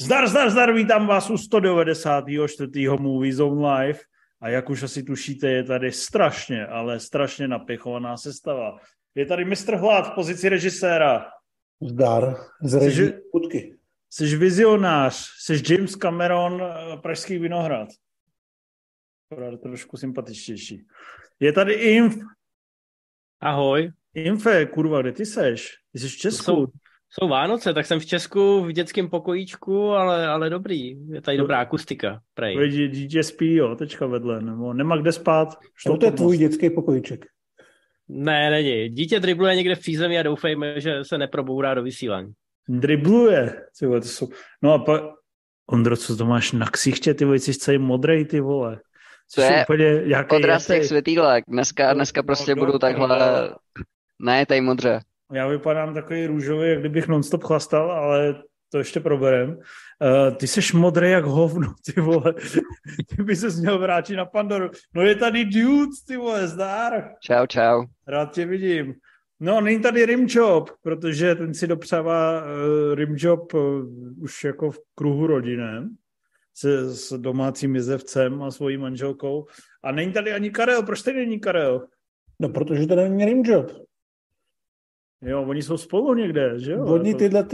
Zdar, vítám vás u 194. Movie Zone Live a jak už asi tušíte, je tady strašně, ale strašně napěchovaná sestava. Je tady Mr. Hlad v pozici režiséra. Zdar, z režii Putky. Jsi vizionář, jsi James Cameron, Pražský Vinohrad. Trošku sympatičtější. Je tady Inf. Ahoj. Infe, kurva, kde ty seš? Ty jsi v Česku. Jsou Vánoce, tak jsem v Česku v dětském pokojíčku, ale dobrý. Je tady dobrá akustika. Prej. Dítě spí, jo, tečka vedle, nebo nemá kde spát. To je tvůj dětský pokojíček. Ne, není. Dítě dribluje někde v přízemí a doufejme, že se neprobourá do vysílání. Dribluje? To jsou... No a pak... Ondro, co to máš na ksichtě, ty vole, jsi celý modrej, ty vole. To je odraz těch světýlek. Dneska prostě budu takhle... Ne, tady modře. Já vypadám takový růžový, jak kdybych non-stop chlastal, ale to ještě proberem. Ty seš modrý jak hovno, ty vole. Ty by ses měl vrátit na Pandoru. No je tady Dudes, ty vole, zdar. Čau. Rád tě vidím. No, není tady Rimjob, protože ten si dopřává Rimjob už jako v kruhu rodinem s domácím jezevcem a svojí manželkou. A není tady ani Karel. Proč tady není Karel? No, protože to není Rimjob. Jo, oni jsou spolu někde, že jo? Oni tyhle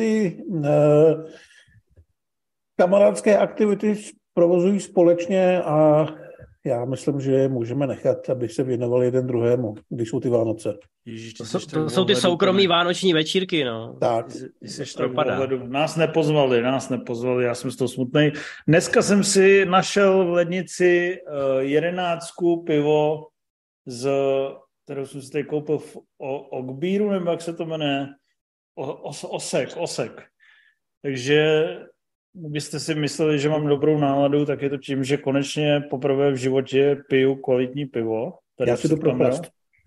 kamarádské aktivity provozují společně a já myslím, že můžeme nechat, aby se věnovali jeden druhému, když jsou ty Vánoce. Ježiš, to jsou ty soukromí vánoční večírky, no. Tak. Nás nepozvali, já jsem z toho smutnej. Dneska jsem si našel v lednici 11 pivo kterou jsem si tady koupil v Ogbíru, nebo jak se to jmenuje? Osek. Takže kdybyste si mysleli, že mám dobrou náladu, tak je to tím, že konečně poprvé v životě piju kvalitní pivo. Já si to propast.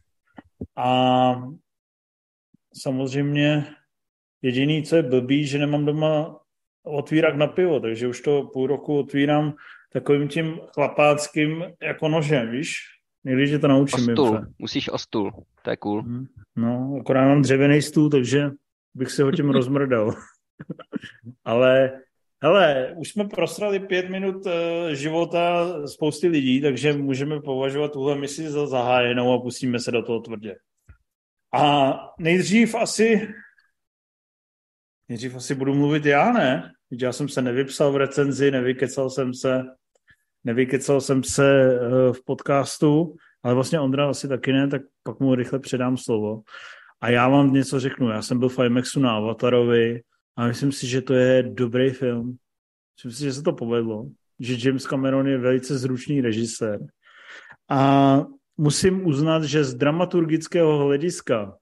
A samozřejmě jediný, co je blbý, že nemám doma otvírák na pivo, takže už to půl roku otvírám takovým tím chlapáckým jako nožem, víš? Někdy, že to naučím. Musíš o stůl, to je cool. No, akorát mám dřevěný stůl, takže bych si ho tím rozmrdal. Ale hele, už jsme prosrali 5 minut života spousty lidí, takže můžeme považovat tuhle misi za zahájenou a pustíme se do toho tvrdě. A nejdřív asi budu mluvit já, ne? Já jsem se nevypsal v recenzi, nevykecal jsem se v podcastu, ale vlastně Ondra asi taky ne, tak pak mu rychle předám slovo. A já vám něco řeknu. Já jsem byl v IMAXu na Avatarovi a myslím si, že to je dobrý film. Myslím si, že se to povedlo, že James Cameron je velice zručný režisér. A musím uznat, že z dramaturgického hlediska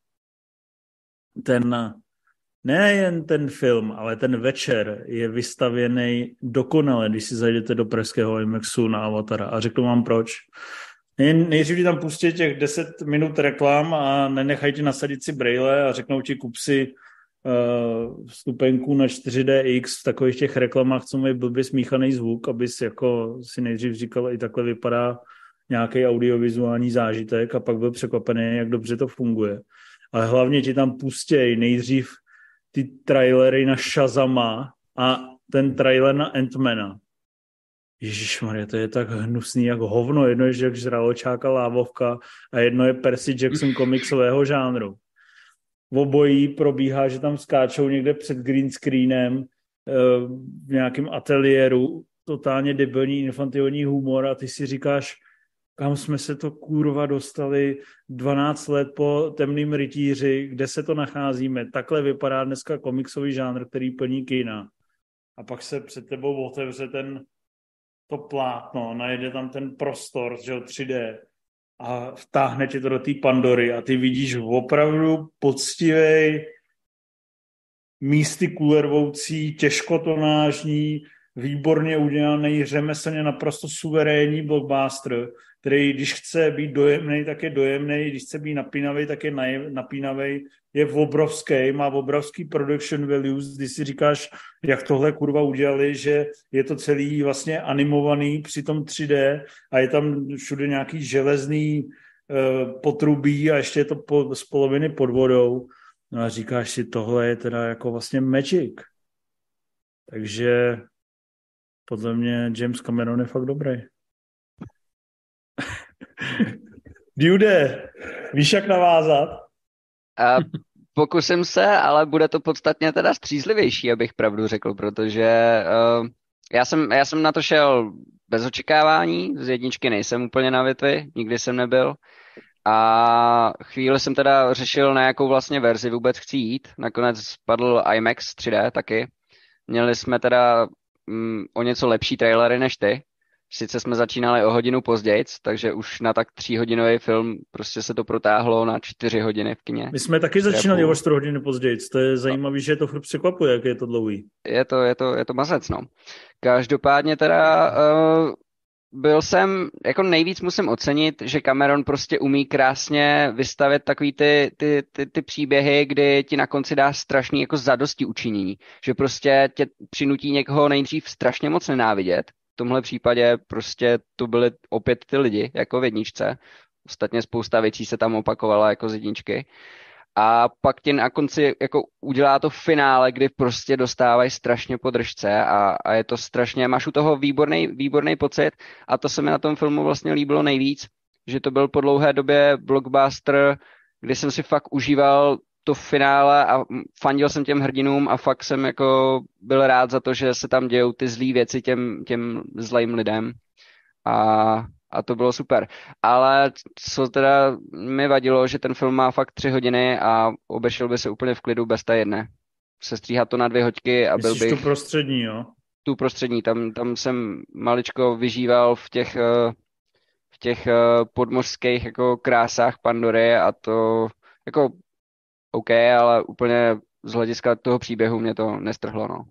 nejen ten film, ale ten večer je vystavěný dokonale, když si zajdete do pražského IMAXu na Avatara. A řeknu vám proč. Nejdřív tam pustí těch 10 minut reklam a nenechajte nasadit si brejle a řeknou ti kup si vstupenku na 4DX v takových těch reklamách, co mají blbě smíchaný zvuk, abys jako si nejdřív říkal, i takhle vypadá nějaký audiovizuální zážitek a pak byl překvapený, jak dobře to funguje. Ale hlavně ti tam pustěj nejdřív ty trailery na Shazama a ten trailer na Ant-Mana. Ježišmarja, to je tak hnusný jak hovno. Jedno je jak žraločáka lávovka a jedno je Percy Jackson komiksového žánru. V obojí probíhá, že tam skáčou někde před green screenem v nějakém ateliéru, totálně debilní infantilní humor a ty si říkáš, kam jsme se to kurva dostali 12 let po Temným rytíři, kde se to nacházíme. Takhle vypadá dneska komiksový žánr, který plní kina. A pak se před tebou otevře to plátno, najde tam ten prostor, že 3D a vtáhne tě to do té Pandory a ty vidíš opravdu poctivý, místy kulervoucí, těžkotonážní, výborně udělaný, řemeslně naprosto suverénní blockbuster, který když chce být dojemný, tak je dojemný, když chce být napínavý, tak je napínavý, je obrovský, má obrovský production values, když si říkáš, jak tohle kurva udělali, že je to celý vlastně animovaný při tom 3D a je tam všude nějaký železný potrubí a ještě je to z poloviny pod vodou. No a říkáš si, tohle je teda jako vlastně magic. Takže Podle mě James Cameron je fakt dobrý. Dude, víš, jak navázat? Pokusím se, ale bude to podstatně teda střízlivější, abych pravdu řekl, protože já jsem na to šel bez očekávání, z jedničky nejsem úplně na větvi, nikdy jsem nebyl. A chvíli jsem teda řešil, na jakou vlastně verzi vůbec chci jít. Nakonec spadl IMAX 3D taky. Měli jsme teda o něco lepší trailery než ty. Sice jsme začínali o hodinu později, takže už na tak 3hodinový film prostě se to protáhlo na 4 hodiny v kině. My jsme taky začínali o 4 hodiny později. To je zajímavé, že to furt překvapuje, jak je to dlouhý. Je to mazec, no. Každopádně teda byl jsem, jako nejvíc musím ocenit, že Cameron prostě umí krásně vystavět takový ty příběhy, kdy ti na konci dá strašný jako zadosti učinění. Že prostě tě přinutí někoho nejdřív strašně moc nenávidět. V tomhle případě prostě to byly opět ty lidi, jako v jedničce. Ostatně spousta věcí se tam opakovala jako z jedničky. A pak ti na konci jako udělá to finále, kdy prostě dostávají strašně po držce a je to strašně, máš u toho výborný pocit a to se mi na tom filmu vlastně líbilo nejvíc, že to byl po dlouhé době blockbuster, kdy jsem si fakt užíval to finále a fandil jsem těm hrdinům a fakt jsem jako byl rád za to, že se tam dějou ty zlý věci těm zlým lidem a to bylo super. Ale co teda mi vadilo, že ten film má fakt 3 hodiny a obešel by se úplně v klidu bez té jedné. Sestříhat to na 2 hoďky a byl bych... tu prostřední, jo? Tu prostřední, tam jsem maličko vyžíval v těch podmořských jako krásách Pandory a to jako OK, ale úplně z hlediska toho příběhu mě to nestrhlo, no.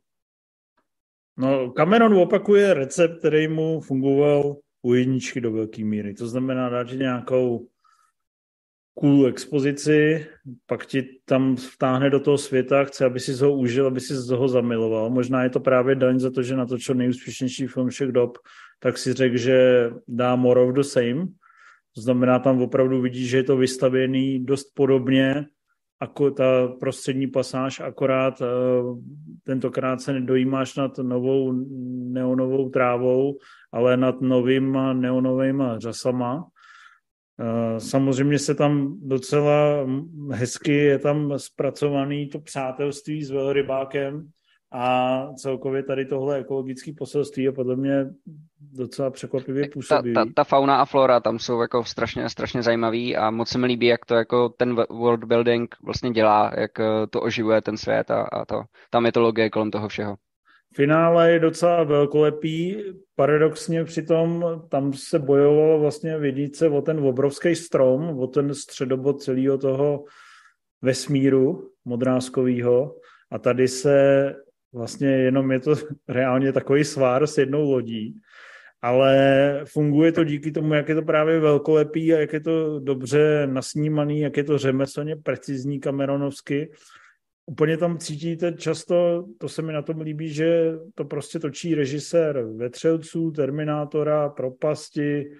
No, Cameron opakuje recept, který mu fungoval u jedničky do velké míry. To znamená dát nějakou cool expozici, pak ti tam vtáhne do toho světa, chce, aby si ho užil, aby si ho zamiloval. Možná je to právě daň za to, že natočil nejúspěšnější film všech dob, tak si řekl, že dá more of the same. To znamená, tam opravdu vidíš, že je to vystavěný dost podobně, jako ta prostřední pasáž, akorát tentokrát se nedojímáš nad novou neonovou trávou, ale nad novýma neonovýma řasama. Samozřejmě se tam docela hezky je tam zpracovaný to přátelství s velrybákem a celkově tady tohle ekologické poselství je podle mě docela překvapivě působivý. Ta fauna a flora tam jsou jako strašně zajímavý a moc se mi líbí, jak to jako ten world building vlastně dělá, jak to oživuje ten svět a ta mytologie kolem toho všeho. Finále je docela velkolepý, paradoxně přitom tam se bojovalo vlastně v jedničce o ten obrovský strom, o ten středobod celého toho vesmíru modráskovýho a tady se vlastně jenom je to reálně takový svár s jednou lodí, ale funguje to díky tomu, jak je to právě velkolepý a jak je to dobře nasnímaný, jak je to řemeslně precizní Cameronovsky. Úplně tam cítíte často, to se mi na tom líbí, že to prostě točí režisér Vetřelců, Terminátora, Propasti,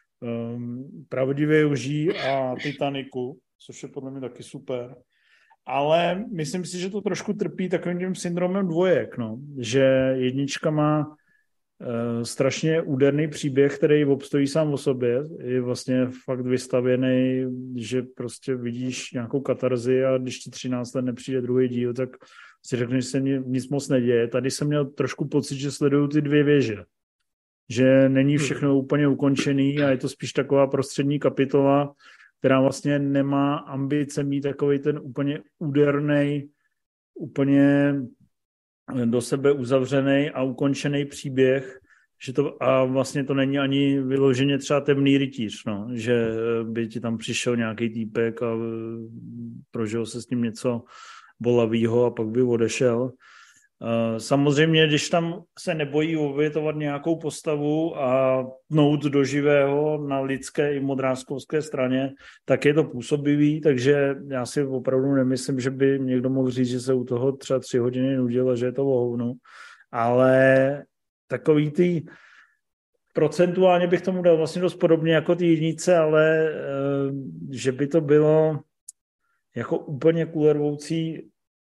Pravdivě lží a Titaniku, což je podle mě taky super. Ale myslím si, že to trošku trpí takovým tím syndromem dvojek, no. Že jednička má strašně úderný příběh, který obstojí sám o sobě, je vlastně fakt vystavěný, že prostě vidíš nějakou katarzi a když ti 13 let nepřijde druhý díl, tak si řekneš, že se nic moc neděje. Tady jsem měl trošku pocit, že sleduju ty 2 věže. Že není všechno úplně ukončený a je to spíš taková prostřední kapitola, která vlastně nemá ambice mít takový ten úplně úderný, úplně do sebe uzavřený a ukončený příběh, že to, a vlastně to není ani vyloženě třeba Temný rytíř, no, že by ti tam přišel nějaký týpek a prožil se s ním něco bolavýho a pak by odešel. Samozřejmě, když tam se nebojí obětovat nějakou postavu a tnout do živého na lidské i modráskovské straně, tak je to působivý, takže já si opravdu nemyslím, že by někdo mohl říct, že se u toho třeba 3 hodiny nudil a že je to o hovnu, ale takový ty procentuálně bych tomu dal vlastně dost podobně jako ty jednice, ale že by to bylo jako úplně kulervoucí,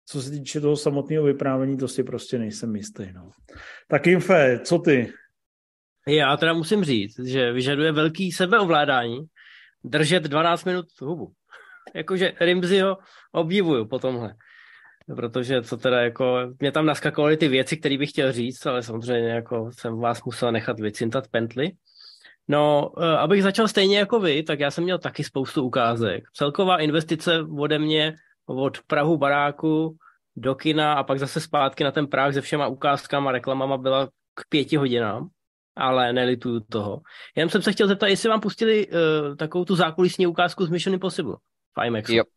Co se týče toho samotného vyprávění, to si prostě nejsem jistý. No. Tak Infe, co ty? Já teda musím říct, že vyžaduje velký sebeovládání držet 12 minut hubu. Jakože Rimziho obdivuju po tomhle. Protože co teda jako, mě tam naskakovaly ty věci, které bych chtěl říct, ale samozřejmě jako jsem vás musel nechat vycintat pentli. No, abych začal stejně jako vy, tak já jsem měl taky spoustu ukázek. Celková investice ode mě od prahu baráku do kina a pak zase zpátky na ten práh se všema ukázkama, reklamama byla k 5 hodinám, ale nelituju toho. Jenom jsem se chtěl zeptat, jestli vám pustili takovou tu zákulisní ukázku z Mission Impossible v IMAXu. Jo.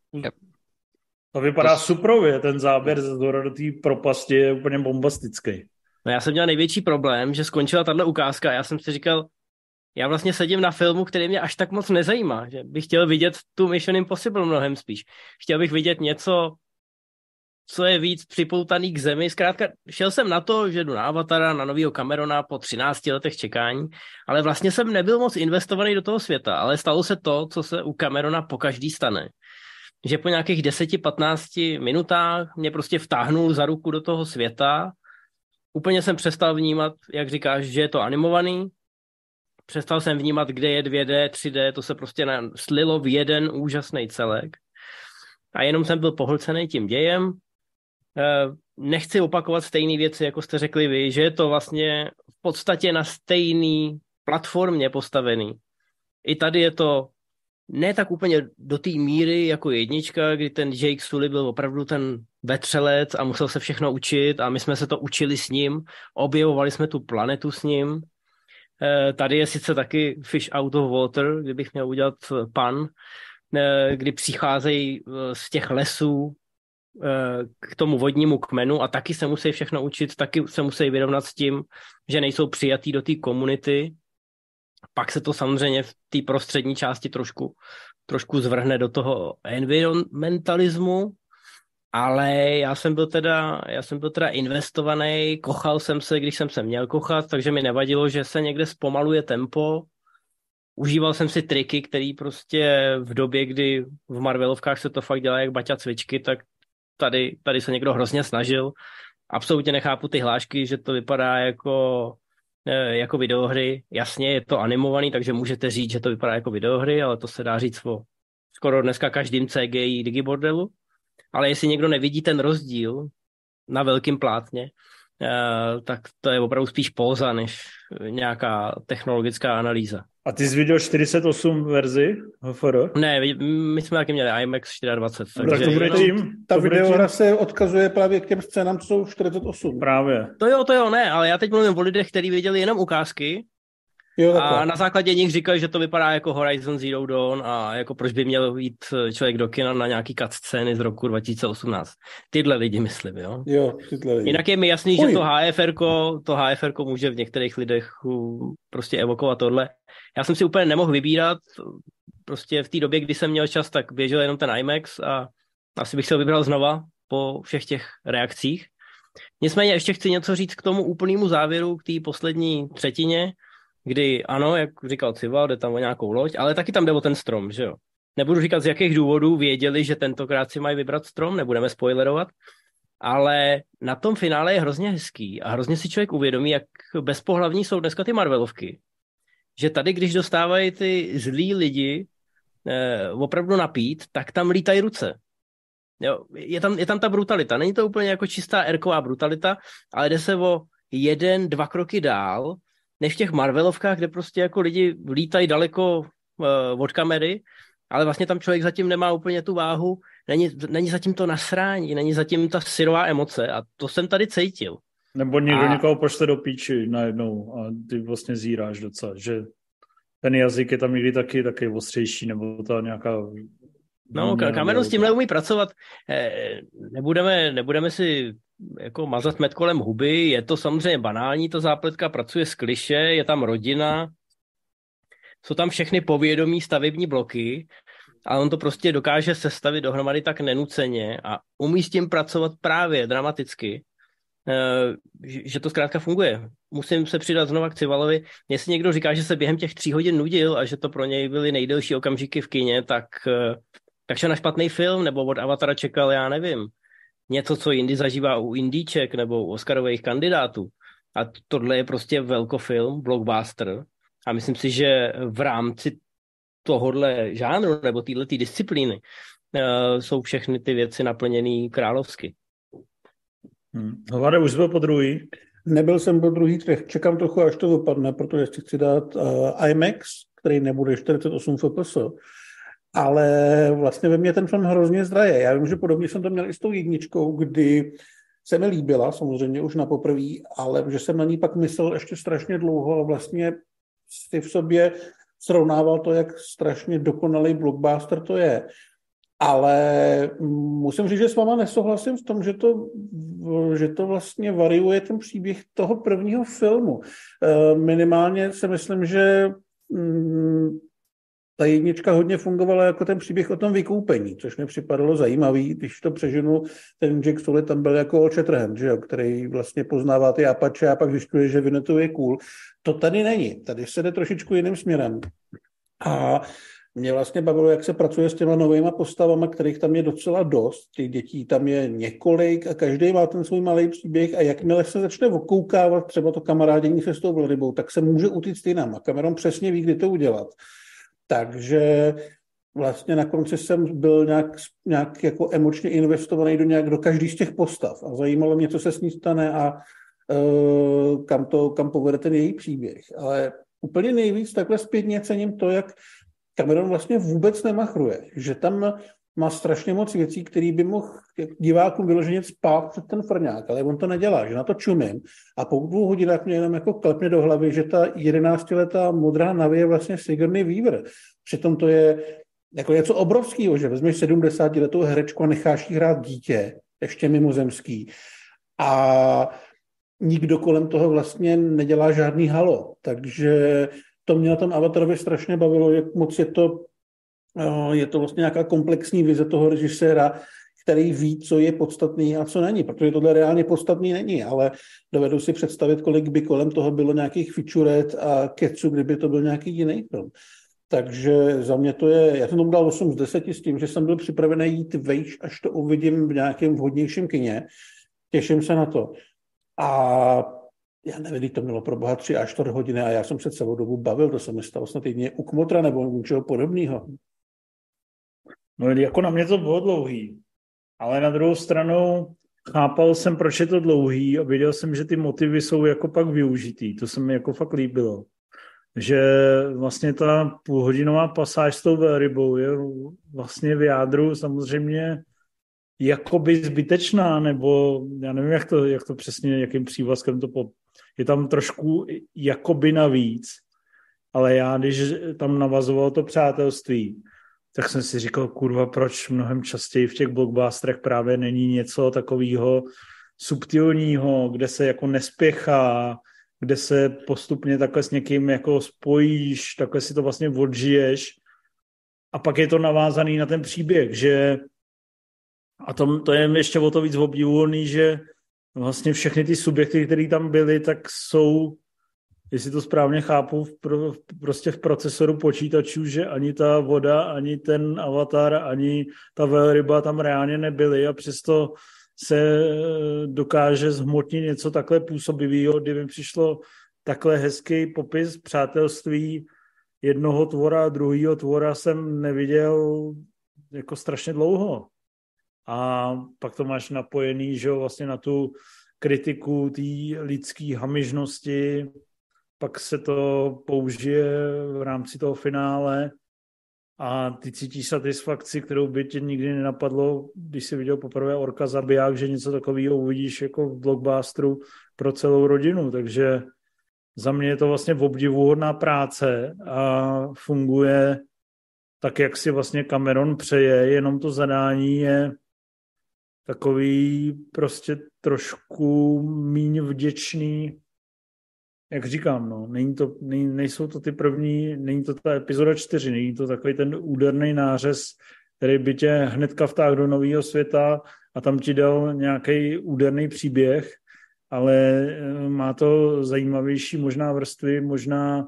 To vypadá suprově, ten záběr do té propasti je úplně bombastický. No já jsem měl největší problém, že skončila tahle ukázka a já jsem si říkal, já vlastně sedím na filmu, který mě až tak moc nezajímá, že bych chtěl vidět tu Mission Impossible mnohem spíš. Chtěl bych vidět něco, co je víc připoutaný k zemi. Zkrátka šel jsem na to, že jdu na Avatara, na novýho Camerona po 13 letech čekání, ale vlastně jsem nebyl moc investovaný do toho světa, ale stalo se to, co se u Camerona pokaždý stane. Že po nějakých 10-15 minutách mě prostě vtáhnul za ruku do toho světa. Úplně jsem přestal vnímat, jak říkáš, že je to animovaný. Přestal jsem vnímat, kde je 2D, 3D, to se prostě slilo v jeden úžasný celek. A jenom jsem byl pohlcený tím dějem. Nechci opakovat stejné věci, jako jste řekli vy, že je to vlastně v podstatě na stejné platformě postavený. I tady je to ne tak úplně do té míry jako jednička, kdy ten Jake Sully byl opravdu ten vetřelec a musel se všechno učit a my jsme se to učili s ním, objevovali jsme tu planetu s ním. Tady je sice taky fish out of water, kdybych měl udělat pun, kdy přicházejí z těch lesů k tomu vodnímu kmenu a taky se musí všechno učit, taky se musí vyrovnat s tím, že nejsou přijatý do té komunity. Pak se to samozřejmě v té prostřední části trošku zvrhne do toho environmentalismu, ale já jsem byl teda investovaný, kochal jsem se, když jsem se měl kochat, takže mi nevadilo, že se někde zpomaluje tempo. Užíval jsem si triky, které prostě v době, kdy v Marvelovkách se to fakt dělá jak baťa cvičky, tak tady se někdo hrozně snažil. Absolutně nechápu ty hlášky, že to vypadá jako videohry. Jasně, je to animovaný, takže můžete říct, že to vypadá jako videohry, ale to se dá říct o skoro dneska každým CGI digibordelu. Ale jestli někdo nevidí ten rozdíl na velkém plátně, tak to je opravdu spíš póza, než nějaká technologická analýza. A ty jsi viděl 48 verzi HFR? Ne, my jsme taky měli IMAX 24. Tak to bude tím? Ta videohra se odkazuje právě k těm scénám, co jsou 48. Právě. To jo, ne, ale já teď mluvím o lidech, kteří viděli jenom ukázky. Jo, a na základě nich říkají, že to vypadá jako Horizon Zero Dawn a jako proč by měl jít člověk do kina na nějaký cutscény z roku 2018. Tyhle lidi myslím, jo? Jo, tyhle lidi. Jinak je mi jasný, že to HFR může v některých lidech prostě evokovat tohle. Já jsem si úplně nemohl vybírat, prostě v té době, kdy jsem měl čas, tak běžel jenom ten IMAX a asi bych se ho vybral znova po všech těch reakcích. Nicméně ještě chci něco říct k tomu úplnému závěru, k té poslední třetině, kdy ano, jak říkal Cival, jde tam o nějakou loď, ale taky tam jde o ten strom, že jo. Nebudu říkat, z jakých důvodů věděli, že tentokrát si mají vybrat strom, nebudeme spoilerovat, ale na tom finále je hrozně hezký a hrozně si člověk uvědomí, jak bezpohlavní jsou dneska ty Marvelovky. Že tady, když dostávají ty zlí lidi opravdu napít, tak tam lítají ruce. Jo, je tam ta brutalita. Není to úplně jako čistá erková brutalita, ale jde se o 1-2 kroky dál, než v těch Marvelovkách, kde prostě jako lidi lítají daleko od kamery, ale vlastně tam člověk zatím nemá úplně tu váhu, není zatím to nasrání, není zatím ta syrová emoce a to jsem tady cítil. Nebo někdo někoho pošle do píči najednou a ty vlastně zíráš docela, že ten jazyk je tam někdy taky ostřejší, nebo ta nějaká... No, Cameron s tímhle umí pracovat. Nebudeme si jako mazat med kolem huby, je to samozřejmě banální, ta zápletka pracuje s kliše, je tam rodina, jsou tam všechny povědomí stavební bloky, ale on to prostě dokáže sestavit dohromady tak nenuceně a umí s tím pracovat právě dramaticky, že to zkrátka funguje. Musím se přidat znova k Civalovi. Jestli někdo říká, že se během těch 3 hodin nudil a že to pro něj byly nejdelší okamžiky v kině, tak šel na špatný film, nebo od Avatara čekal, já nevím, něco, co jindy zažívá u indíček nebo u Oscarových kandidátů. A tohle je prostě velkofilm, blockbuster. A myslím si, že v rámci tohohle žánru nebo této disciplíny jsou všechny ty věci naplněné královsky. Hlade, už byl po druhý. Nebyl jsem po druhý třech. Čekám trochu, až to dopadne, protože si chci dát IMAX, který nebude 48 fps. Ale vlastně ve mně ten film hrozně zraje. Já vím, že podobně jsem to měl i s tou jedničkou, kdy se mi líbila, samozřejmě už na poprví, ale že jsem na ní pak myslel ještě strašně dlouho a vlastně si v sobě srovnával to, jak strašně dokonalý blockbuster to je. Ale musím říct, že s váma nesouhlasím v tom, že to vlastně variuje ten příběh toho prvního filmu. Minimálně si myslím, že ta jednička hodně fungovala jako ten příběh o tom vykoupení, což mi připadalo zajímavý, když to přeženu, ten Jack Sully tam byl jako Old Shatterhand, že jo, který vlastně poznává ty Apache a pak zjišťuje, že Winnetou je cool. To tady není, tady se jde trošičku jiným směrem. A mě vlastně bavilo, jak se pracuje s těma novýma postavama, kterých tam je docela dost. Těch dětí tam je několik a každý má ten svůj malý příběh a jakmile se začne okoukávat třeba to kamarádění se s tou velrybou, tak se může utíct jinam a Cameron přesně ví, kdy to udělat. Takže vlastně na konci jsem byl nějak jako emočně investovaný do každý z těch postav a zajímalo mě, co se s ní stane a kam povede ten její příběh. Ale úplně nejvíc takhle zpětně cením to, jak Cameron vlastně vůbec nemachruje, že tam má strašně moc věcí, které by mohl divákům vyloženě spát před ten frňák, ale on to nedělá, že na to čumím a po 2 hodinách mě jenom jako klepne do hlavy, že ta 11letá modrá Navi je vlastně Sigourney Weaver. Přitom to je jako něco obrovského, že vezmeš 70letou herečku a necháš jí hrát dítě, ještě mimozemský a nikdo kolem toho vlastně nedělá žádný halo, takže to mě na tom Avatarovi strašně bavilo, jak moc je to vlastně nějaká komplexní vize toho režiséra, který ví, co je podstatný a co není, protože tohle reálně podstatný není, ale dovedu si představit, kolik by kolem toho bylo nějakých featurette a keců, kdyby to byl nějaký jiný film. Takže za mě to je, já jsem tomu dal 8 z 10 s tím, že jsem byl připravený jít vejš, až to uvidím v nějakém vhodnějším kině. Těším se na to. A já nevím, to mělo pro boha 3 až 4 hodiny a já jsem se celou dobu bavil, to se mi stalo snad jedině u Kmotra nebo něčeho podobného. No jako na mě to bylo dlouhý, ale na druhou stranu chápal jsem, proč je to dlouhý a viděl jsem, že ty motivy jsou jako pak využitý. To se mi jako fakt líbilo. Že vlastně ta půlhodinová pasáž s tou velrybou je vlastně v jádru samozřejmě jakoby zbytečná, nebo já nevím, jak to přesně, jakým přívlastkem to je tam trošku jakoby navíc, ale já, když tam navazoval to přátelství, tak jsem si říkal, kurva, proč mnohem častěji v těch blockbusterech právě není něco takového subtilního, kde se jako nespěchá, kde se postupně takhle s někým jako spojíš, takhle si to vlastně odžiješ a pak je to navázaný na ten příběh, že a to je ještě o to víc obdivuhodný, že vlastně všechny ty subjekty, které tam byly, tak jsou, jestli to správně chápu, prostě v procesoru počítačů, že ani ta voda, ani ten avatar, ani ta velryba tam reálně nebyly a přesto se dokáže zhmotnit něco takhle působivého, kdy mi přišlo takhle hezký popis přátelství jednoho tvora a druhého tvora jsem neviděl jako strašně dlouho. A pak to máš napojený, že vlastně na tu kritiku té lidské hamižnosti, pak se to použije v rámci toho finále a ty cítíš satisfakci, kterou by tě nikdy nenapadlo, když jsi viděl poprvé Orka zabiják, že něco takového uvidíš jako v blockbusteru pro celou rodinu, takže za mě je to vlastně obdivuhodná práce a funguje tak, jak si vlastně Cameron přeje, jenom to zadání je takový prostě trošku míň vděčný, jak říkám, no, nejsou to ty první, není to ta epizoda 4, není to takový ten úderný nářez, který by tě hnedka vtáhl do nového světa a tam ti dal nějaký úderný příběh, ale má to zajímavější možná vrstvy, možná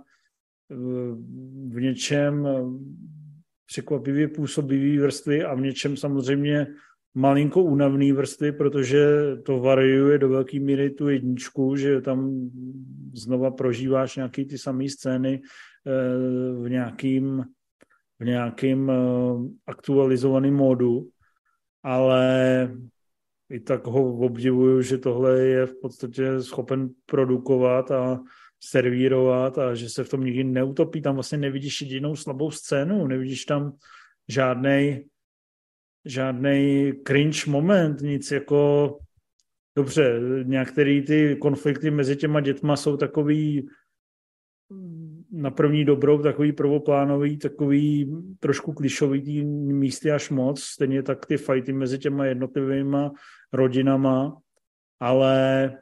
v něčem překvapivě působivý vrstvy a v něčem samozřejmě malinko únavný vrstvy, protože to variuje do velké míry tu jedničku, že tam znova prožíváš nějaký ty samé scény v nějakým aktualizovaném módu, ale i tak ho obdivuju, že tohle je v podstatě schopen produkovat a servírovat a že se v tom nikdy neutopí. Tam vlastně nevidíš jedinou slabou scénu, nevidíš tam žádnej cringe moment, nic jako dobře, některé ty konflikty mezi těma dětma jsou takový na první dobrou, takový prvoplánový, takový trošku klišový místy až moc, stejně tak ty fighty mezi těma jednotlivýma rodinama, ale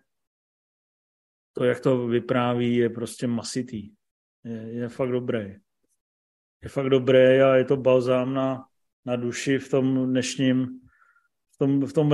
to, jak to vypráví, je prostě masitý. Je fakt dobrý. Je fakt dobrý a je to balzám na duši v tom dnešním, v tom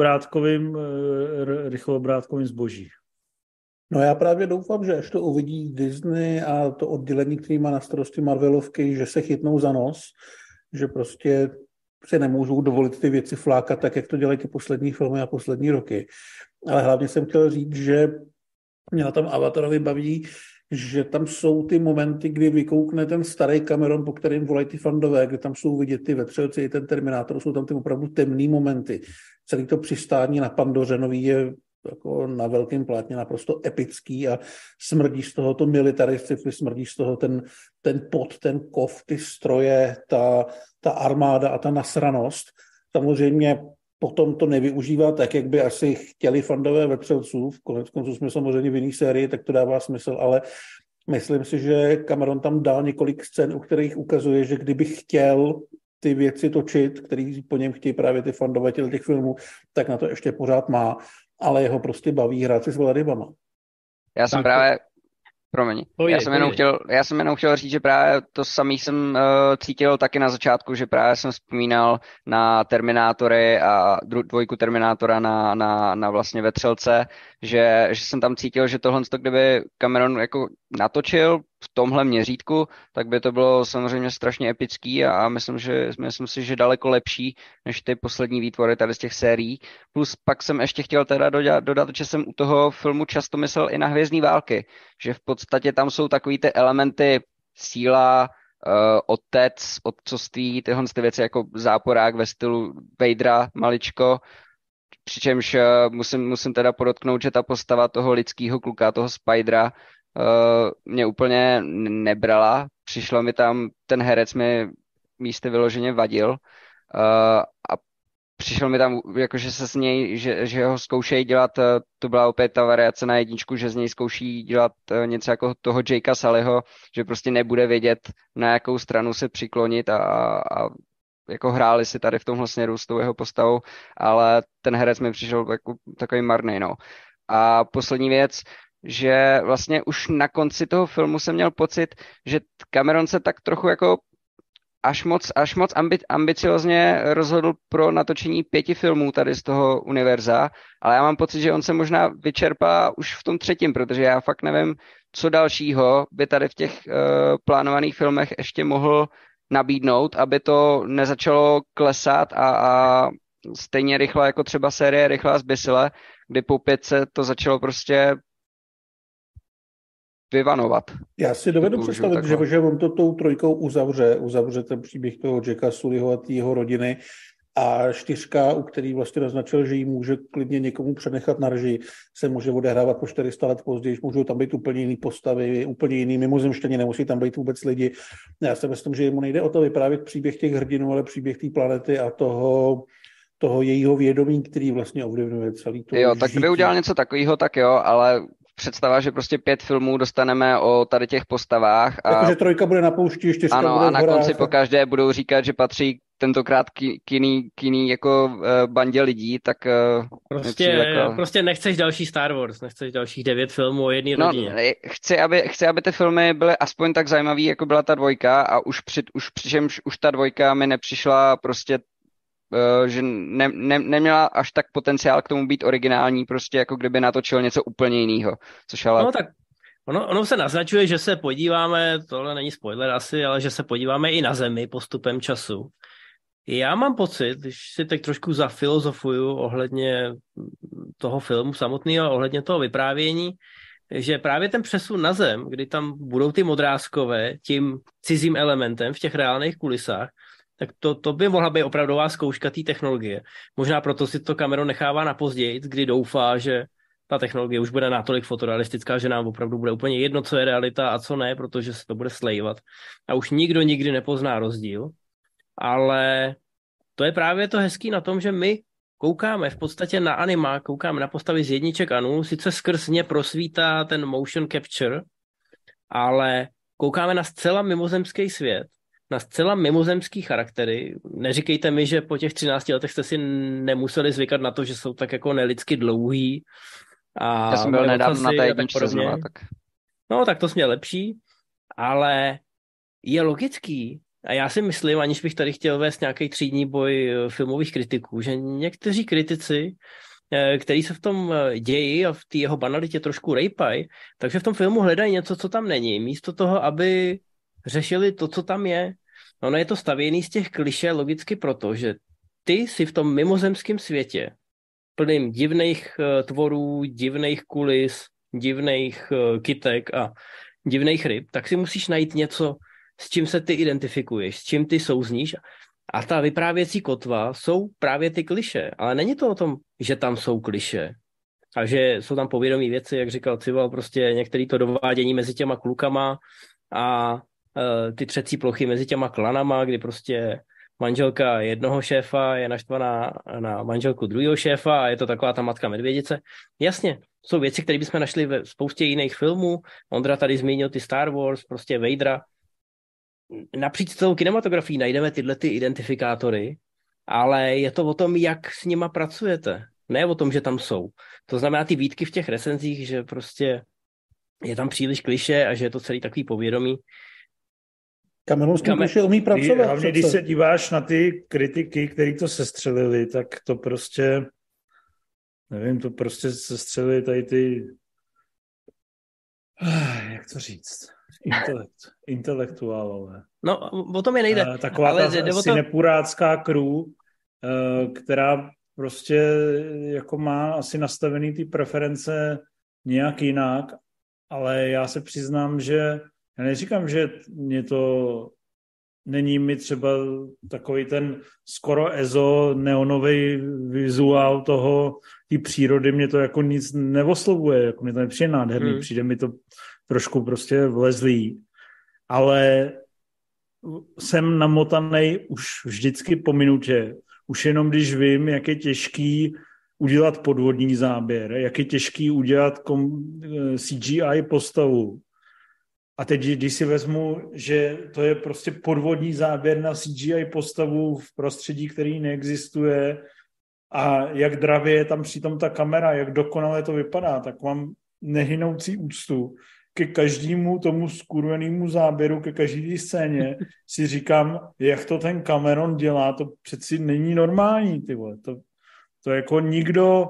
rychloobrátkovým zboží. No já právě doufám, že až to uvidí Disney a to oddělení, který má na starosti Marvelovky, že se chytnou za nos, že prostě si nemůžou dovolit ty věci flákat tak, jak to dělají ty poslední filmy a poslední roky. Ale hlavně jsem chtěl říct, že mě na tom Avatarovi baví, že tam jsou ty momenty, kdy vykoukne ten starý Cameron, po kterým volají ty fandové, kde tam jsou vidět ty vetřelci i ten Terminátor, jsou tam ty opravdu temný momenty. Celý to přistání na Pandoře nový je jako na velkém plátně naprosto epický a smrdí z toho to military sci-fi, smrdí z toho ten pot, ten kov, ty stroje, ta armáda a ta nasranost. Samozřejmě potom to nevyužívá tak, jak by asi chtěli fandové vetřelců. V konec konců jsme samozřejmě v jiný sérii, tak to dává smysl, ale myslím si, že Cameron tam dal několik scén, u kterých ukazuje, že kdyby chtěl ty věci točit, který po něm chtějí právě ty fandové těch filmů, tak na to ještě pořád má, ale jeho prostě baví hrát si s velerybama. Já jsem právě Promiň. Já jsem jenom chtěl říct, že právě to samý jsem cítil taky na začátku, že právě jsem vzpomínal na Terminátory a dvojku Terminátora na vlastně Vetřelce, že jsem tam cítil, že tohle, kdyby Cameron jako natočil v tomhle měřítku, tak by to bylo samozřejmě strašně epický a myslím si, že daleko lepší než ty poslední výtvory tady z těch sérií. Plus pak jsem ještě chtěl teda dodat, že jsem u toho filmu často myslel i na Hvězdní války, že v podstatě tam jsou takový ty elementy síla, otec, otcovství, tyhle ty věci jako záporák ve stylu Vadera maličko, přičemž musím teda podotknout, že ta postava toho lidského kluka, toho Spidera, mě úplně nebrala. Přišlo mi tam, ten herec mi místy vyloženě vadil a přišel mi tam, jakože se z něj, že ho zkoušejí dělat, to byla opět ta variace na jedničku, že z něj zkouší dělat něco jako toho Jakea Sullyho, že prostě nebude vědět, na jakou stranu se přiklonit a jako hráli si tady v tomhle směru s tou jeho postavou, ale ten herec mi přišel jako takový marný, no. A poslední věc, že vlastně už na konci toho filmu jsem měl pocit, že Cameron se tak trochu jako až moc ambiciozně rozhodl pro natočení 5 filmů tady z toho univerza, ale já mám pocit, že on se možná vyčerpá už v tom 3., protože já fakt nevím, co dalšího by tady v těch plánovaných filmech ještě mohl nabídnout, aby to nezačalo klesat a stejně rychle jako třeba série Rychlá zbysile, kdy po 5 to začalo prostě vyvanovat. Já si dovedu představit, že on to tou 3 uzavře ten příběh toho Jacka Sullyho a té jeho rodiny a 4, u který vlastně naznačil, že ji může klidně někomu přenechat na režii, se může odehrávat po 400 let později, můžou tam být úplně jiný postavy, úplně jiný mimozemštění, nemusí tam být vůbec lidi. Já si myslím, že mu nejde o to vyprávět příběh těch hrdinů, ale příběh té planety a toho jejího vědomí, který vlastně ovlivňuje celý to Jo, tak žití. kdyby udělal něco takového, tak jo, ale představa, že prostě 5 filmů dostaneme o tady těch postavách. Jakože 3 bude na poušti, 4 ano, bude a na horách, konci po každé budou říkat, že patří tentokrát k jiný jako bandě lidí, tak prostě nechceš další Star Wars, nechceš dalších 9 filmů o jedné rodině. Chci, aby ty filmy byly aspoň tak zajímavý, jako byla ta 2 a přičemž už ta 2 mi nepřišla prostě že neměla až tak potenciál k tomu být originální, prostě jako kdyby natočil něco úplně jiného. Což ale... No tak ono se naznačuje, že se podíváme, tohle není spoiler asi, ale že se podíváme i na Zemi postupem času. Já mám pocit, když si tak trošku zafilozofuju ohledně toho filmu samotného, ohledně toho vyprávění, že právě ten přesun na zem, kdy tam budou ty modrázkové tím cizím elementem v těch reálných kulisách, tak to by mohla být opravdová zkouška té technologie. Možná proto si to Cameron nechává na později, kdy doufá, že ta technologie už bude natolik fotorealistická, že nám opravdu bude úplně jedno, co je realita a co ne, protože se to bude slejvat. A už nikdo nikdy nepozná rozdíl. Ale to je právě to hezký na tom, že my koukáme v podstatě na anima, koukáme na postavy z jedniček a nul, sice skrz ně prosvítá ten motion capture, ale koukáme na zcela mimozemský svět, na zcela mimozemský charaktery. Neříkejte mi, že po těch 13 letech jste si nemuseli zvykat na to, že jsou tak jako nelidsky dlouhý. A já jsem byl nedávno na té jedničce znova, tak... No, tak to jsme lepší, ale je logický, a já si myslím, aniž bych tady chtěl vést nějaký třídní boj filmových kritiků, že někteří kritici, kteří se v tom ději a v té jeho banalitě trošku rejpají, takže v tom filmu hledají něco, co tam není, místo toho, aby řešili to, co tam je. Ono je to stavěný z těch klišé logicky proto, že ty si v tom mimozemském světě plným divných tvorů, divných kulis, divných kytek a divných ryb, tak si musíš najít něco, s čím se ty identifikuješ, s čím ty souzníš. A ta vyprávěcí kotva jsou právě ty kliše. Ale není to o tom, že tam jsou kliše. A že jsou tam povědomí věci, jak říkal Cival, prostě některé to dovádění mezi těma klukama a ty třecí plochy mezi těma klanama, kdy prostě manželka jednoho šéfa je naštvaná na manželku druhého šéfa a je to taková ta matka medvědice. Jasně, jsou věci, které bychom našli ve spoustě jiných filmů. Ondra tady zmínil ty Star Wars, prostě Vadera. Napříč celou kinematografií najdeme tyhle ty identifikátory, ale je to o tom, jak s nima pracujete. Ne o tom, že tam jsou. To znamená ty výtky v těch recenzích, že prostě je tam příliš kliše a že je to celý takový povědomí. Cameron s tím kliše umí pracovat. Hlavně, když se díváš na ty kritiky, který to sestřelili, tak to prostě, nevím, to prostě sestřelili tady ty, jak to říct, intelektuálové. No, o tom je nejde. Taková ale ta sinepurácká crew, která prostě jako má asi nastavený ty preference nějak jinak, ale já se přiznám, že já neříkám, že mě to není mi třeba takový ten skoro ezo neonový vizuál toho, ty přírody, mě to jako nic nevoslovuje, jako mě to nepřijde nádherný, přijde mi to trošku prostě vlezlý, ale jsem namotanej už vždycky po minutě, už jenom když vím, jak je těžký udělat podvodní záběr, jak je těžký udělat CGI postavu. A teď, když si vezmu, že to je prostě podvodní záběr na CGI postavu v prostředí, který neexistuje a jak dravě je tam přitom ta kamera, jak dokonale to vypadá, tak mám nehynoucí úctu ke každému tomu skurvenému záběru, ke každé scéně si říkám, jak to ten Cameron dělá, to přeci není normální, ty vole. To jako nikdo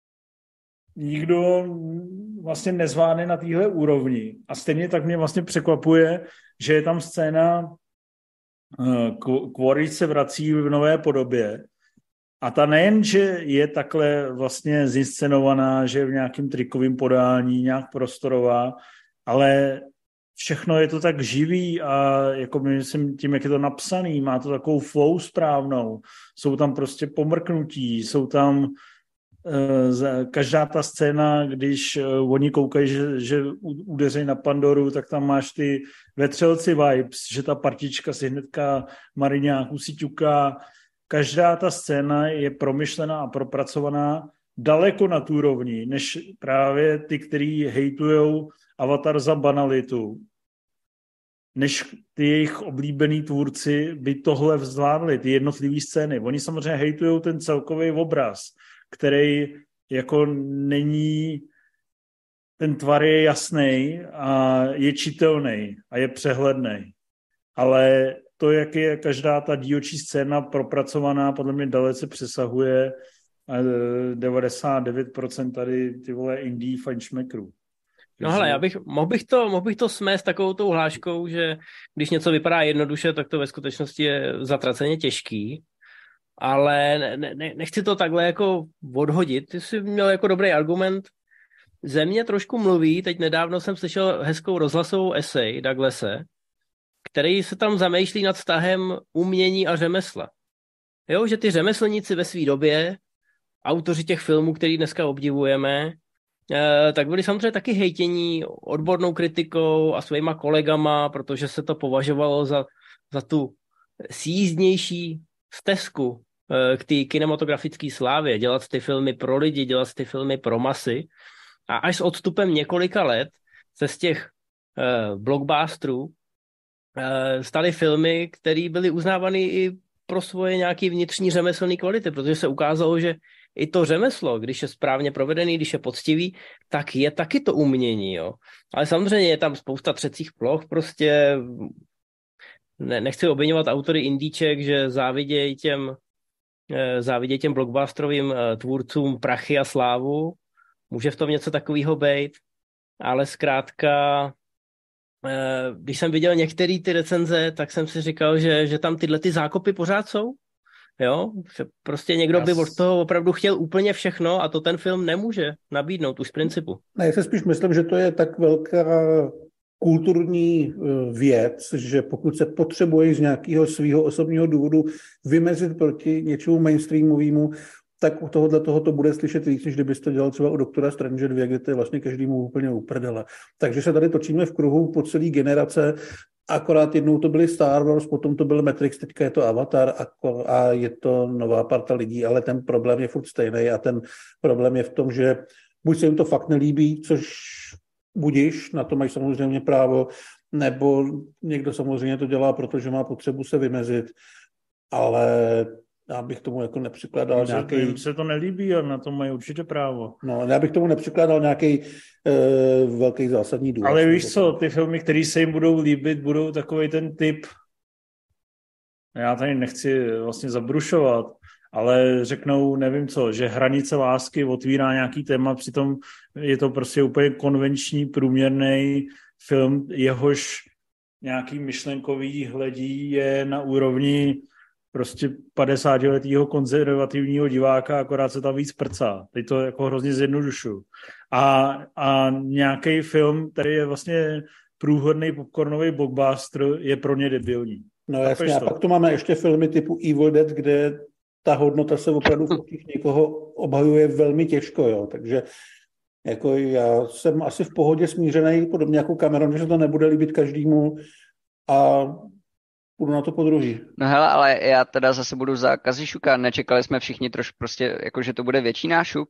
vlastně nezvládne na téhle úrovni. A stejně tak mě vlastně překvapuje, že je tam scéna Quaritch se vrací v nové podobě a ta nejen, že je takhle vlastně zinscenovaná, že je v nějakým trikovým podání, nějak prostorová, ale všechno je to tak živý a jako myslím tím, jak je to napsaný, má to takovou flow správnou, jsou tam prostě pomrknutí, jsou tam každá ta scéna, když oni koukají, že udeří na Pandoru, tak tam máš ty vetřelci vibes, že ta partička si hnedka mariňáků si ťuká. Každá ta scéna je promyšlená a propracovaná daleko na tu úrovni, než právě ty, který hejtujou Avatar za banalitu, než ty jejich oblíbený tvůrci by tohle zvládli, ty jednotlivé scény. Oni samozřejmě hejtujou ten celkový obraz, který jako není, ten tvar je jasný a je čitelný a je přehledný. Ale to, jak je každá ta dílčí scéna propracovaná, podle mě dalece přesahuje 99% tady ty vole indie fajnšmekrů. No hele, mohl bych to smést takovou tou hláškou, že když něco vypadá jednoduše, tak to ve skutečnosti je zatraceně těžký. ale nechci to takhle jako odhodit. Ty jsi měl jako dobrý argument. Země trošku mluví, teď nedávno jsem slyšel hezkou rozhlasovou esej Douglase, který se tam zamýšlí nad vztahem umění a řemesla. Jo, že ty řemeslníci ve své době, autoři těch filmů, který dneska obdivujeme, tak byli samozřejmě taky hejtění odbornou kritikou a svýma kolegama, protože se to považovalo za tu sjízdnější stezku k té kinematografické slávě, dělat ty filmy pro lidi, dělat ty filmy pro masy. A až s odstupem několika let se z těch blockbusterů staly filmy, které byly uznávány i pro svoje nějaké vnitřní řemeslné kvality, protože se ukázalo, že i to řemeslo, když je správně provedený, když je poctivý, tak je taky to umění. Jo. Ale samozřejmě je tam spousta třecích ploch, prostě nechci obviňovat autory indíček, že závidějí těm blockbusterovým tvůrcům prachy a slávu. Může v tom něco takového být, ale zkrátka, když jsem viděl některé ty recenze, tak jsem si říkal, že tam tyhle ty zákopy pořád jsou. Jo, že prostě někdo by od toho opravdu chtěl úplně všechno a to ten film nemůže nabídnout už z principu. Ne, já si spíš myslím, že to je tak velká kulturní věc, že pokud se potřebuje z nějakého svého osobního důvodu vymezit proti něčemu mainstreamovému, tak u tohohle to bude slyšet víc, než kdybyste to dělal třeba u Doktora Strange 2, kde to je vlastně každému úplně uprdele. Takže se tady točíme v kruhu po celý generace, akorát jednou to byly Star Wars, potom to byl Matrix, teďka je to Avatar a je to nová parta lidí, ale ten problém je furt stejný a ten problém je v tom, že buď se jim to fakt nelíbí, což budiš, na to mají samozřejmě právo, nebo někdo samozřejmě to dělá, protože má potřebu se vymezit, ale já bych tomu jako nepřikládal nějaký... Jim se to nelíbí a na to mají určitě právo. No, já bych tomu nepřikládal nějaký velký zásadní důvod. Ale víš co, ty filmy, které se jim budou líbit, budou takovej ten typ, já tady nechci vlastně zabrušovat, ale řeknou, nevím co, že Hranice lásky otvírá nějaký téma, přitom je to prostě úplně konvenční, průměrný film, jehož nějaký myšlenkový hledí je na úrovni prostě 50letého konzervativního diváka, akorát se tam víc prcá. Teď to jako hrozně zjednodušu. A nějaký film, který je vlastně průhodný popcornový blockbuster, je pro ně debilní. No jasně, a pak tu máme ještě filmy typu Evil Dead, kde ta hodnota se opravdu v očích někoho obhajuje velmi těžko, jo. Takže jako já jsem asi v pohodě smířený, podobně jako Cameron, že se to nebude líbit každému a budu na to podruhý. No hele, ale já teda zase budu za Kazišuka. Nečekali jsme všichni trošku prostě, jako že to bude větší nášup?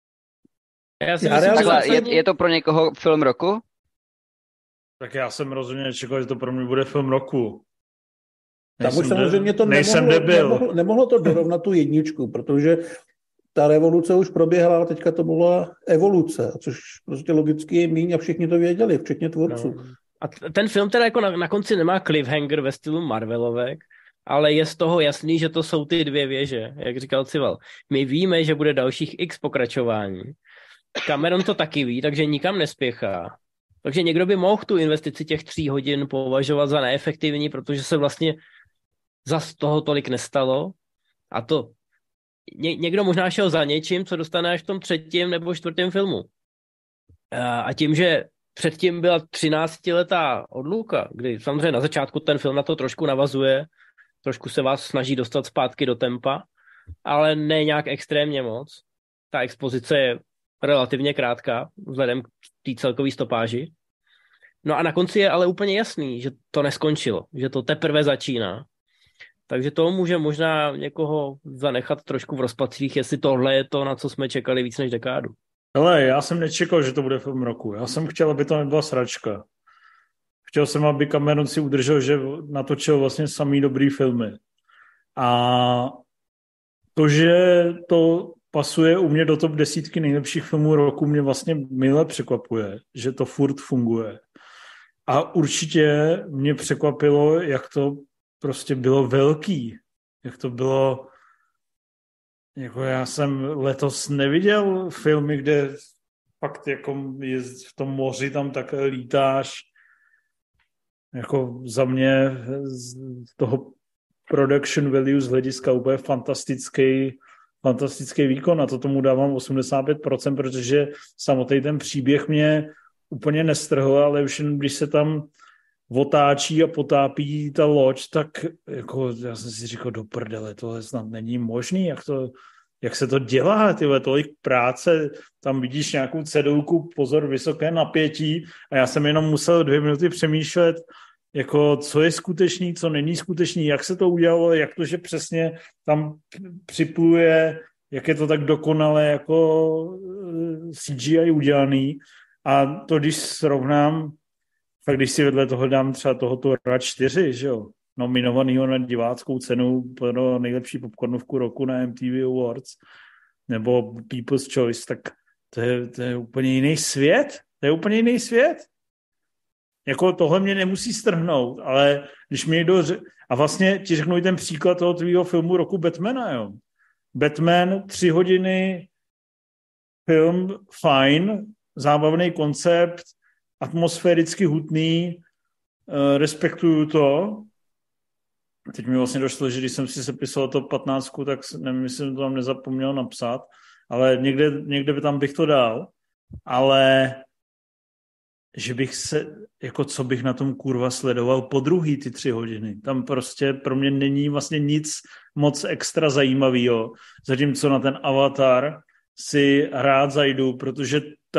Je to pro někoho film roku? Tak já jsem rozhodně nečekal, že to pro mě bude film roku. Tam už samozřejmě to nemohlo to dorovnat tu jedničku, protože ta revoluce už proběhla a teďka to byla evoluce, což prostě logicky je míň a všichni to věděli, včetně tvůrců. No. A ten film teda jako na konci nemá cliffhanger ve stylu Marvelovek, ale je z toho jasný, že to jsou ty dvě věže, jak říkal Cival. My víme, že bude dalších x pokračování. Cameron to taky ví, takže nikam nespěchá. Takže někdo by mohl tu investici těch 3 hodin považovat za neefektivní, protože se vlastně zas toho tolik nestalo. A to někdo možná šel za něčím, co dostane až v tom 3. nebo 4. filmu. A tím, že předtím byla 13letá odluka, kdy samozřejmě na začátku ten film na to trošku navazuje, trošku se vás snaží dostat zpátky do tempa, ale ne nějak extrémně moc. Ta expozice je relativně krátká, vzhledem k té celkové stopáži. No a na konci je ale úplně jasný, že to neskončilo, že to teprve začíná. Takže to může možná někoho zanechat trošku v rozpacích, jestli tohle je to, na co jsme čekali víc než dekádu. Hele, já jsem nečekal, že to bude film roku. Já jsem chtěl, aby to nebyla sračka. Chtěl jsem, aby Cameron si udržel, že natočil vlastně samý dobrý filmy. A to, že to pasuje u mě do top 10 nejlepších filmů roku, mě vlastně mile překvapuje, že to furt funguje. A určitě mě překvapilo, jak to prostě bylo velký. Jak to bylo... Jako já jsem letos neviděl filmy, kde fakt jako je v tom moři tam takhle lítáš. Jako za mě z toho production value z hlediska úplně fantastický výkon a to tomu dávám 85%, protože samotný ten příběh mě úplně nestrhl, ale už jen když se tam otáčí a potápí ta loď, tak jako já jsem si říkal, do prdele, tohle snad není možný, jak se to dělá, tyhle, tolik práce, tam vidíš nějakou cedulku, pozor, vysoké napětí a já jsem jenom musel 2 minuty přemýšlet, jako co je skutečný, co není skutečný, jak se to udělalo, jak to, že přesně tam připluje, jak je to tak dokonale jako CGI udělaný a to, když srovnám, tak když si vedle toho dám třeba tohoto RAD 4, že jo, nominovanýho na diváckou cenu pro nejlepší popcornovku roku na MTV Awards, nebo People's Choice, tak to je úplně jiný svět. To je úplně jiný svět. Jako tohle mě nemusí strhnout, ale když mi někdo... A vlastně ti řeknu i ten příklad toho tvýho filmu roku Batmana, jo. Batman, 3 hodiny, film, fajn, zábavný koncept, atmosféricky hutný, respektuju to. Teď mi vlastně došlo, že když jsem si sepisoval to 15, tak nevím, jestli jsem to tam nezapomněl napsat, ale někde by tam bych to dal, ale že bych jako co bych na tom kurva sledoval po druhý ty 3 hodiny. Tam prostě pro mě není vlastně nic moc extra zajímavého, zatímco na ten Avatar si rád zajdu, protože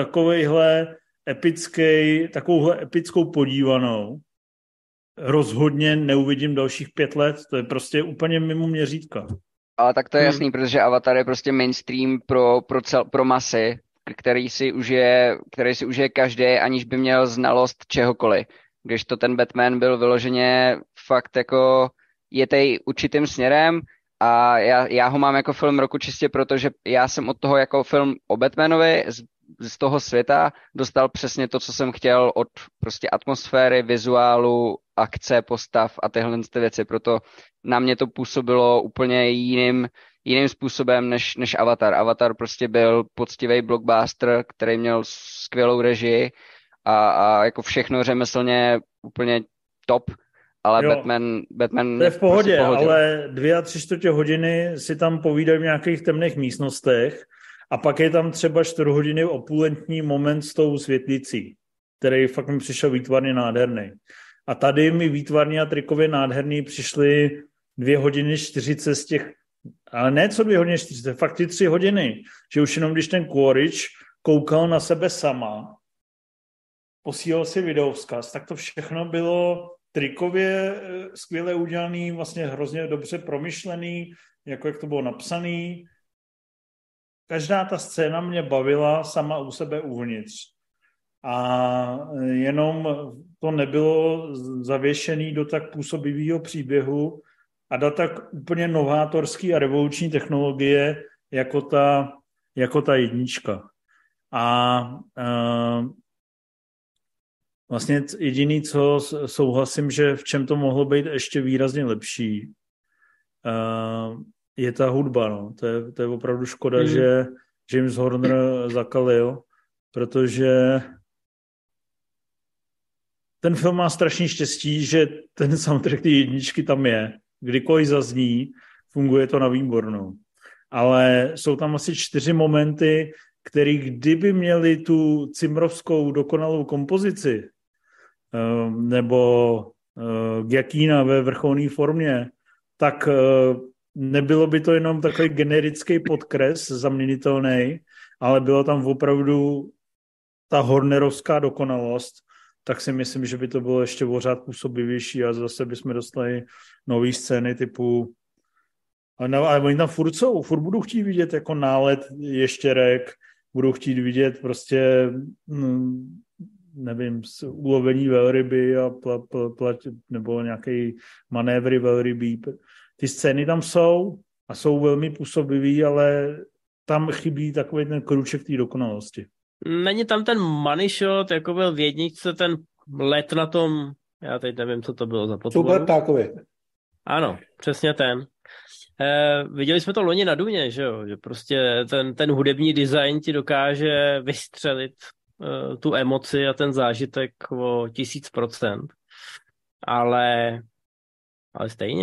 takovouhle epickou podívanou rozhodně neuvidím dalších 5 let. To je prostě úplně mimo měřítka. Ale tak to je jasný, protože Avatar je prostě mainstream pro masy, který si užije každý, aniž by měl znalost čehokoliv. Když to ten Batman byl vyloženě fakt jako jetej určitým směrem a já ho mám jako film roku čistě proto, že já jsem od toho jako film o Batmanovi z toho světa dostal přesně to, co jsem chtěl od prostě atmosféry, vizuálu, akce, postav a tyhle věci. Proto na mě to působilo úplně jiným způsobem než Avatar. Avatar prostě byl poctivý blockbuster, který měl skvělou režii a jako všechno řemeslně úplně top, ale Batman to je v pohodě, prostě ale 2 3/4 hodiny si tam povídají v nějakých temných místnostech a pak je tam třeba 4 hodiny opulentní moment s tou světlicí, který fakt mi přišel výtvarně nádherný. A tady mi výtvarně a trikově nádherný přišly 2 hodiny 40 z těch, ale ne co 2 hodiny 40, fakt ty 3 hodiny, že už jenom když ten Quaritch koukal na sebe sama, posílal si videovzkaz, tak to všechno bylo trikově skvěle udělaný, vlastně hrozně dobře promyšlený, jako jak to bylo napsaný. Každá ta scéna mě bavila sama u sebe uvnitř. A jenom to nebylo zavěšený do tak působivého příběhu a do tak úplně novátorský a revoluční technologie jako ta jednička. A vlastně jediný, co souhlasím, že v čem to mohlo být ještě výrazně lepší, je ta hudba. No. To je opravdu škoda, že James Horner zakalil, protože ten film má strašný štěstí, že ten soundtrack té jedničky tam je. Kdykoliv zazní, funguje to na výbornou. Ale jsou tam asi 4 momenty, které kdyby měli tu cimrovskou dokonalou kompozici nebo Giacchina ve vrcholné formě, tak nebylo by to jenom takový generický podkres zaměnitelný, ale bylo tam opravdu ta hornerovská dokonalost, tak si myslím, že by to bylo ještě pořád působivější a zase bychom dostali nový scény typu ale oni tam furt budou chtít vidět jako nálet ještěrek, budou chtít vidět prostě nevím, ulovení velryby a nebo nějaký manévry velrybí. Ty scény tam jsou a jsou velmi působivý, ale tam chybí takový ten kruček té dokonalosti. Není tam ten money shot, jako byl v jedničce ten let na tom, já teď nevím, co to bylo za potvoru. Super ptákovi. Ano, přesně ten. Viděli jsme to loni na Duně, že jo? Že prostě ten hudební design ti dokáže vystřelit tu emoci a ten zážitek o 1000%. Ale stejně.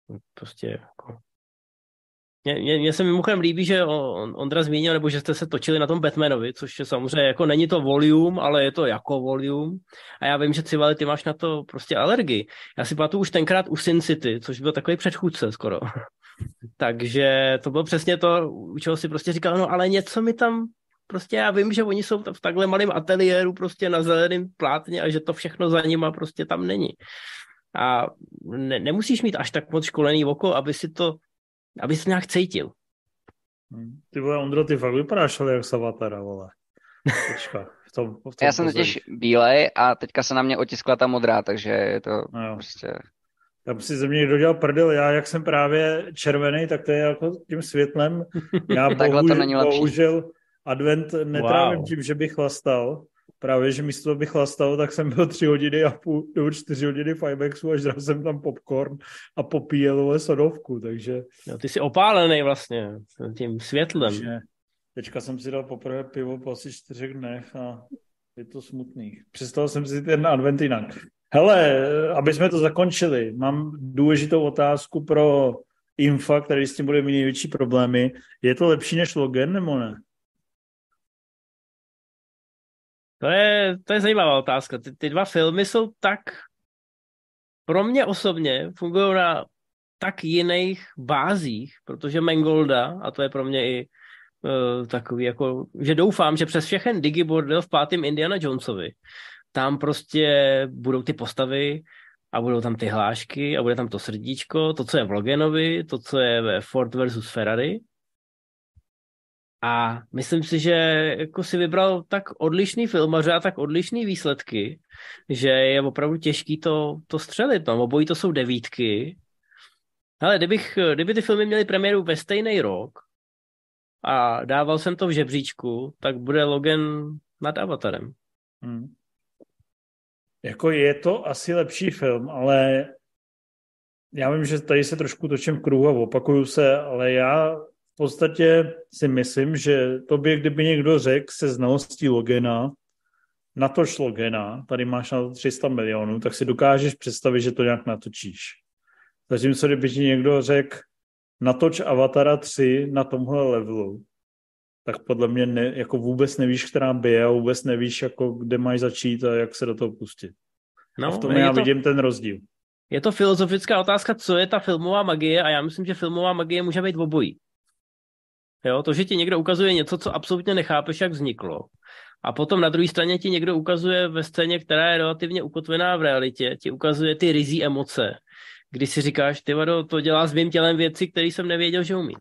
Prostě jako... Mně se mimochodem líbí, že Ondra zmínil, nebo že jste se točili na tom Batmanovi, což je samozřejmě jako není to volume, ale je to jako volume. A já vím, že Civale, ty máš na to prostě alergii. Já si pamatuju už tenkrát u Sin City, což byl takový předchůdce skoro. Takže to bylo přesně to, u čeho si prostě říkal, no ale něco mi tam, prostě já vím, že oni jsou v takhle malém ateliéru prostě na zeleném plátně a že to všechno za nima prostě tam není. A nemusíš mít až tak moc školený oko, aby si nějak cítil. Ty vole, Ondro, ty fakt vypadáš ale jak Savatara, vole. Počka, v tom já jsem totiž bílej a teďka se na mě otiskla ta modrá, takže je to prostě... Tam si ze mě někdo dělal prdel, já jak jsem právě červený, tak to je jako tím světlem. Já bohužel advent netrávím tím, že bych chlastal. Právě, že místo toho bych chlastal, tak jsem byl 3 hodiny a půl, nebo 4 hodiny v IMAXu a žral jsem tam popcorn a popíjel sodovku, takže... No, ty jsi opálený vlastně tím světlem. Takže teďka jsem si dal poprvé pivo po asi 4 dnech a je to smutný. Představil jsem si ten advent jinak. Hele, aby jsme to zakončili, mám důležitou otázku pro Infa, který s tím bude mít největší problémy. Je to lepší než Logan, nebo ne? To je zajímavá otázka. Ty 2 filmy jsou tak, pro mě osobně, fungují na tak jiných bázích, protože Mangolda, a to je pro mě i takový jako, že doufám, že přes všechen digibordel v 5. Indiana Jonesovi tam prostě budou ty postavy a budou tam ty hlášky a bude tam to srdíčko, to, co je v Loganovi, to, co je ve Ford versus Ferrari. A myslím si, že jako si vybral tak odlišný filmaře a tak odlišný výsledky, že je opravdu těžký to střelit. No, obojí to jsou 9. Ale kdyby ty filmy měly premiéru ve stejný rok a dával jsem to v žebříčku, tak bude Logan nad Avatarem. Jako je to asi lepší film, ale já vím, že tady se trošku točím v kruhu a opakuju se, ale já v podstatě si myslím, že tobě, kdyby někdo řekl se znalostí Logana, natoč Logana, tady máš na to 300 milionů, tak si dokážeš představit, že to nějak natočíš. Zatímco kdyby ti někdo řekl natoč Avatara 3 na tomhle levelu, tak podle mě jako vůbec nevíš, která by je a vůbec nevíš, jako kde máš začít a jak se do toho pustit. No, a v tom já vidím ten rozdíl. Je to filozofická otázka, co je ta filmová magie a já myslím, že filmová magie může být obojí. Jo, to, že ti někdo ukazuje něco, co absolutně nechápeš, jak vzniklo. A potom na druhé straně ti někdo ukazuje ve scéně, která je relativně ukotvená v realitě, ti ukazuje ty ryzí emoce, kdy si říkáš, ty vado, to dělá s mým tělem věci, které jsem nevěděl, že umí.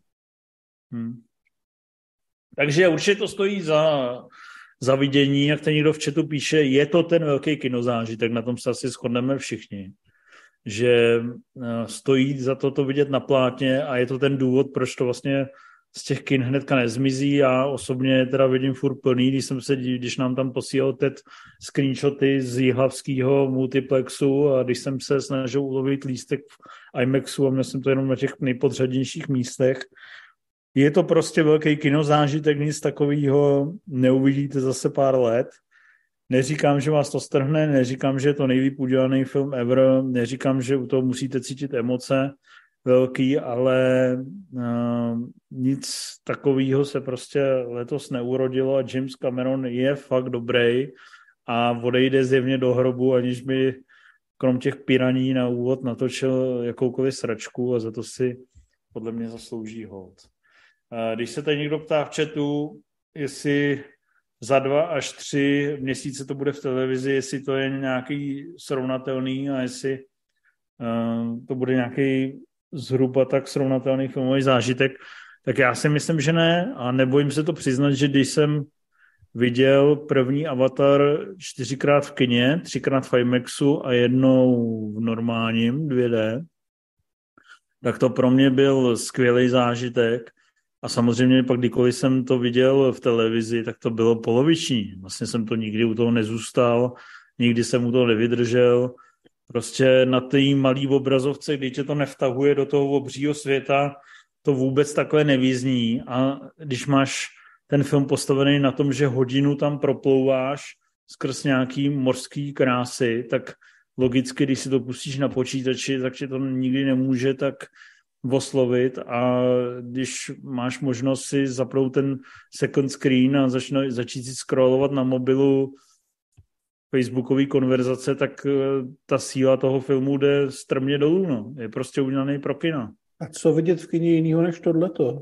Takže určitě to stojí za vidění, jak ten někdo v chatu píše, je to ten velký kinozážitek, na tom se asi shodneme všichni, že stojí za to vidět na plátně a je to ten důvod, proč to vlastně z těch kin hnedka nezmizí. Já osobně teda vidím furt plný, když nám tam posílal Ted screenshoty z jihlavského multiplexu a když jsem se snažil ulovit lístek v IMAXu a měl jsem to jenom na těch nejpodřadnějších místech. Je to prostě velký kinozážitek, nic takového neuvidíte zase pár let. Neříkám, že vás to strhne, neříkám, že je to nejlíp udělaný film ever, neříkám, že u toho musíte cítit emoce velký, ale nic takového se prostě letos neurodilo a James Cameron je fakt dobrý a odejde zjevně do hrobu, aniž by krom těch piraní na úvod natočil jakoukoliv sračku a za to si podle mě zaslouží hold. Když se tady někdo ptá v chatu, jestli za 2 až 3 měsíce to bude v televizi, jestli to je nějaký srovnatelný a jestli to bude nějaký zhruba tak srovnatelný filmový zážitek, tak já si myslím, že ne a nebojím se to přiznat, že když jsem viděl první Avatar 4krát v kině, 3krát v IMAXu a jednou v normálním 2D, tak to pro mě byl skvělý zážitek. A samozřejmě pak, kdykoliv jsem to viděl v televizi, tak to bylo poloviční. Vlastně jsem to nikdy u toho nezůstal, nikdy jsem u toho nevydržel. Prostě na té malý obrazovce, když tě to nevtahuje do toho obřího světa, to vůbec takhle nevyzní. A když máš ten film postavený na tom, že hodinu tam proplouváš skrz nějaký mořský krásy, tak logicky, když si to pustíš na počítači, tak tě to nikdy nemůže tak oslovit a když máš možnost si zapnout ten second screen a začít si scrollovat na mobilu facebookové konverzace, tak ta síla toho filmu jde strmě dolů. No. Je prostě udělaný pro kina. A co vidět v kině jinýho než tohleto?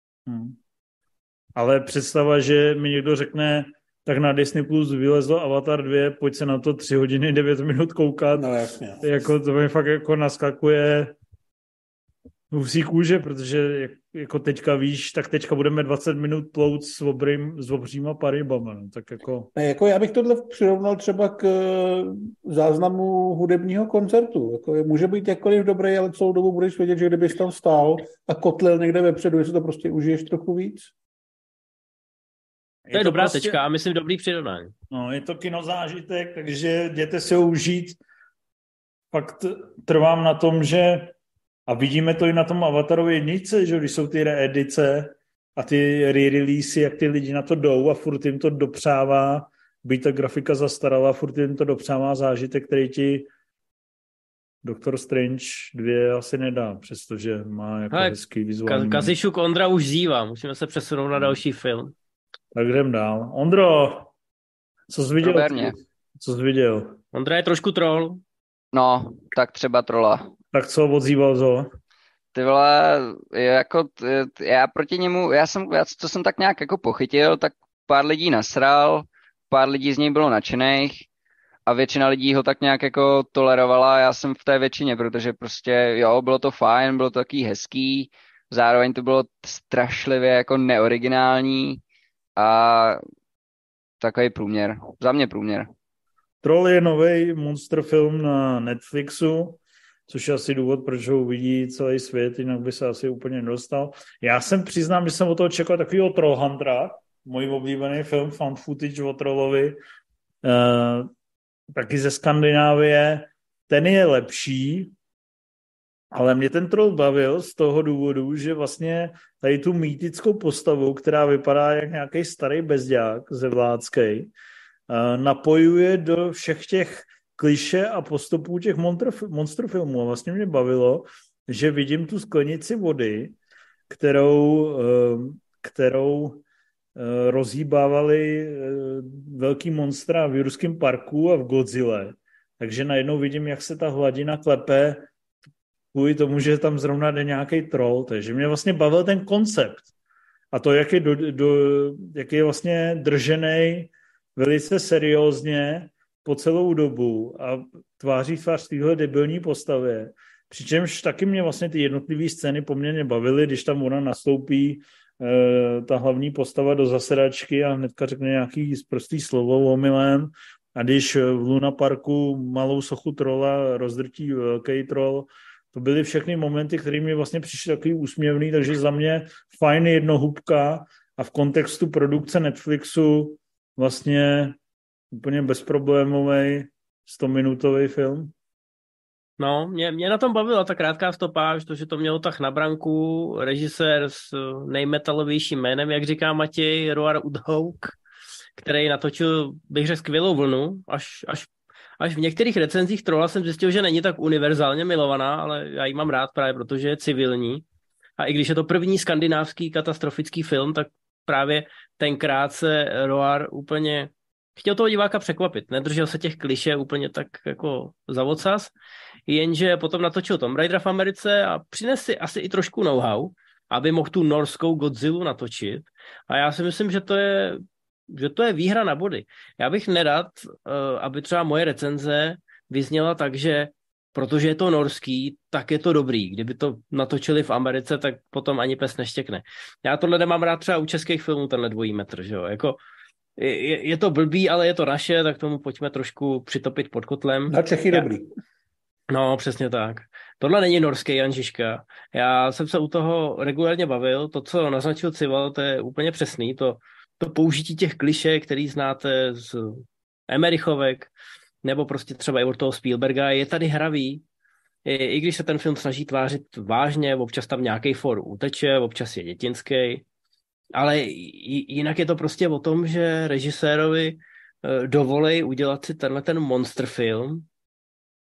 Ale představa, že mi někdo řekne, tak na Disney Plus vylezlo Avatar 2, pojď se na to 3 hodiny 9 minut koukat. No jasně. Jako to mi fakt jako naskakuje husí kůže, protože jako teďka víš, tak teďka budeme 20 minut plout s obříma parybama. No. Tak jako... Ne, jako já bych tohle přirovnal třeba k záznamu hudebního koncertu. Jako může být jakkoliv dobrý, ale celou dobu budeš vědět, že kdybys tam stál a kotlil někde vepředu, jestli to prostě užiješ trochu víc. To je dobrá prostě... tečka a myslím dobrý přirovnání. No, je to kinozážitek, takže jděte si ho užít. Fakt trvám na tom, že a vidíme to i na tom Avatarově jedničce, že když jsou ty reedice a ty re-releasy, jak ty lidi na to jdou a furt jim to dopřává, byť ta grafika zastarala, furt jim to dopřává zážitek, který ti Doctor Strange 2 asi nedá, přestože má jako hezký vizuální... Kazišuk Ondra už zívá, musíme se přesunout na další film. Tak jdem dál. Ondro, co jsi viděl? Co jsi viděl? Ondra je trošku troll. No, tak třeba trola. Tak co odzýval to? Ty vole, jako já proti němu, co jsem tak nějak jako pochytil, tak pár lidí nasral, pár lidí z něj bylo nadšených a většina lidí ho tak nějak jako tolerovala, já jsem v té většině, protože prostě jo, bylo to fajn, bylo to takový hezký, zároveň to bylo strašlivě jako neoriginální a takový průměr, za mě průměr. Troll je nový monster film na Netflixu, což je asi důvod, proč ho uvidí celý svět, jinak by se asi úplně nedostal. Já jsem přiznám, že jsem od toho čekal takovýho Trollhuntera, můj oblíbený film, found footage o trollovi, taky ze Skandinávie. Ten je lepší, ale mě ten troll bavil z toho důvodu, že vlastně tady tu mýtickou postavu, která vypadá jak nějaký starý bezďák zevládskej, napojuje do všech těch kliše a postupů těch monster filmů. A vlastně mě bavilo, že vidím tu sklenici vody, kterou rozhýbávali velký monstra v Jurském parku a v Godzilla. Takže najednou vidím, jak se ta hladina klepe kvůli tomu, že tam zrovna jde nějaký troll. Takže mě vlastně bavil ten koncept. A to, jak je vlastně držený velice seriózně po celou dobu a tváří tvář téhle debilní postavě. Přičemž taky mě vlastně ty jednotlivé scény poměrně bavily, když tam ona nastoupí, ta hlavní postava do zasedačky a hnedka řekne nějaký prostý slovo omylem a když v Luna Parku malou sochu trola rozdrtí velký troll, to byly všechny momenty, které mi vlastně přišly takový úsměvný, takže za mě fajn jednohubka a v kontextu produkce Netflixu vlastně úplně bezproblémový 100-minutový film. No, mě na tom bavila ta krátká stopáž, to, že to mělo tak na branku, režisér s nejmetalovějším jménem, jak říká Matěj, Roar Udhouk, který natočil, bych řekl, skvělou vlnu, až v některých recenzích Trolla jsem zjistil, že není tak univerzálně milovaná, ale já ji mám rád právě, protože je civilní. A i když je to první skandinávský katastrofický film, tak právě tenkrát se Roar úplně chtěl toho diváka překvapit. Nedržel se těch klišé úplně tak jako za ocas, jenže potom natočil Tomb Raidera v Americe a přines si asi i trošku know-how, aby mohl tu norskou Godzillu natočit. A já si myslím, že to je výhra na body. Já bych nerad, aby třeba moje recenze vyzněla tak, že protože je to norský, tak je to dobrý. Kdyby to natočili v Americe, tak potom ani pes neštěkne. Já tohle nemám rád třeba u českých filmů, tenhle dvojí metr, že jo. Jako, je to blbý, ale je to naše, tak tomu pojďme trošku přitopit pod kotlem. Na Čechy dobrý. No, přesně tak. Tohle není norský Jan Žižka. Já jsem se u toho regulárně bavil. To, co naznačil Cival, to je úplně přesný. To použití těch klišé, který znáte z Emerichovek, nebo prostě třeba i od toho Spielberga, je tady hravý. I když se ten film snaží tvářit vážně, občas tam nějaký for uteče, občas je dětinský, ale jinak je to prostě o tom, že režisérovi dovolej udělat si tenhle ten monster film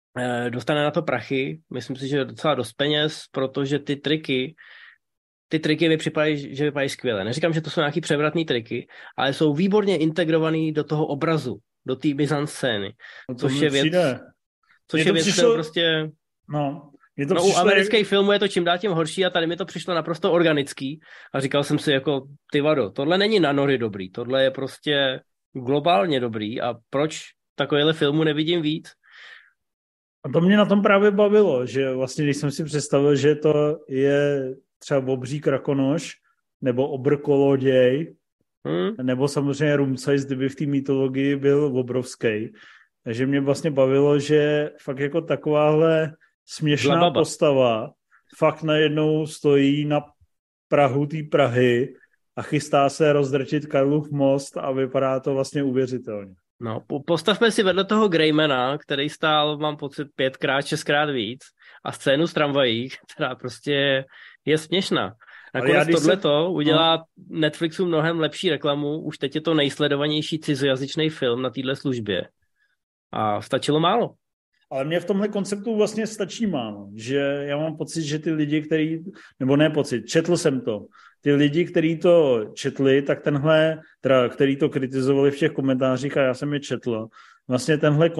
dostane na to prachy, myslím si, že docela dost peněz, protože ty triky mi připadají, že vypadají skvěle. Neříkám, že to jsou nějaký převratný triky, ale jsou výborně integrovaný do toho obrazu, do té mizanscény, což je věc, kterou prostě... No, u amerických filmů je to čím dál tím horší a tady mi to přišlo naprosto organický a říkal jsem si jako, ty vado, tohle není na nory dobrý, tohle je prostě globálně dobrý a proč takovýhle filmu nevidím víc? A to mě na tom právě bavilo, že vlastně když jsem si představil, že to je třeba obří krakonoš nebo obr koloděj, nebo samozřejmě Rumcajs, kdyby v té mytologii byl obrovský. Takže mě vlastně bavilo, že fakt jako takováhle směšná postava fakt najednou stojí na prahu té Prahy a chystá se rozdrtit Karlův most a vypadá to vlastně uvěřitelně. No, postavme si vedle toho Greymana, který stál, mám pocit, 5x, 6x víc a scénu s tramvají, která prostě je směšná. Nakonec tohleto udělá Netflixu mnohem lepší reklamu, už teď je to nejsledovanější cizojazyčný film na téhle službě. A stačilo málo. Ale mě v tomhle konceptu vlastně stačí málo, že já mám pocit, že ty lidi, nebo ne pocit, četl jsem to, ty lidi, kteří to četli, tak který to kritizovali v těch komentářích a já jsem je četl, vlastně tenhle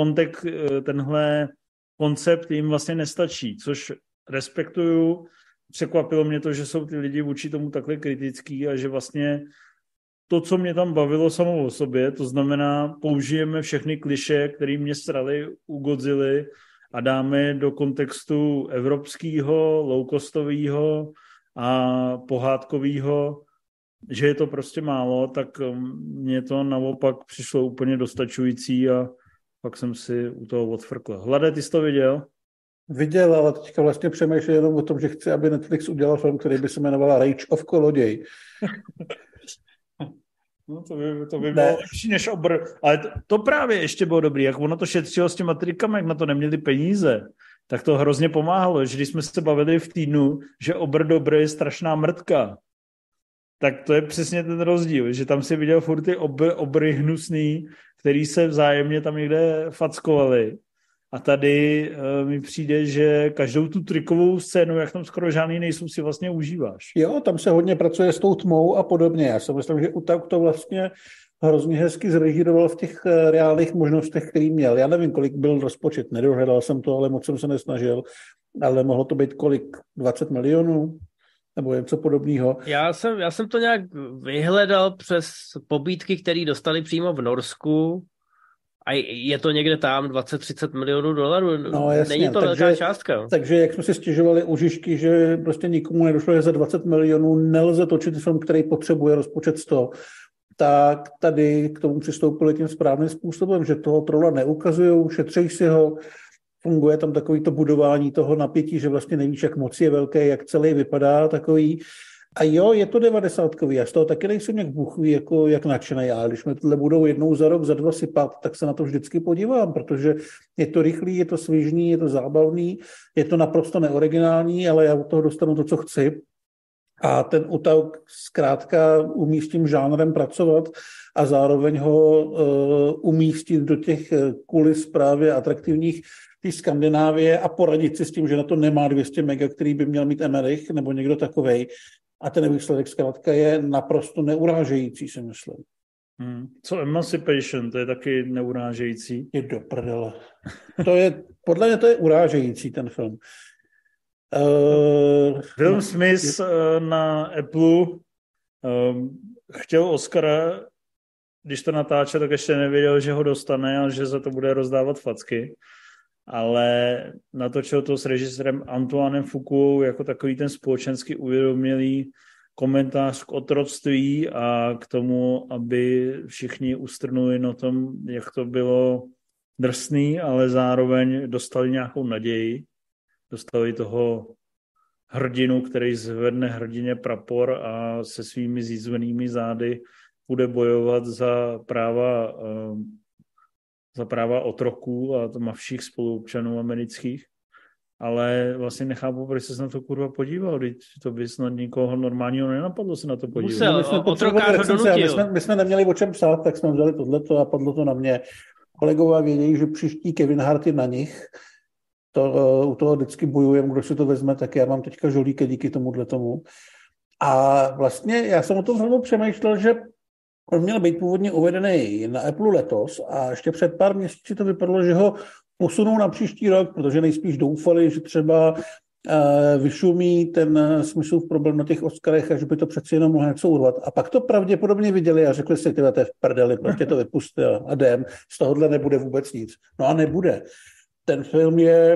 koncept jim vlastně nestačí, což respektuju. Překvapilo mě to, že jsou ty lidi vůči tomu takhle kritický a že vlastně to, co mě tam bavilo samo o sobě, to znamená, použijeme všechny klišé, které mě srali u Godzilly a dáme do kontextu evropského, low-costového a pohádkového, že je to prostě málo, tak mně to naopak přišlo úplně dostačující a pak jsem si u toho odfrkl. Hlade, ty jsi to viděl? Viděl, ale teďka vlastně přemýšlel jenom o tom, že chci, aby Netflix udělal film, který by se jmenoval Rage of Koloděj. No to by bylo lepší než obr. Ale to právě ještě bylo dobrý, jak ono to šetřilo s těma trikama, jak na to neměli peníze, tak to hrozně pomáhalo, že když jsme se bavili v týdnu, že obr dobr je strašná mrtka, tak to je přesně ten rozdíl, že tam si viděl furt ty obry hnusný, který se vzájemně tam někde fackovali. A tady mi přijde, že každou tu trikovou scénu, jak tam skoro žádný nejsou, si vlastně užíváš. Jo, tam se hodně pracuje s tou tmou a podobně. Já si myslím, že Utauk to vlastně hrozně hezky zrežíroval v těch reálných možnostech, který měl. Já nevím, kolik byl rozpočet, nedohledal jsem to, ale moc jsem se nesnažil. Ale mohlo to být kolik? 20 milionů? Nebo něco podobného? Já jsem to nějak vyhledal přes pobídky, které dostali přímo v Norsku. A je to někde tam 20-30 milionů dolarů. No, jasně. Není to velká částka. Takže jak jsme si stěžovali u Žižky, že prostě nikomu nedošlo, že za 20 milionů nelze točit film, který potřebuje rozpočet 100, tak tady k tomu přistoupili tím správným způsobem, že toho trola neukazujou, šetří si ho, funguje tam takový to budování toho napětí, že vlastně nevíš, jak moc je velké, jak celý vypadá takový. A jo, je to 90kový, já z toho taky nejsem jak buchví, jako jak nadšenej, ale když mi tohle budou jednou za rok, za dva sypat, tak se na to vždycky podívám, protože je to rychlý, je to svižný, je to zábavný, je to naprosto neoriginální, ale já od toho dostanu to, co chci. A ten Utauk zkrátka umí s tím žánrem pracovat a zároveň ho umístit do těch kulis právě atraktivních té Skandinávie a poradit si s tím, že na to nemá 200 mega, který by měl mít Emmerich nebo někdo takovej. A ten výsledek zkrátka je naprosto neurážející, si myslím. Co Emancipation, to je taky neurážející? Je do prdele. Podle mě to je urážející, ten film. Will Smith na Apple chtěl Oscara, když to natáčel, tak ještě nevěděl, že ho dostane a že za to bude rozdávat facky. Ale natočil to s režisérem Antoinem Fuquou jako takový ten společensky uvědomělý komentář k otroctví a k tomu, aby všichni ustrnuli na tom, jak to bylo drsný, ale zároveň dostali nějakou naději. Dostali toho hrdinu, který zvedne hrdině prapor a se svými zízvenými zády bude bojovat za práva otroků a všech spoluobčanů amerických, ale vlastně nechápu, proč se na to kurva podíval, to by snad nikoho normálního nenapadlo se na to podívat. My jsme neměli o čem psát, tak jsme vzali tohleto a padlo to na mě. Kolegové vědějí, že příští Kevin Hart je na nich u toho vždycky bojujem, kdo si to vezme, tak já mám teďka žolíky díky tomu. A vlastně já jsem o tom filmu přemýšlel, že on měl být původně uvedený na Apple letos a ještě před pár měsíci to vypadalo, že ho posunou na příští rok, protože nejspíš doufali, že třeba vyšumí ten Smithův problém na těch Oscarech a že by to přeci jenom mohlo něco urvat. A pak to pravděpodobně viděli a řekli si, tyhle, to je v prdeli, prostě to vypusti a jdem, z tohohle nebude vůbec nic. No a nebude. Ten film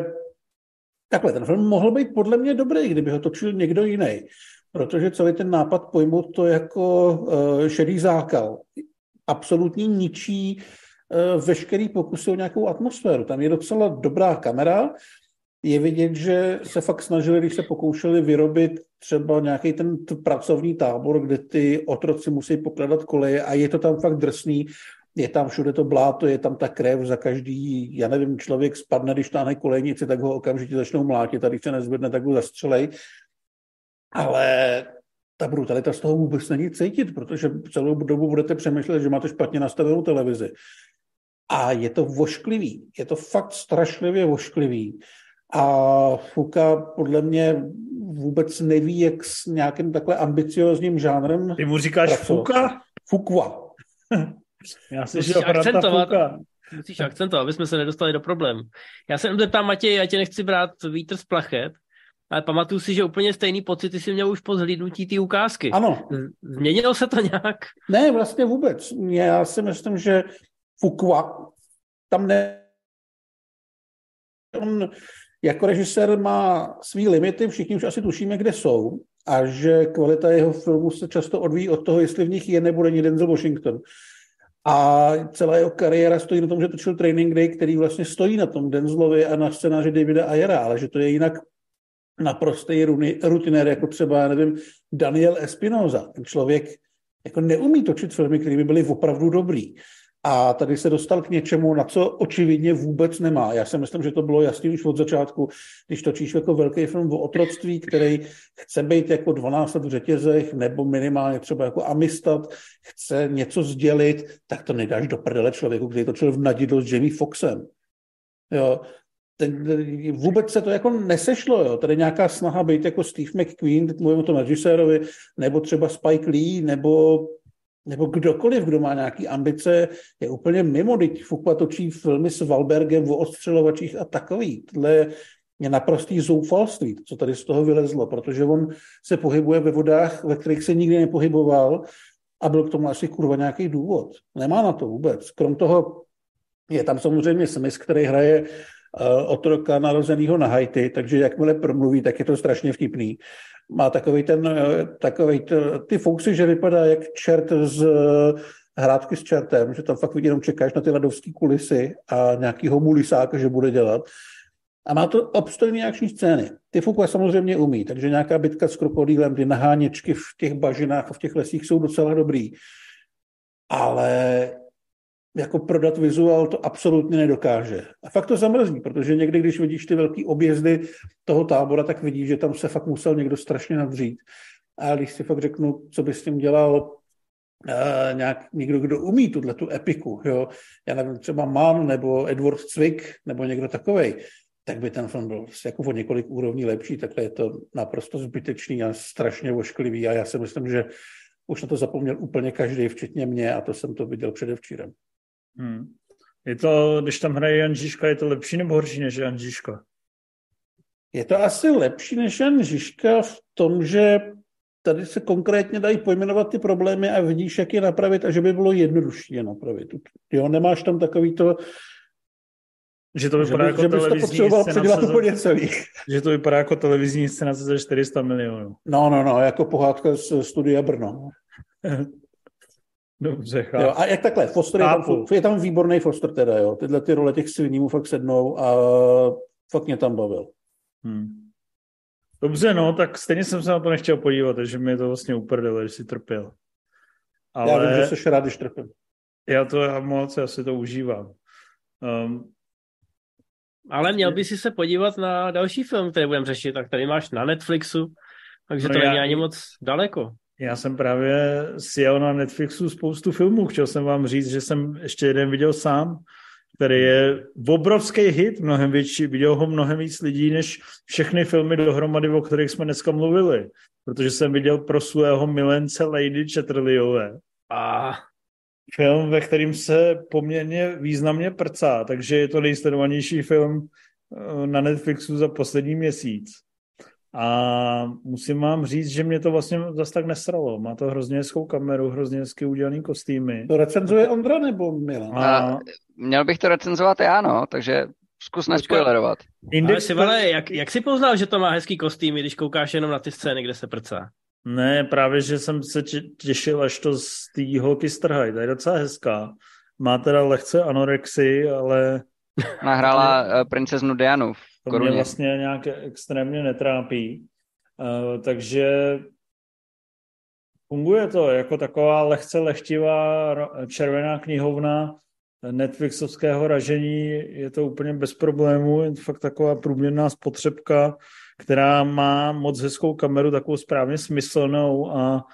mohl být podle mě dobrý, kdyby ho točil někdo jiný, protože celý ten nápad pojmout to jako šedý zákal absolutně ničí veškerý pokusy o nějakou atmosféru. Tam je docela dobrá kamera, je vidět, že se fakt snažili, když se pokoušeli vyrobit třeba nějaký ten pracovní tábor, kde ty otroci musí pokládat koleje a je to tam fakt drsný, je tam všude to bláto, je tam ta krev za každý, já nevím, člověk spadne, když táhne kolejnici, tak ho okamžitě začnou mlátit a když se nezvedne, tak ho zastřelej. Ale ta brutalita z toho vůbec není cítit, protože celou dobu budete přemýšlet, že máte špatně nastavenou televizi. A je to vošklivý, je to fakt strašlivě vošklivý. A Fuka podle mě vůbec neví, jak s nějakým takhle ambiciozním žánrem. Ty mu říkáš Fuka? Fukwa. Já si musíš akcentovat, musíš akcentovat, aby jsme se nedostali do problému. Já se zeptám, Matěj, já tě nechci brát vítr z plachet, ale pamatuju si, že úplně stejný pocity si měl už po zhlídnutí té ukázky. Ano. Změnilo se to nějak? Ne, vlastně vůbec. Já si myslím, že Fuqua tam on jako režisér má svý limity, všichni už asi tušíme, kde jsou, a že kvalita jeho filmu se často odvíjí od toho, jestli v nich je nebo není Denzel Washington. A celá jeho kariéra stojí na tom, že točil Training Day, který vlastně stojí na tom Denzelovi a na scénáři Davida Ayera, ale že to je jinak naprostý rutinér, jako třeba, já nevím, Daniel Espinosa. Ten člověk jako neumí točit filmy, které by byly opravdu dobrý. A tady se dostal k něčemu, na co očividně vůbec nemá. Já si myslím, že to bylo jasný už od začátku, když točíš jako velký film o otroctví, který chce být jako 12 let v řetězech, nebo minimálně třeba jako Amistad, chce něco sdělit, tak to nedáš do prdele člověku, který točil v Nadidlo s Jamie Foxxem. Jo. Vůbec se to jako nesešlo, jo. Tady nějaká snaha být jako Steve McQueen, teď mluvím o tom režisérovi, nebo třeba Spike Lee, nebo kdokoliv, kdo má nějaký ambice, je úplně mimo. Teď Fuqua točí filmy s Wahlbergem o ostřelovačích a takový. Tohle je naprostý zoufalství, co tady z toho vylezlo, protože on se pohybuje ve vodách, ve kterých se nikdy nepohyboval a byl k tomu asi kurva nějaký důvod. Nemá na to vůbec. Krom toho je tam samozřejmě Smith, který hraje otroka narozenýho na Haiti, takže jakmile promluví, tak je to strašně vtipný. Má ty fousy, že vypadá jak čert z Hrádky s čertem, že tam fakt jenom čekáš na ty ledovský kulisy a nějakýho mulisáka, že bude dělat. A má to obstojný akční scény. Ty Fuqua samozřejmě umí, takže nějaká bitka s krokodýlem, ty naháněčky v těch bažinách a v těch lesích jsou docela dobrý. Ale jako prodat vizuál to absolutně nedokáže. A fakt to zamrzí, protože někdy, když vidíš ty velký objezdy toho tábora, tak vidíš, že tam se fakt musel někdo strašně nadřít. A když si fakt řeknu, co by s tím dělal někdo, kdo umí tu epiku, jo? Já nevím, třeba Mann nebo Edward Zwick nebo někdo takovej, tak by ten film byl jako o několik úrovní lepší, takhle je to naprosto zbytečný a strašně ošklivý a já si myslím, že už na to zapomněl úplně každý, včetně mě, a to jsem to viděl předevčírem. Je to, když tam hraje Jan Žižka, je to lepší nebo horší než Jan Žižka? Je to asi lepší než Jan Žižka v tom, že tady se konkrétně dají pojmenovat ty problémy a vidíš, jak je napravit a že by bylo jednodušší je napravit. Jo, nemáš tam takový to, že to vypadá jako televizní scénace, že to vypadá jako televizní scénace za 400 milionů. No, jako pohádka z Studia Brno. Dobře, chápu. Jo, a jak takhle, Foster je tam výborný Foster teda, jo. Tyhle ty role těch sviní mu fakt sednou a fakt mě tam bavil. Dobře, no, tak stejně jsem se na to nechtěl podívat, takže mi to vlastně uprdilo, že si trpěl. Ale já vím, že jsi rád, když trpím. Já si to užívám. Ale měl by si se podívat na další film, který budeme řešit, tak tady máš na Netflixu, takže to není ani moc daleko. Já jsem právě sjel na Netflixu spoustu filmů. Chtěl jsem vám říct, že jsem ještě jeden viděl sám, který je obrovský hit, mnohem větší, viděl ho mnohem víc lidí, než všechny filmy dohromady, o kterých jsme dneska mluvili. Protože jsem viděl pro svého milence Lady Chatterleyové. A film, ve kterým se poměrně významně prcá, takže je to nejsledovanější film na Netflixu za poslední měsíc. A musím vám říct, že mě to vlastně zase tak nesralo. Má to hrozně hezkou kameru, hrozně hezky udělaný kostýmy. To recenzuje Ondra nebo Milan? A měl bych to recenzovat já, no, takže zkus nespoilerovat. Ale jak jsi poznal, že to má hezký kostýmy, když koukáš jenom na ty scény, kde se prcá? Ne, právě, že jsem se těšil, až to z té holky strhají. To je docela hezká. Má teda lehce anorexii, ale... Nahrála princeznu Dianu v To mě vlastně nějak extrémně netrápí. Takže funguje to jako taková lehce lehtivá červená knihovna Netflixovského ražení. Je to úplně bez problémů. Je to fakt taková průměrná spotřebka, která má moc hezkou kameru, takovou správně smyslnou a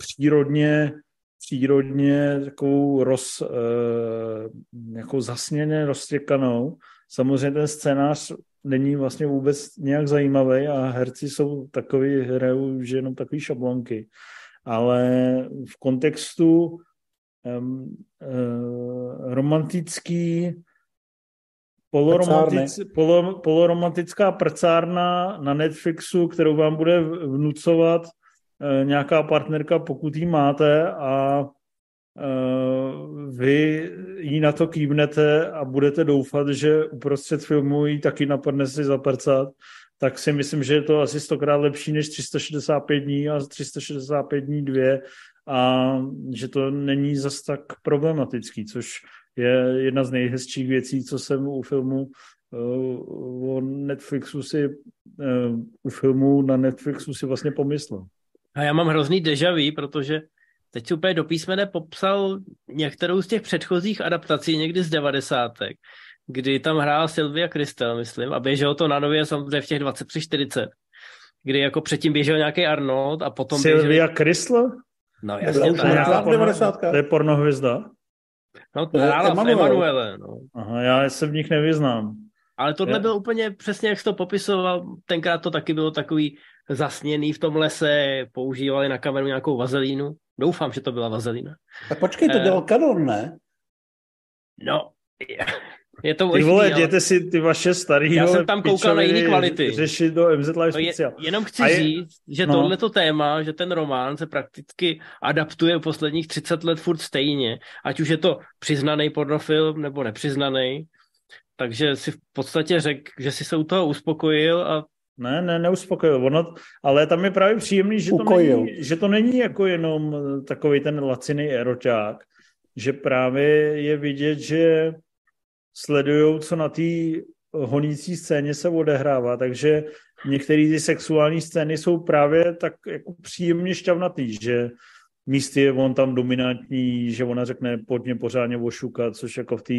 přírodně takovou jako zasněně roztěkanou. Samozřejmě ten scénář není vlastně vůbec nějak zajímavý a herci jsou takový, hrajou, že jenom takový šablonky. Ale v kontextu romantický poloromantická prcárna na Netflixu, kterou vám bude vnucovat nějaká partnerka, pokud ji máte a vy jí na to kývnete a budete doufat, že uprostřed filmu jí taky napadne si zaprcat, tak si myslím, že je to asi 100krát lepší než 365 dní a 365 dní 2 a že to není zas tak problematický, což je jedna z nejhezčích věcí, co jsem u filmu o Netflixu u filmu na Netflixu si vlastně pomyslel. A já mám hrozný déjà vu, protože teď si úplně do písmene popsal některou z těch předchozích adaptací někdy z 90. kdy tam hrála Sylvia Kristel, myslím, a běželo to na nově samozřejmě v těch 23:40, kdy jako předtím běžel nějaký Arnold a potom Sylvia Kristel? No jasně, to je pornohvězda? No to hrála v Emanuele. No. Aha, já se v nich nevyznám. Ale tohle bylo úplně přesně, jak jsi to popisoval, tenkrát to taky bylo takový zasněný v tom lese, používali na kameru nějakou vazelínu. Doufám, že to byla vazelína. Tak počkej, to dělal Canon, ne? No, je to ty vole, jděte si ty vaše starý. Já jsem tam koukal na jiný kvality. Řešit do MZ Live Special. Jenom chci říct, že tohleto téma, že ten román se prakticky adaptuje posledních 30 let furt stejně, ať už je to přiznaný pornofilm nebo nepřiznaný. Takže si v podstatě řekl, že si se u toho uspokojil a neuspokojil. Ale tam je právě příjemný, že to není jako jenom takový ten laciný eroťák, že právě je vidět, že sledujou, co na té honící scéně se odehrává, takže některé ty sexuální scény jsou právě tak jako příjemně šťavnatý, že místy je on tam dominantní, že ona řekne pojď mě pořádně ošukat, což jako v té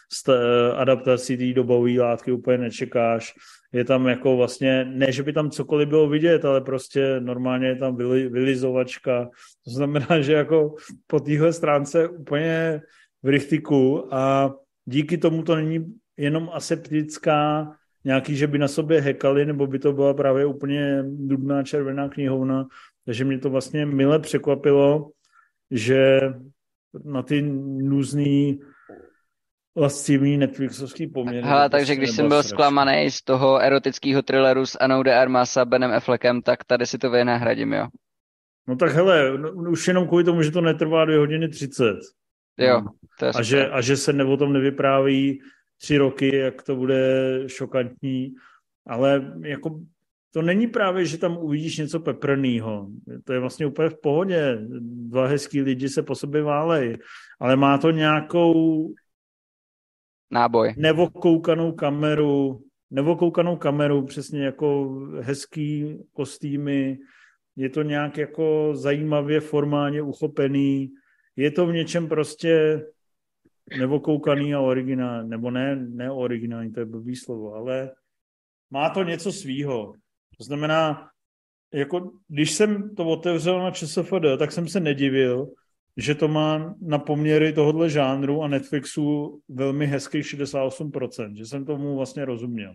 adaptaci té dobové látky úplně nečekáš. Je tam jako vlastně, ne, že by tam cokoliv bylo vidět, ale prostě normálně je tam vylizovačka. To znamená, že jako po téhle stránce úplně v rychtiku a díky tomu to není jenom aseptická nějaký, že by na sobě hekali, nebo by to byla právě úplně dubná červená knihovna. Takže mě to vlastně mile překvapilo, že na ty nuzný lascivní netflixovský poměr. Hele, takže když jsem byl zklamaný z toho erotického thrilleru s Anou de Armas a Benem Affleckem, tak tady si to vynahradím, jo. No tak hele, už jenom kvůli tomu, že to netrvá 2:30. Jo, to je super. A že se o tom nevypráví 3 roky, jak to bude šokantní, ale jako to není právě, že tam uvidíš něco peprnýho. To je vlastně úplně v pohodě. 2 hezký lidi se po sobě válejí, ale má to nějakou náboj. Nevokoukanou kameru, přesně jako hezký kostýmy. Je to nějak jako zajímavě formálně uchopený. Je to v něčem prostě nevokoukaný a originální, nebo ne originální, to je blbý slovo, ale má to něco svýho. To znamená, jako když jsem to otevřel na ČSFD, tak jsem se nedivil, že to má na poměry tohohle žánru a Netflixu velmi hezký 68%, že jsem tomu vlastně rozuměl.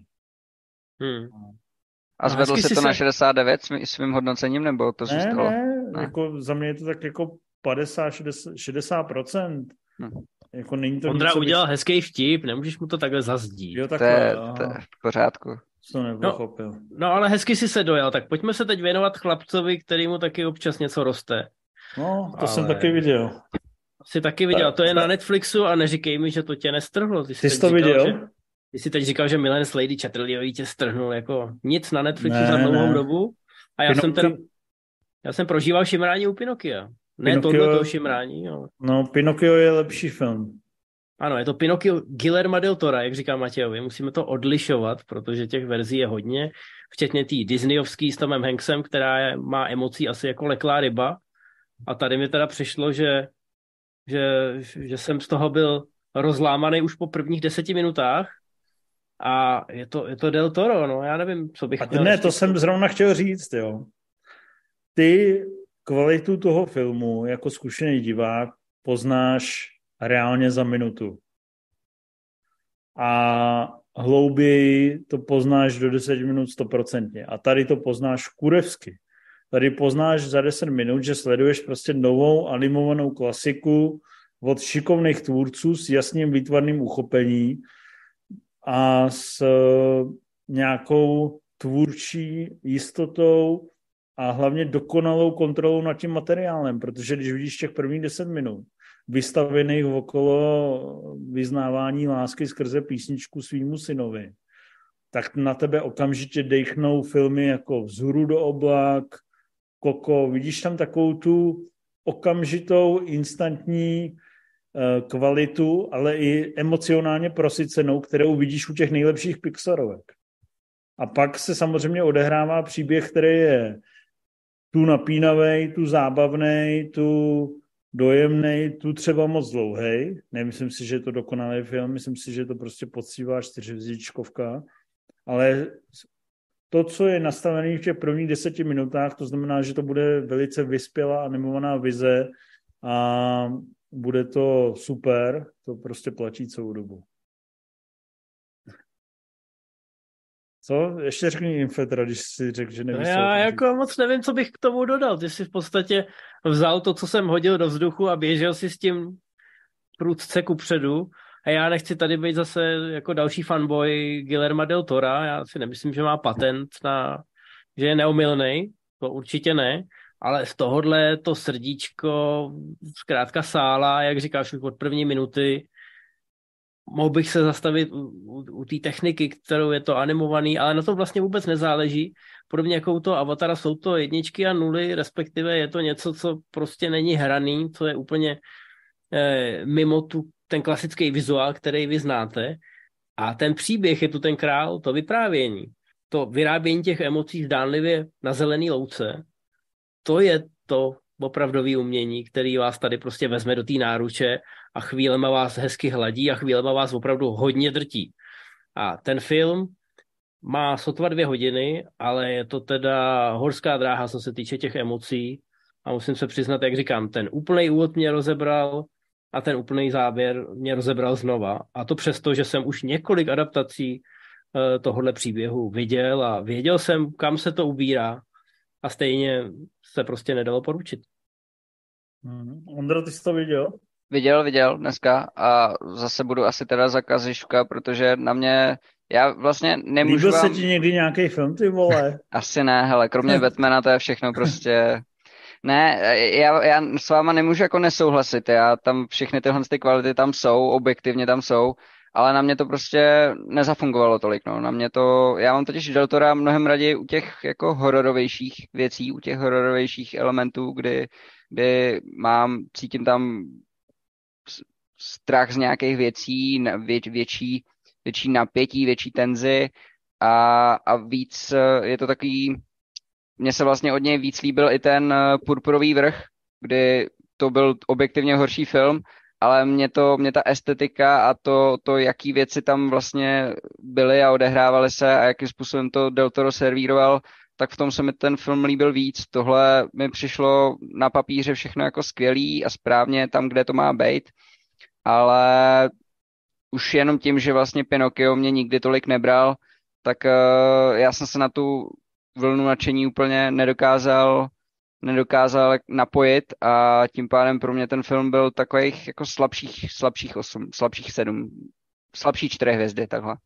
A zvedl si to na 69 svým hodnocením, nebo to zůstalo? Ne, jako za mě je to tak jako 50-60%. Jako není to Ondra udělal hezký vtip, nemůžeš mu to takhle zazdít. Jo, to je v pořádku. To nepochopil. No, ale hezky si se dojel, tak pojďme se teď věnovat chlapcovi, kterýmu taky občas něco roste. No, to jsem taky viděl. Jsi taky viděl, to je na Netflixu a neříkej mi, že to tě nestrhlo. Ty jsi to viděl? Ty jsi teď říkal, že Milan s Lady Chatterleyový tě strhnul jako nic na Netflixu za dlouhou dobu. A já jsem prožíval šimrání u Pinokia. Ne tohle šimrání. Jo. No, Pinocchio je lepší film. Ano, je to Pinocchio Guillerma del Tora, jak říká Matějovi. Musíme to odlišovat, protože těch verzí je hodně, včetně té disneyovský s Tomem Hanksem, která má emocí asi jako leklá ryba. A tady mi teda přišlo, že jsem z toho byl rozlámaný už po prvních 10 minutách a je to Del Toro, no já nevím, co bych měl. Ne, to jsem zrovna chtěl říct, jo. Ty kvalitu toho filmu jako zkušený divák poznáš reálně za minutu. A hlouběji to poznáš do 10 minut 100%. A tady to poznáš kurevsky. Tady poznáš za 10 minut, že sleduješ prostě novou animovanou klasiku od šikovných tvůrců s jasným výtvarným uchopení a s nějakou tvůrčí jistotou a hlavně dokonalou kontrolou nad tím materiálem, protože když vidíš těch prvních 10 minut vystavených okolo vyznávání lásky skrze písničku svýmu synovi, tak na tebe okamžitě dejchnou filmy jako Vzhůru do oblak, Koko, vidíš tam takovou tu okamžitou, instantní kvalitu, ale i emocionálně prosycenou, kterou vidíš u těch nejlepších Pixarovek. A pak se samozřejmě odehrává příběh, který je tu napínavej, tu zábavnej, tu dojemnej, tu třeba moc dlouhej. Nemyslím si, že je to dokonalý film, myslím si, že je to prostě poctivá 4hvězdičkovka, ale to, co je nastavené v těch prvních 10 minutách, to znamená, že to bude velice vyspělá animovaná vize a bude to super, to prostě platí celou dobu. Co? Ještě řekni Infetra, když si řekl, že nevíš. Já jako moc nevím, co bych k tomu dodal. Ty jsi v podstatě vzal to, co jsem hodil do vzduchu a běžel si s tím prudce kupředu. A já nechci tady být zase jako další fanboy Guillerma del Tora. Já si nemyslím, že má patent že je neomylnej. To určitě ne. Ale z tohohle to srdíčko zkrátka sála, jak říkáš, už od první minuty. Mohl bych se zastavit u té techniky, kterou je to animovaný, ale na tom vlastně vůbec nezáleží. Podobně jako u toho Avatara jsou to 1 a 0, respektive je to něco, co prostě není hraný, co je úplně mimo ten klasický vizuál, který vy znáte. A ten příběh je tu ten král, to vyprávění. To vyrábění těch emocí zdánlivě na zelený louce, to je to opravdový umění, který vás tady prostě vezme do té náruče a chvílema vás hezky hladí a chvílema vás opravdu hodně drtí. A ten film má sotva 2 hodiny, ale je to teda horská dráha, co se týče těch emocí. A musím se přiznat, jak říkám, ten úplný úvod mě rozebral a ten úplný závěr mě rozebral znova. A to přesto, že jsem už několik adaptací tohohle příběhu viděl a věděl jsem, kam se to ubírá. A stejně se prostě nedalo poručit. Ondro, ty jsi to viděl? Viděl dneska a zase budu asi teda za Kaziška, protože na mě, já vlastně nemůžu Líbil se ti někdy nějaký film, ty vole? Asi ne, hele, kromě Batmana to je všechno prostě... Ne, já s váma nemůžu jako nesouhlasit, já tam všechny tyhle kvality tam jsou, objektivně tam jsou, ale na mě to prostě nezafungovalo tolik, no. Na mě to, já mám totiž Del Tora mnohem raději u těch jako hororovějších věcí, u těch hororovějších elementů, kdy cítím tam strach z nějakých věcí, větší napětí, větší tenzi a víc je to takový, mně se vlastně od něj víc líbil i ten Purpurový vrch, kdy to byl objektivně horší film, ale mě ta estetika a to, jaký věci tam vlastně byly a odehrávaly se a jakým způsobem to Del Toro servíroval, tak v tom se mi ten film líbil víc. Tohle mi přišlo na papíře všechno jako skvělý a správně tam, kde to má být, ale už jenom tím, že vlastně Pinocchio mě nikdy tolik nebral, tak já jsem se na tu vlnu nadšení úplně nedokázal napojit a tím pádem pro mě ten film byl takových jako slabších 8, slabších 7, slabší 4 hvězdy, takhle.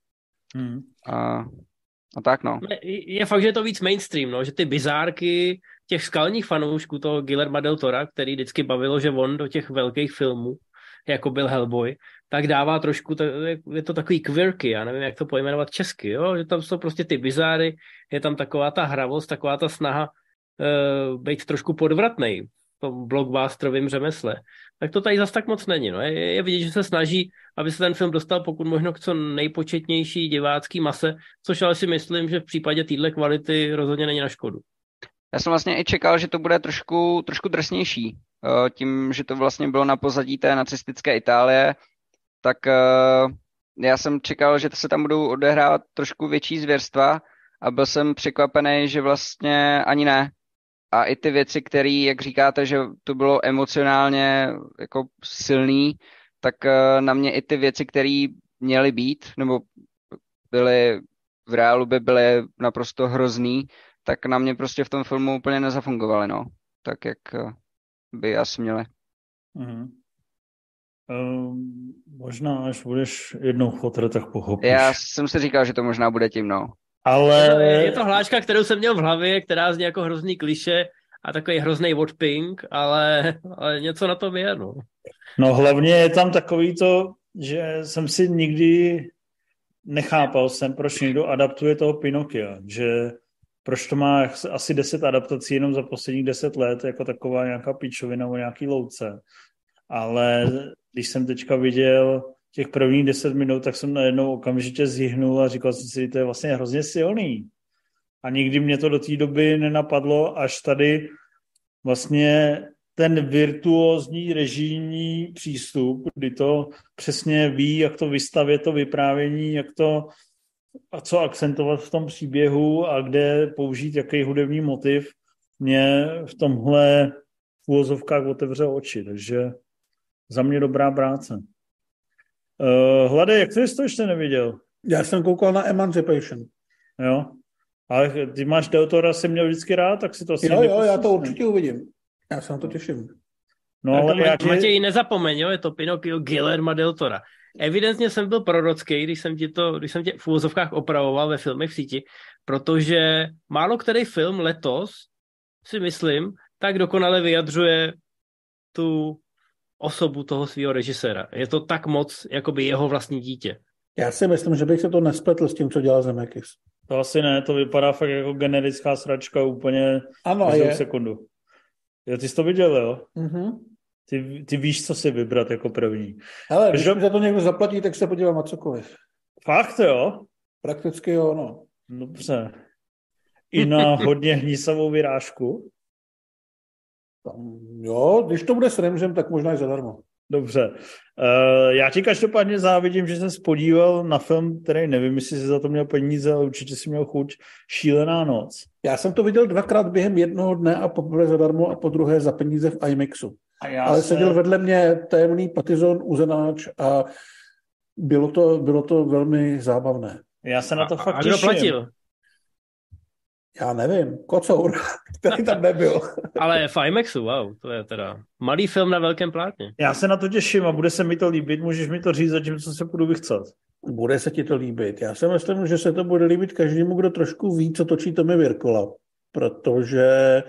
A tak no. Je fakt, že je to víc mainstream, no, že ty bizárky těch skalních fanoušků toho Guillerma del Tora, který vždycky bavilo, že on do těch velkých filmů, jako byl Hellboy, tak dává trošku, je to takový quirky, já nevím, jak to pojmenovat česky, jo? Že tam jsou prostě ty bizáry, je tam taková ta hravost, taková ta snaha být trošku podvratnej v tom blockbusterovém řemesle. Tak to tady zas tak moc není. No. Je vidět, že se snaží, aby se ten film dostal pokud možno k co nejpočetnější divácký mase, což ale si myslím, že v případě téhle kvality rozhodně není na škodu. Já jsem vlastně i čekal, že to bude trošku drsnější. Tím, že to vlastně bylo na pozadí té nacistické Itálie, tak já jsem čekal, že se tam budou odehrávat trošku větší zvěrstva a byl jsem překvapený, že vlastně ani ne. A i ty věci, které, jak říkáte, že to bylo emocionálně jako silný, tak na mě i ty věci, které měly být, nebo byly v reálu by byly naprosto hrozný, tak na mě prostě v tom filmu úplně nezafungovaly, no. Tak, jak by asi měly. Možná, až budeš jednou fotr, tak pochopíš. Já jsem si říkal, že to možná bude tím, no. Ale... Je to hláška, kterou jsem měl v hlavě, která zní jako hrozný kliše a takový hrozný wordping, ale něco na tom je, no. No hlavně je tam takový to, že jsem si nikdy nechápal proč někdo adaptuje toho Pinokia, že proč to má asi 10 adaptací jenom za posledních 10 let, jako taková nějaká píčovina o nějaký louce. Ale když jsem teďka viděl těch prvních 10 minut, tak jsem najednou okamžitě zjihnul a říkal jsem si, to je vlastně hrozně silný. A nikdy mě to do té doby nenapadlo, až tady vlastně ten virtuózní režijní přístup, kdy to přesně ví, jak to vystavět, to vyprávění, jak to a co akcentovat v tom příběhu a kde použít jaký hudební motiv, mě v tomhle v uvozovkách otevře oči. Takže za mě dobrá práce. Hlade, jak jsi to ještě neviděl? Já jsem koukal na Emancipation. Jo? Ale ty máš Del Tora, jsi měl vždycky rád, tak si to asi Jo, já to určitě uvidím. Já se na to těším. No, ale Matěj, nezapomeň, jo, je to Pinocchio Guillerma del Tora. Evidentně jsem byl prorocký, když jsem tě v úvozovkách opravoval ve filmech v síti, protože málo který film letos, si myslím, tak dokonale vyjadřuje tu osobu toho svého režiséra. Je to tak moc, jakoby jeho vlastní dítě. Já si myslím, že bych se to nespletl s tím, co dělá Zemeckis. To asi ne, to vypadá fakt jako generická sračka úplně v sekundu. Jo, ty jsi to viděl, jo? Mm-hmm. Ty víš, co si vybrat jako první. Ale když za to někdo zaplatí, tak se podívám na cokoliv. Fakt, jo? Prakticky jo, no. Dobře. I na hodně hnisavou vyrážku? Jo, když to bude s remžem, tak možná i zadarmo. Dobře. Já ti každopádně závidím, že jsem podíval na film, který nevím, jestli jsi za to měl peníze, ale určitě si měl chuť. Šílená noc. Já jsem to viděl 2krát během jednoho dne a poprvé zadarmo a po druhé za peníze v IMAXu. Ale seděl vedle mě tajemný Patizon Uzenáč a bylo to velmi zábavné. Já se na to fakt těším. A kdo platil? Já nevím, Kocour, který tam nebyl. Ale v IMAXu, wow, to je teda malý film na velkém plátně. Já se na to těším a bude se mi to líbit, můžeš mi to říct, zatímco se budu vychcat. Bude se ti to líbit. Já si myslím, že se to bude líbit každému, kdo trošku ví, co točí Tommy Wirkola, protože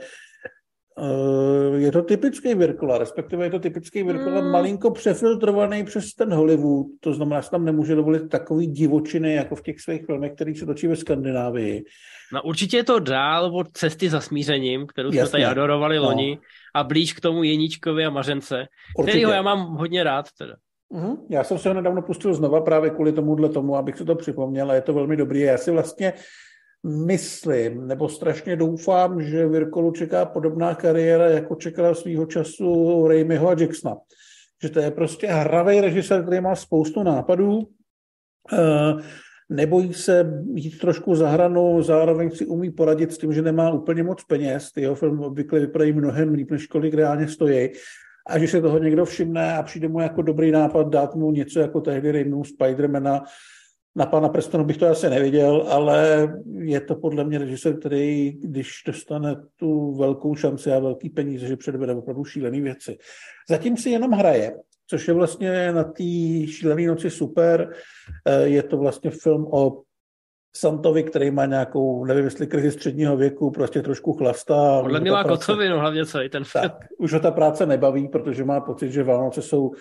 je to typický Wirkola, respektive je to typický Wirkola malinko přefiltrovaný přes ten Hollywood, to znamená, že tam nemůže dovolit takový divočiny, jako v těch svých filmech, který se točí ve Skandinávii. No určitě je to dál od Cesty za smířením, kterou jsme tady adorovali loni, a blíž k tomu Jeníčkovi a Mařence, kterýho já mám hodně rád teda. Já jsem se ho nedávno pustil znova právě kvůli tomu, abych si to připomněl, a je to velmi dobrý. Já si vlastně myslím, nebo strašně doufám, že Virkolu čeká podobná kariéra, jako čekala svýho času Raimiho a Jacksona. Že to je prostě hravej režisér, který má spoustu nápadů, nebojí se jít trošku za hranu, zároveň si umí poradit s tím, že nemá úplně moc peněz. Ty jeho filmy obvykle vypadají mnohem líp, než kolik reálně stojí. A že se toho někdo všimne a přijde mu jako dobrý nápad dát mu něco jako tehdy Raimiho Spidermana. Na Pána prstenů bych to asi neviděl, ale je to podle mě režisér, který, když dostane tu velkou šanci a velký peníze, že předvede opravdu šílený věci. Zatím si jenom hraje, což je vlastně na té šílené noci super. Je to vlastně film o Santovi, který má nějakou, nevím, jestli krizi středního věku, prostě trošku chlastá. Podle mě má kocovinu hlavně celý ten film. Tak, už ho ta práce nebaví, protože má pocit, že Vánoce jsou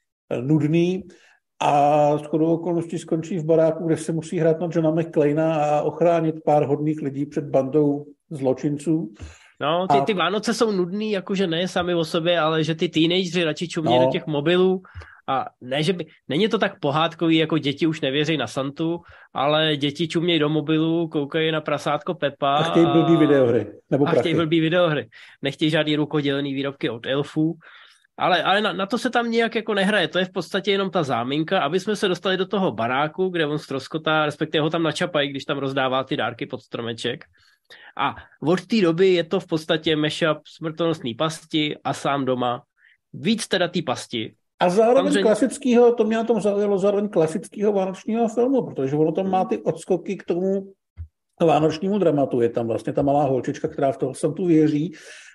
nudný a shodou okolností skončí v baráku, kde se musí hrát na Johna McClaina a ochránit pár hodných lidí před bandou zločinců. No, ty Vánoce jsou nudný, jakože ne sami o sobě, ale že ty teenageři radši čumějí do těch mobilů. A ne, že by, není to tak pohádkový, jako děti už nevěří na Santu, ale děti čumějí do mobilu, koukají na prasátko Peppa. A chtějí blbý videohry. Nebo a chtějí blbý videohry. Nechtějí žádný rukodělný výrobky od elfů. Ale na to se tam nějak jako nehraje. To je v podstatě jenom ta záminka, aby jsme se dostali do toho baráku, kde on ztroskotá, respektive ho tam načapají, když tam rozdává ty dárky pod stromeček. A od té doby je to v podstatě mashup Smrtonosné pasti a Sám doma. Víc teda té pasti. A zároveň klasického, to mě na tom zaujalo, zároveň klasického vánočního filmu, protože ono tam má ty odskoky k tomu vánočnímu dramatu. Je tam vlastně ta malá holčička, která v toho Santu věří.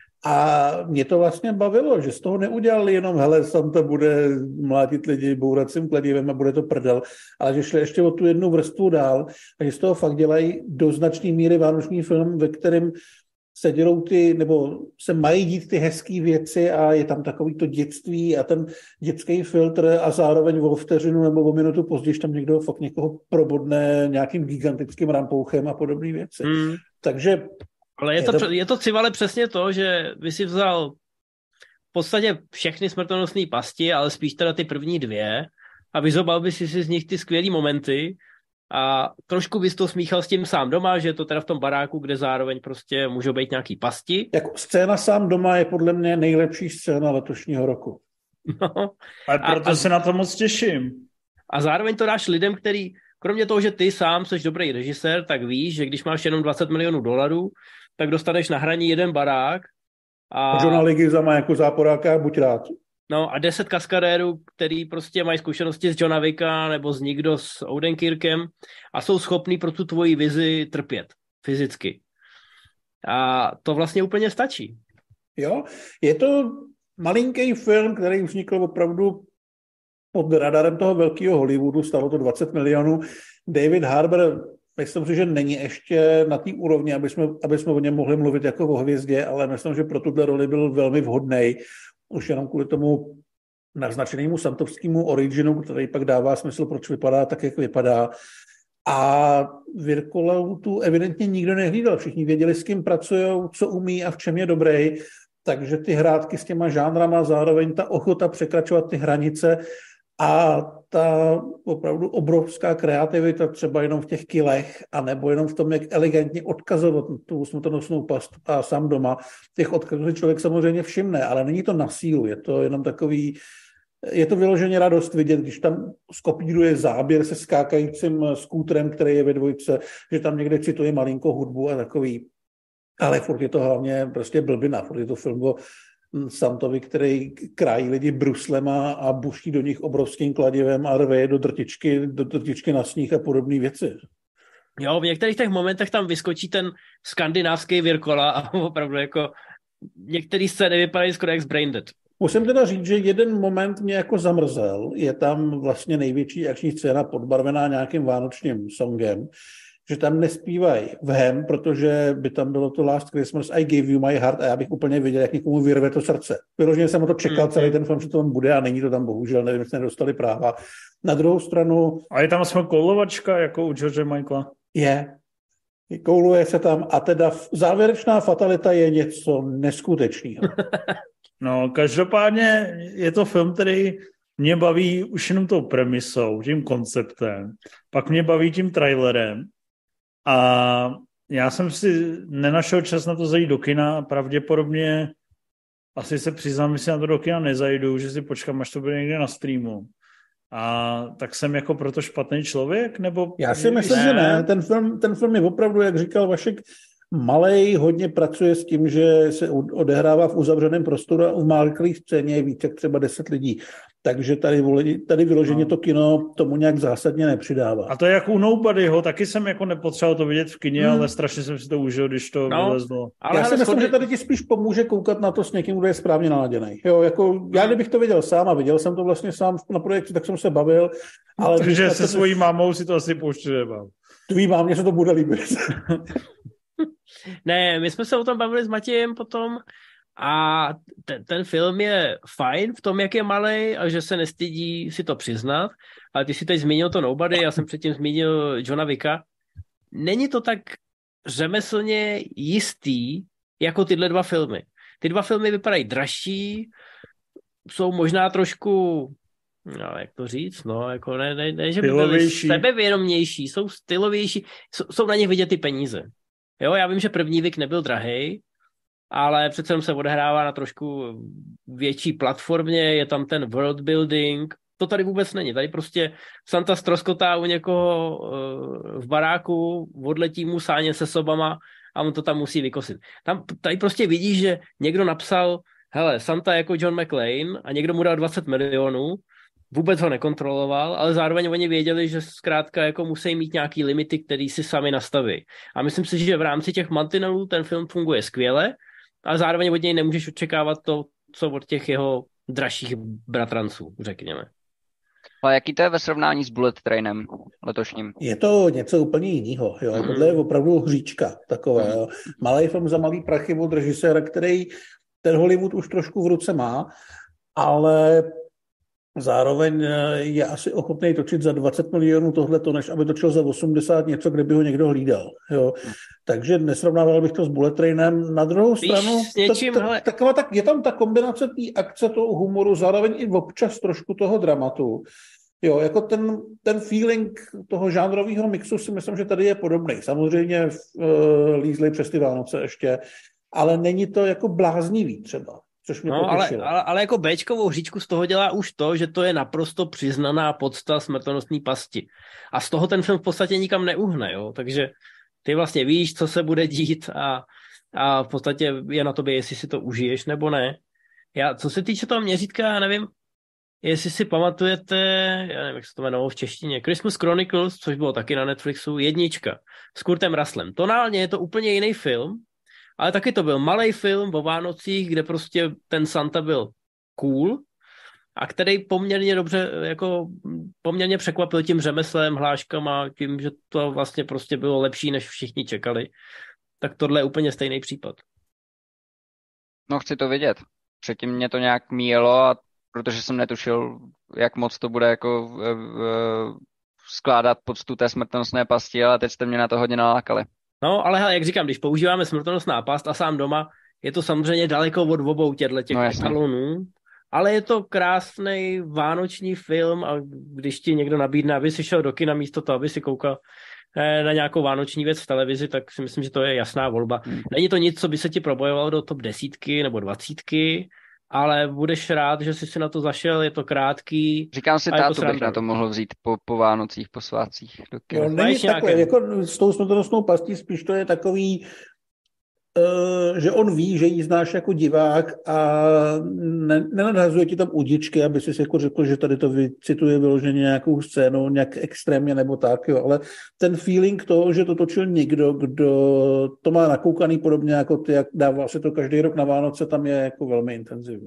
A mě to vlastně bavilo, že z toho neudělali jenom, hele, Santa bude mlátit lidi bouracím kladivem a bude to prdel, ale že šli ještě o tu jednu vrstvu dál a že z toho fakt dělají do značné míry vánoční film, ve kterém se dělou nebo se mají dít ty hezký věci a je tam takový to dětství a ten dětský filtr a zároveň o vteřinu nebo o minutu později tam někdo fakt někoho probodne nějakým gigantickým rampouchem a podobné věci. Takže ale je to Civale přesně to, že by si vzal v podstatě všechny Smrtonosné pasti, ale spíš teda ty první dvě a vyzobal by si z nich ty skvělý momenty a trošku bys to smíchal s tím Sám doma, že je to teda v tom baráku, kde zároveň prostě můžou být nějaký pasti. Jako scéna Sám doma je podle mě nejlepší scéna letošního roku. No, ale proto se na to moc těším. A zároveň to dáš lidem, který, kromě toho, že ty sám jsi dobrý režisér, tak víš, že když máš jenom $20 milionů, tak dostaneš na hraní jeden barák. A Johna Leguiza má jako záporáka, buď rád. No a 10 kaskadérů, který prostě mají zkušenosti z Johna Wicka nebo z nikdo s Odenkirkem a jsou schopní pro tu tvoji vizi trpět fyzicky. A to vlastně úplně stačí. Jo, je to malinký film, který vznikl opravdu pod radarem toho velkého Hollywoodu, stalo to 20 milionů. David Harbour, myslím si, že není ještě na té úrovni, aby jsme o něm mohli mluvit jako o hvězdě, ale myslím, že pro tuhle roli byl velmi vhodný. Už jenom kvůli tomu naznačenému santovskému originu, který pak dává smysl, proč vypadá tak, jak vypadá. A Virkola tu evidentně nikdo nehlídal. Všichni věděli, s kým pracují, co umí a v čem je dobrý. Takže ty hrátky s těma žánrama, zároveň ta ochota překračovat ty hranice a ta opravdu obrovská kreativita třeba jenom v těch kilech, anebo jenom v tom, jak elegantně odkazovat tu Smrtonosnou pastu a Sám doma. Těch odkazů si člověk samozřejmě všimne, ale není to na sílu, je to jenom takový, je to vyloženě radost vidět, když tam skopíruje záběr se skákajícím skútrem, který je ve dvojce, že tam někde cituje malinkou hudbu a takový. Ale furt je to hlavně prostě blbina, furt je to film o Santovi, který krájí lidi bruslema a buší do nich obrovským kladivem a rve je do drtičky na sníh a podobné věci. Jo, v některých těch momentech tam vyskočí ten skandinávský Virkola a opravdu jako některý scény vypadají skoro jak z Braindead. Musím teda říct, že jeden moment mě jako zamrzel, je tam vlastně největší akční scéna podbarvená nějakým vánočním songem, že tam nespívají Vhem, protože by tam bylo to Last Christmas, I Gave You My Heart a já bych úplně viděl, jak někomu vyrve to srdce. Vyloženě jsem o to čekal celý ten film, že to tam bude a není to tam bohužel, nevím, jestli nedostali práva. Na druhou stranu... A je tam aspoň koulovačka, jako u George Michaela? Je. Kouluje se tam a teda závěrečná fatalita je něco neskutečného. No, každopádně je to film, který mě baví už jenom tou premisou, tím konceptem. Pak mě baví tím trailerem. A já jsem si nenašel čas na to zajít do kina. Pravděpodobně asi se přiznám, že si na to do kina nezajdu, že si počkám, až to bude někde na streamu. A tak jsem jako proto špatný člověk? Nebo... Já si myslím, že ne. Ten film je opravdu, jak říkal Vašek, malej, hodně pracuje s tím, že se odehrává v uzavřeném prostoru a v malé scéně je víc jak třeba 10 lidí. Takže tady vyloženě to kino tomu nějak zásadně nepřidává. A to je jak u Nobodyho, taky jsem jako nepotřeboval to vidět v kině, ale strašně jsem si to užil, když to vylezlo. Já si myslím, že tady ti spíš pomůže koukat na to s někým, kdo je správně naladěný. Jo, jako já kdybych to viděl sám a viděl jsem to vlastně sám na projekci, tak jsem se bavil. Ale takže se svojí mámou si to asi pouštět nemám. Tvý mámě se to bude líbit. Ne, my jsme se o tom bavili s Matějem potom a ten film je fajn v tom, jak je malej a že se nestydí si to přiznat, ale ty si teď zmínil to Nobody, já jsem předtím zmínil Johna Wicka. Není to tak řemeslně jistý jako tyhle dva filmy. Ty dva filmy vypadají dražší, jsou možná trošku, no, jak to říct, no, jako ne že by byly sebevědomější, jsou stylovější, jsou na nich vidět ty peníze. Jo, já vím, že první Wick nebyl drahej, ale přece se odehrává na trošku větší platformě, je tam ten world building, to tady vůbec není. Tady prostě Santa ztroskotá u někoho v baráku, odletí mu sáně se sobama a on to tam musí vykosit. Tady prostě vidíš, že někdo napsal, hele, Santa jako John McClane a někdo mu dal 20 milionů, vůbec ho nekontroloval, ale zároveň oni věděli, že zkrátka jako musí mít nějaký limity, který si sami nastaví. A myslím si, že v rámci těch mantinelů ten film funguje skvěle, ale zároveň od něj nemůžeš očekávat to, co od těch jeho dražších bratranců, řekněme. Ale jaký to je ve srovnání s Bullet Trainem letošním? Je to něco úplně jiného. Tohle je opravdu hříčka taková. Jo. Malý film za malý prachy od režiséra, který ten Hollywood už trošku v ruce má, ale zároveň je asi ochotný točit za 20 milionů tohleto, než aby točil za 80 něco, kde by ho někdo hlídal. Jo. Takže nesrovnával bych to s Bullet Trainem. Na druhou stranu, je tam ta kombinace té akce, toho humoru, zároveň i občas trošku toho dramatu. Jo, jako ten feeling toho žánrového mixu si myslím, že tady je podobný. Samozřejmě lízli přes ty Vánoce ještě, ale není to jako bláznivý třeba. Což mě ale jako Bčkovou hříčku z toho dělá už to, že to je naprosto přiznaná podsta smrtonosné pasti. A z toho ten film v podstatě nikam neuhne, jo? Takže ty vlastně víš, co se bude dít a v podstatě je na tobě, jestli si to užiješ nebo ne. Co se týče toho měřítka, já nevím, jestli si pamatujete, já nevím, jak se to jmenovalo v češtině, Christmas Chronicles, což bylo taky na Netflixu, 1 s Kurtem Russellem. Tonálně je to úplně jiný film, ale taky to byl malej film o Vánocích, kde prostě ten Santa byl cool a který poměrně dobře, jako poměrně překvapil tím řemeslem, hláškama, tím, že to vlastně prostě bylo lepší, než všichni čekali. Tak tohle je úplně stejný případ. No, chci to vidět. Předtím mě to nějak míjelo, protože jsem netušil, jak moc to bude jako skládat poctu té smrtonosné pasti, ale teď jste mě na to hodně nalákali. No, ale hele, jak říkám, když používáme smrtonosná past a sám doma, je to samozřejmě daleko od obou těch etalonů, ale je to krásný vánoční film a když ti někdo nabídne, aby si šel do kina místo toho, aby si koukal na nějakou vánoční věc v televizi, tak si myslím, že to je jasná volba. Není to nic, co by se ti probojovalo do top 10 nebo 20, ale budeš rád, že jsi si na to zašel, je to krátký. Říkám si, tátu bych na to mohl vzít po Vánocích, po svátcích. Jo, není takhle, jako s tou smrtonosnou pastí spíš to je takový, že on ví, že ji znáš jako divák a nenadhazuje ti tam udičky, aby si jako řekl, že tady to vycituje vyloženě nějakou scénu, nějak extrémně nebo tak, jo, ale ten feeling toho, že to točil někdo, kdo to má nakoukaný podobně jako ty, jak dává se to každý rok na Vánoce, tam je jako velmi intenzivní.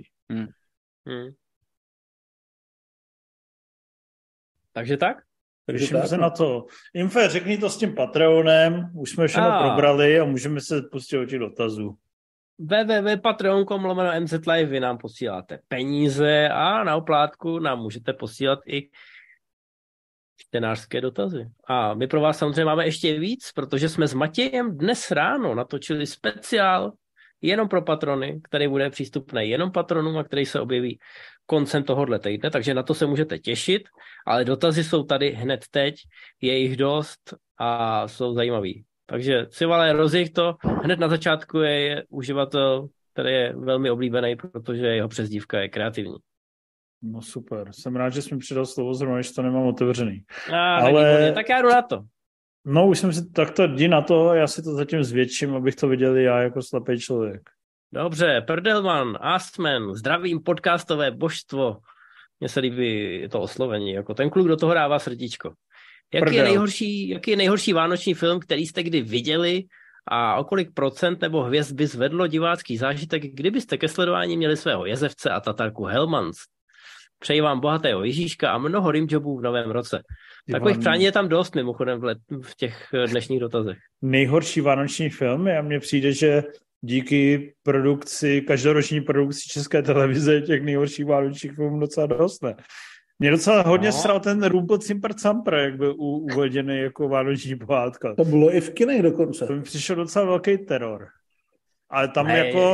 Takže tak? Těším se na to. Infe, řekni to s tím Patreonem, už jsme všechno probrali a můžeme se pustit do těch dotazů. www.patreon.com/mzlive vy nám posíláte peníze a na oplátku nám můžete posílat i čtenářské dotazy. A my pro vás samozřejmě máme ještě víc, protože jsme s Matějem dnes ráno natočili speciál jenom pro patrony, který bude přístupný jenom patronům a který se objeví koncem tohohle týdne, takže na to se můžete těšit, ale dotazy jsou tady hned teď, je jich dost a jsou zajímavý. Takže Civale rozjich to, hned na začátku je uživatel, který je velmi oblíbený, protože jeho přezdívka je kreativní. No super, jsem rád, že jsi mi přidal slovo, zrovna, že to nemám otevřený. Ale... Tak já jdu na to. No už jsem si, tak to jdi na to, já si to zatím zvětším, abych to viděl já jako slepý člověk. Dobře, Perdelman, Astman, zdravím podcastové božstvo. Mně se líbí to oslovení, jako ten kluk do toho dává srdíčko. Jaký je nejhorší vánoční film, který jste kdy viděli a o kolik procent nebo hvězd by zvedlo divácký zážitek, kdybyste ke sledování měli svého jezevce a tatarku Hellmans? Přeji vám bohatého Ježíška a mnoho rimjobů v novém roce. Takových přání je tam dost mimochodem v těch dnešních dotazech. Nejhorší vánoční film, a mně přijde, že díky každoroční produkci České televize těch nejhorších vánočních filmů docela dost, ne? Mě docela hodně sral ten Rumpel Cimper Camper, jak byl uvedený jako vánoční pohádka. To bylo i v kinech dokonce. To mi přišel docela velký teror. Ale tam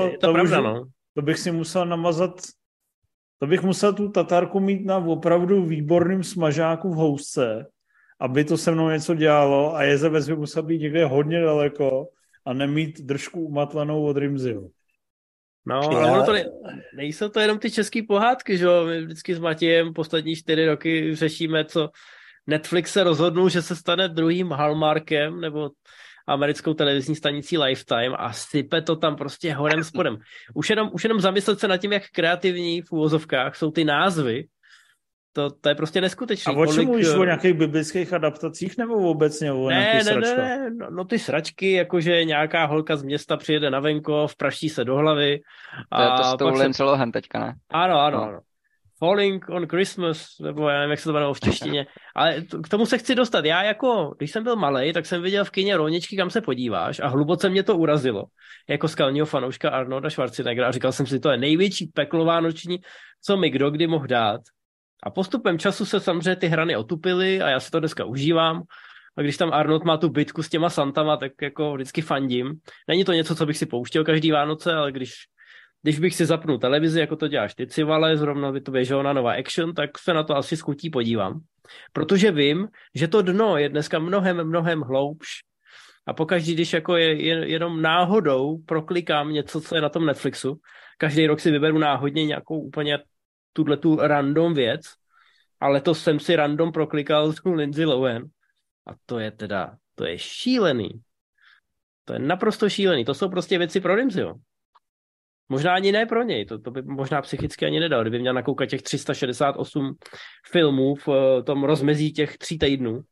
to bych si musel namazat, to bych musel tu tatarku mít na opravdu výborným smažáku v housce, aby to se mnou něco dělalo a jezevec by musel být někde hodně daleko a nemít držku umatlanou od Rimziho. No, ale ono to nejsou to jenom ty český pohádky, že jo? My vždycky s Matějem poslední 4 roky řešíme, co Netflix se rozhodnul, že se stane druhým Hallmarkem nebo americkou televizní stanicí Lifetime a sype to tam prostě horem spodem. Už jenom zamyslet se nad tím, jak kreativní v úvozovkách jsou ty názvy, to je prostě neskutečný. A o čem mluvíš, o nějakých biblických adaptacích nebo obecně o nějakých sračkách? Ne, no ty sračky, jakože nějaká holka z města přijede na venkov, praští se do hlavy. To je to s tou Lindsay Lohan teďka, ne? Ano. Falling on Christmas, nebo já nevím, jak se to jmenuje v češtině. Ale k tomu se chci dostat. Já jako, když jsem byl malej, tak jsem viděl v kině Rovničky, kam se podíváš a hluboce mě to urazilo. Jako skalního fanouška Arnolda Schwarzeneggera a říkal jsem si, to je největší peklo vánoční, co mi kdo kdy mohl dát. A postupem času se samozřejmě ty hrany otupily a já si to dneska užívám. A když tam Arnold má tu bitku s těma Santama, tak jako vždycky fandím. Není to něco, co bych si pouštěl každý Vánoce, ale když bych si zapnul televizi, jako to děláš ty, Civale, zrovna by to běželo na Nova Action, tak se na to asi s chutí podívám. Protože vím, že to dno je dneska mnohem hloubš. A pokaždý, když jako jenom náhodou proklikám něco, co je na tom Netflixu, každý rok si vyberu náhodně nějakou úplně tu random věc, ale letos jsem si random proklikal tu Lindsay Lohan a to je šílený. To je naprosto šílený. To jsou prostě věci pro Rimziho. Možná ani ne pro něj, to by možná psychicky ani nedal, kdyby měl nakoukat těch 368 filmů v tom rozmezí těch 3 týdnů.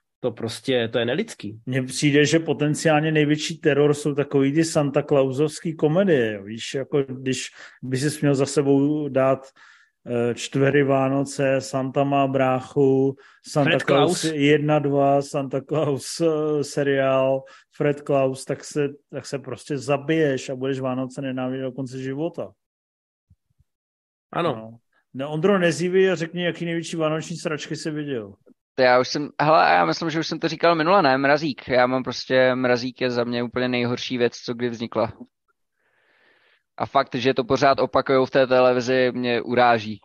To je nelidský. Mně přijde, že potenciálně největší teror jsou takový ty Santa Clausovský komedie. Jo. Víš, jako když by si měl za sebou dát 4 Vánoce, Santa má bráchu, Santa Claus 1-2, Santa Claus seriál, Fred Klaus, tak se prostě zabiješ a budeš Vánoce nenávidět do konce života. Ano. No, Ondro, nezívej a řekni, jaký největší vánoční sračky jsi viděl. Já myslím, že už jsem to říkal minule, ne, Mrazík. Já mám prostě, Mrazík je za mě úplně nejhorší věc, co kdy vznikla. A fakt, že to pořád opakujou v té televizi, mě uráží.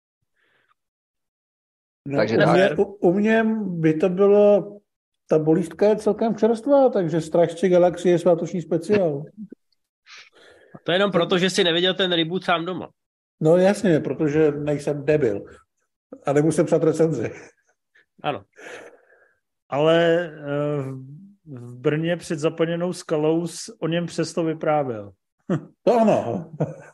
No, takže u mě by to bylo, ta bolístka je celkem čerstvá, takže Strážci galaxie je svátoční speciál. A to je jenom proto, že jsi neviděl ten reboot sám doma. No jasně, protože nejsem debil. A nemusím psát recenzi. Ano. Ale v Brně před Zaplněnou skalou o něm přesto vyprávěl. To ano.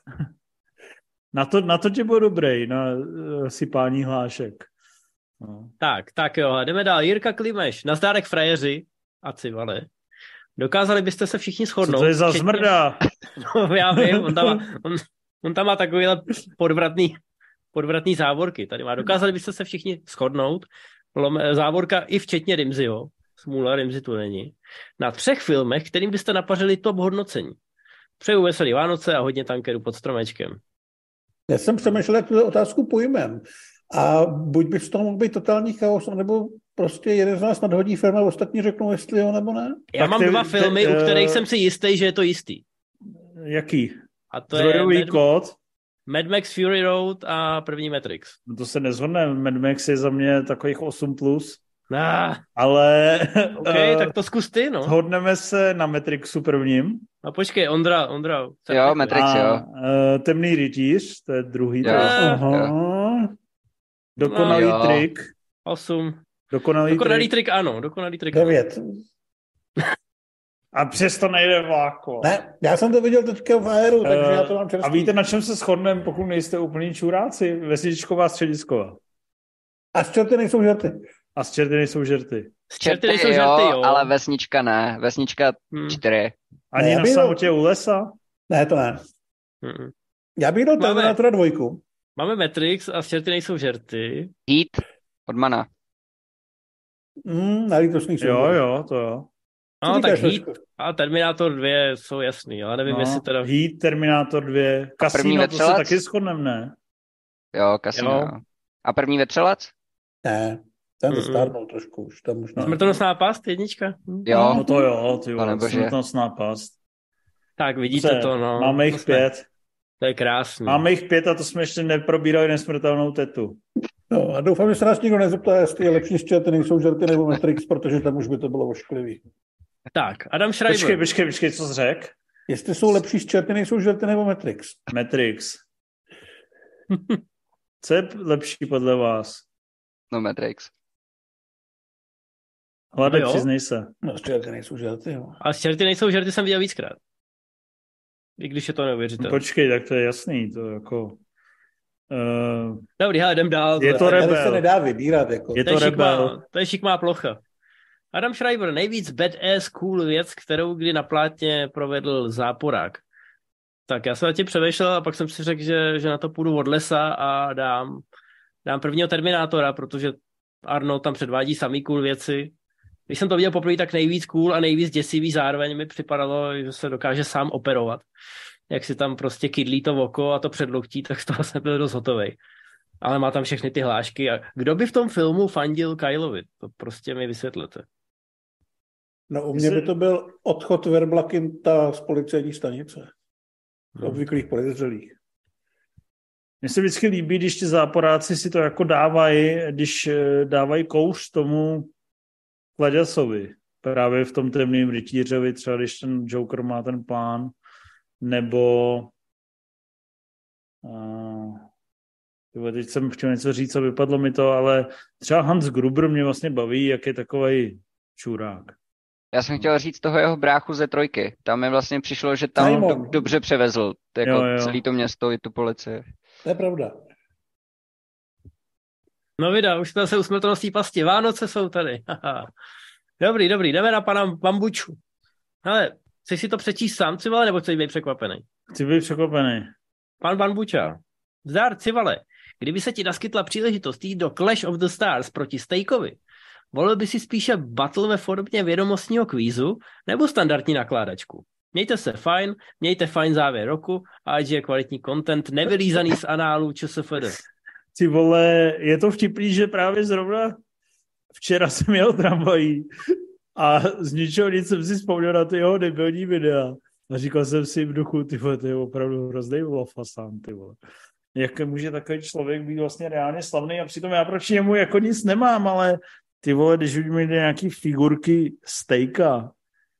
Na to tě bylo dobrý, na sypání hlášek. No. Tak jo, jdeme dál. Jirka Klimeš, nazdárek frajeři a Civale. Dokázali byste se všichni shodnout? Co to je za zmrda? No, já vím, on tam má takovýhle podvratný závorky. Tady má. Dokázali byste se všichni shodnout? Závorka i včetně Rimziho. Smůla, Rimzi tu není. Na 3 filmech, kterým byste napařili top hodnocení. Přeju veselý Vánoce a hodně tankerů pod stromečkem. Já jsem přemýšlel, jak tu otázku pojmem. A buď by z toho mohl být totální chaos, nebo prostě jeden z nás nadhodí film a ostatní řeknou, jestli jo nebo ne. Já mám 2 filmy, u kterých jsem si jistý, že je to jistý. Jaký? A to je kód? Mad Max Fury Road a první Matrix. No to se nezhodne. Mad Max je za mě takových 8+. Ale... OK, tak to zkus ty, no. Shodneme se na Matrixu prvním. A počkej, Ondra. Jo, Matrix, jo. Temný rytíř, to je druhý. Jo. Dokonalý Jo. trik. 8. Dokonalý trik. Ano. Dokonalý trik, ano. 9. A přesto nejde vláko. Ne, já jsem to viděl teďka v Aeru, takže já to mám A čerstvý. víte, na čem se shodneme, pokud nejste úplný čuráci? Vesničková, středisková. A z čerty nejsou žerty. A z čerty nejsou žerty. Z čerty nejsou žerty, jo. Ale vesnička ne. Vesnička 4. Ani Ne, na byl- samotě u lesa? Ne, to ne. Mm. Já bych dal Máme- Terminatora 2. Máme Matrix a z čerty nejsou žerty. Heat od Mana. Na lítostných souborech. Jo, to jo. No, tak říkáš, Heat Vašku? a Terminator 2 jsou jasný, ale nevím, jestli teda... Heat, Terminátor 2, první Casino, to se vetřelec? taky shodneme, ne? Jo, Casino. Jo. Jo. A první vetřelec? Ne, ten Mm-mm. stárnul trošku už. Tam možná... Smrtonosná past, 1? Jo. No to jo, ty vole, Panebože. smrtonosná past. Tak vidíte to, no. Máme To jich jsme- 5. To je krásný. Máme jich 5 a to jsme ještě neprobírali nesmrtelnou tetu. No a doufám, že se nás nikdo nezeptá, jestli je lepší z čerty nejsou žerty nebo Matrix, protože tam už by to bylo ošklivý. Tak, Adam Schreiber. Počkej, co jsi řekl? Jestli jsou lepší z čerty nejsou žerty nebo Matrix. Matrix. Co je lepší podle vás? No Matrix. Hlade, No jo. přiznej se. No z čerty nejsou žerty, jo. A z čerty nejsou žerty jsem viděl víckrát. I když je to neuvěřitelné. Počkej, tak to je jasný. To jako... Dobrý, hele, jdem dál. Je to Tady rebel. se nedá vybírat, jako. Je to rebel. To je šikmá plocha. Adam Schreiber, nejvíc badass cool věc, kterou kdy na plátně provedl Záporák. Tak já jsem na tě přemýšlel a pak jsem si řekl, že na to půjdu od lesa a dám prvního Terminátora, protože Arnold tam předvádí samý cool věci. Když jsem to viděl poprvé, tak nejvíc cool a nejvíc děsivý zároveň mi připadalo, že se dokáže sám operovat. Jak si tam prostě kydlí to oko a to předloktí, tak z toho jsem byl dost hotovej. Ale má tam všechny ty hlášky. A kdo by v tom filmu fandil Kylovi? To prostě mi vysvětlete. No u mě by to byl odchod Verblakinta z policejní stanice. Obvyklých podezřelých. Mně se vždycky líbí, když ti záporáci si to jako dávají, když dávají kouř tomu Kladěsovi. Právě v tom Temným rytířovi, třeba když ten Joker má ten plán, nebo teď jsem chtěl něco říct, co vypadlo mi to, ale třeba Hans Gruber mě vlastně baví, jak je takovej čurák. Já jsem chtěl říct toho jeho bráchu ze 3. Tam mi vlastně přišlo, že tam Simon. dobře převezl jako Jo. celý to město i tu policii. To je pravda. No vida, už jsme se u smrtelností pasti. Vánoce jsou tady. Dobrý, jdeme na pana Bambuču. Hele, chceš si to přečíst sám, Civale, nebo chceš být překvapený? Chci být překvapený. Pan Bambuča. Zdar, Civale, kdyby se ti naskytla příležitost jít do Clash of the Stars proti Stejkovi, volil by si spíše battle ve formě vědomostního kvízu nebo standardní nakládačku? Mějte se fajn, mějte fajn závěr roku a ať je kvalitní content nevylízaný z análu ČSFD. Ty vole, je to vtipný, že právě zrovna včera jsem jel tramvají a z ničeho nic jsem si vzpomněl na ty jeho debilní videa. A říkal jsem si v duchu, ty vole, to je opravdu hrozný vlofasán, ty vole. Jak může takový člověk být vlastně reálně slavný a přitom já proti němu jako nic nemám, ale ty vole, když vidíme nějaký figurky Stejka,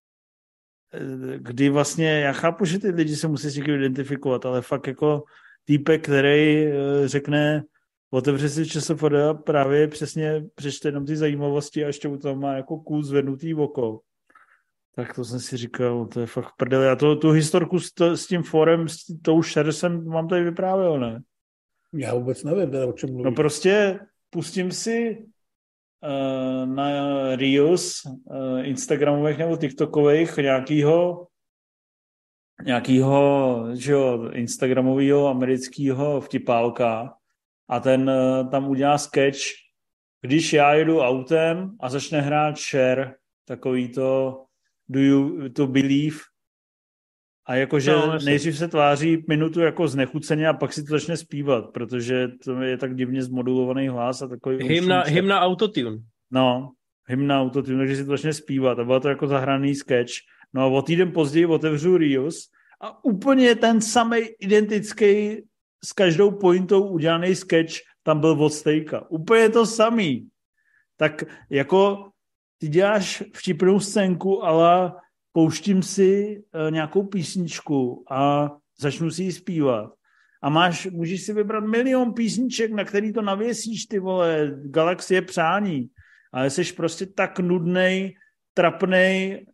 kdy vlastně, já chápu, že ty lidi se musí s někým identifikovat, ale fakt jako týpek, který řekne, otevře si ČSFD a právě přesně přečte jenom ty zajímavosti a ještě u toho má jako kůl zvednutý oko. Tak to jsem si říkal, to je fakt prdel. Já tu historku s tím forem, s tou share jsem mám tady vyprávěl, ne? Já vůbec nevím, teda, o čem mluvíš. No prostě pustím si na Reels Instagramových nebo TikTokových nějakýho že jo, Instagramového amerického vtipálka a ten tam udělá sketch, když já jedu autem a začne hrát Cher, takový to Do you to believe? A jakože nejdřív se tváří minutu jako znechuceně a pak si to začne zpívat, protože to je tak divně zmodulovaný hlas a takový... Hymna autotune. No, hymna autotune, takže si to začne zpívat a bylo to jako zahraný sketch. No a o týden později otevřu Reels a úplně ten samý identický s každou pointou udělaný sketch tam byl od Stejka. Úplně to samý. Tak jako ty děláš vtipnou scénku, ale pouštím si nějakou písničku a začnu si ji zpívat. a můžeš si vybrat milion písniček, na který to navěsíš, ty vole, galaxie přání. Ale jsi prostě tak nudnej, trapnej,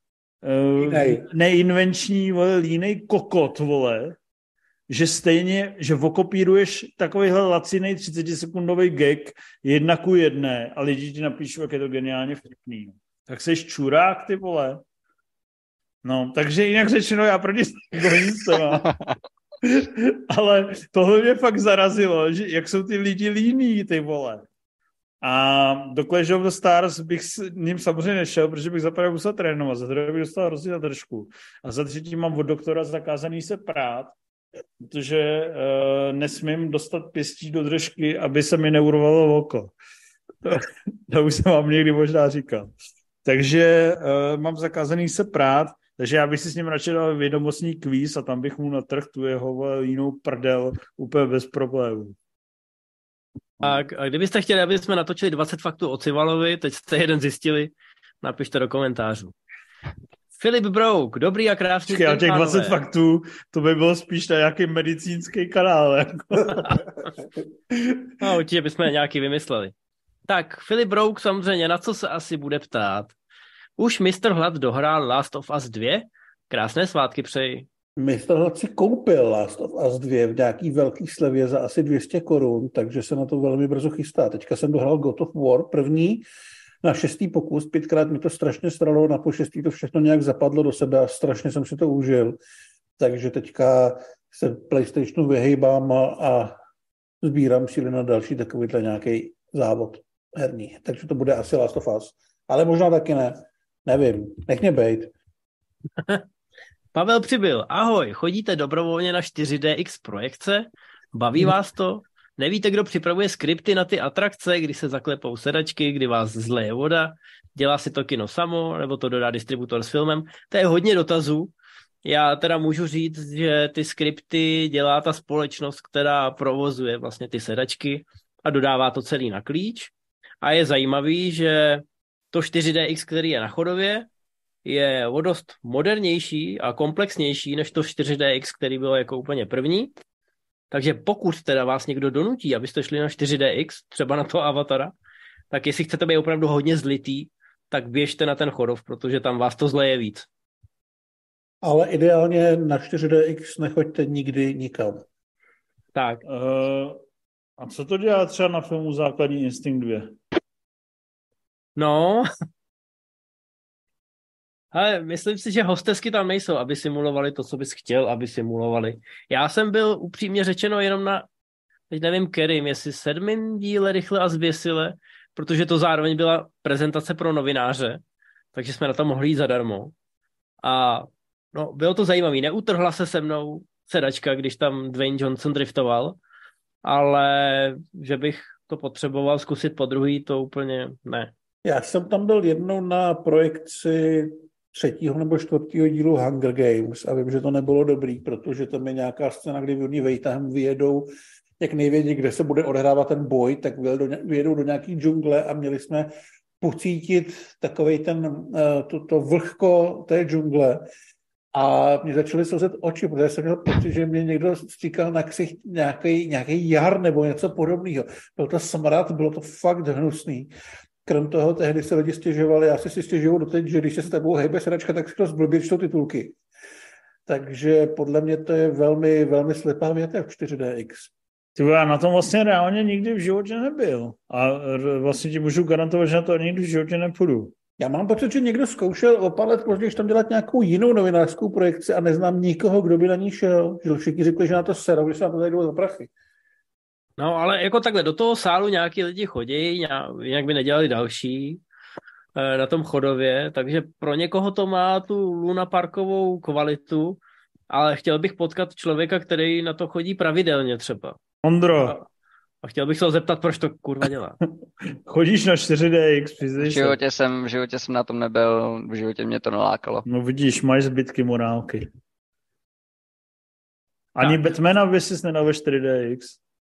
neinvenční, vole, línej kokot, vole, že stejně, že okopíruješ takovýhle lacinej 30-sekundový gag 1:1 a lidi ti napíšou, jak je to geniálně vtipný. Tak seš čurák, ty vole. No, takže jinak řečeno, já proti nic nemám. Ale tohle mě fakt zarazilo, že jak jsou ty lidi líní, ty vole. A do Clash of the Stars bych s ním samozřejmě nešel, protože bych za prvé musel trénovat, za druhé bych dostal hrozně zadržku. A za třetí mám od doktora zakázaný se prát, protože nesmím dostat pěstí do držky, aby se mi neurvalo oko. To už jsem vám někdy možná říkal. Takže mám zakázaný se prát, takže já bych si s ním radši dal vědomostní kvíz a tam bych mu natrhl tu jeho jinou prdel úplně bez problémů. A kdybyste chtěli, aby jsme natočili 20 faktů o Civalovi, teď jste jeden zjistili, napište do komentářů. Filip Brouk, dobrý a krásný den, a těch 20 faktů, to by bylo spíš na nějaký medicínský kanál. Jako. No, určitě bychom nějaký vymysleli. Tak, Filip Brouk samozřejmě, na co se asi bude ptát? Už Mr. Hlad dohrál Last of Us 2? Krásné svátky přeji. Mr. Hlad si koupil Last of Us 2 v nějaký velký slevě za asi 200 korun, takže se na to velmi brzo chystá. Teďka jsem dohrál God of War první na 6. pokus, 5krát mi to strašně stralo, na po 6. to všechno nějak zapadlo do sebe a strašně jsem si to užil. Takže teďka se PlayStationu vyhejbám a sbírám síly na další takovýhle nějaký závod herní. Takže to bude asi Last of Us. Ale možná taky ne. Nevím. Nech mě bejt. Pavel Přibyl. Ahoj, chodíte dobrovolně na 4DX projekce? Baví vás to? Nevíte, kdo připravuje skripty na ty atrakce, kdy se zaklepou sedačky, kdy vás zleje voda? Dělá si to kino samo, nebo to dodá distributor s filmem? To je hodně dotazů. Já teda můžu říct, že ty skripty dělá ta společnost, která provozuje vlastně ty sedačky a dodává to celý na klíč. A je zajímavý, že to 4DX, který je na Chodově, je o dost modernější a komplexnější než to 4DX, který bylo jako úplně první. Takže pokud teda vás někdo donutí, abyste šli na 4DX, třeba na to Avatara, tak jestli chcete být opravdu hodně zlitý, tak běžte na ten Chodov, protože tam vás to zleje víc. Ale ideálně na 4DX nechoďte nikdy nikam. Tak. A co to dělá třeba na filmu Základní instinkt 2? No, ale myslím si, že hostesky tam nejsou, aby simulovali to, co bys chtěl, aby simulovali. Já jsem byl upřímně řečeno jenom na, teď nevím kterým, jestli 7. díle Rychle a zběsile, protože to zároveň byla prezentace pro novináře, takže jsme na to mohli jít zadarmo. A no, bylo to zajímavé. Neutrhla se mnou sedačka, když tam Dwayne Johnson driftoval, ale že bych to potřeboval zkusit podruhý, to úplně ne. Já jsem tam byl jednou na projekci 3. nebo 4. dílu Hunger Games a vím, že to nebylo dobrý, protože tam je nějaká scéna, kdy oni vejtahem vyjedou, jak nevědí, kde se bude odehrávat ten boj, tak vyjedou do nějaký džungle a měli jsme pocítit takovej to vlhko té džungle a mě začaly slzet oči, protože jsem měl pocit, že mě někdo stříkal na ksicht nějaký jar nebo něco podobného. Byl to smrad, bylo to fakt hnusný. Krom toho tehdy se lidi stěžovali, já si stěžuju doteď, že když se s tebou hejbe sedačka, tak si to zblbě čtou titulky. Takže podle mě to je velmi, velmi slepá větev 4DX. Já na tom vlastně reálně nikdy v životě nebyl. A vlastně ti můžu garantovat, že na to nikdy v životě nepůjdu. Já mám pocit, že někdo zkoušel o pár let později tam dělat nějakou jinou novinářskou projekci a neznám nikoho, kdo by na ní šel. Že všichni řekli, že na to serou, že se na to zajdou za prachy. No, ale jako takhle, do toho sálu nějaký lidi chodí, jinak by nedělali další na tom Chodově, takže pro někoho to má tu lunaparkovou kvalitu, ale chtěl bych potkat člověka, který na to chodí pravidelně třeba. Ondro. A chtěl bych se ho zeptat, proč to kurva dělá. Chodíš na 4DX, v životě jsem na tom nebyl, v životě mě to nalákalo. No vidíš, máš zbytky morálky. Ani tak. Batmana by si nedal ve 4DX.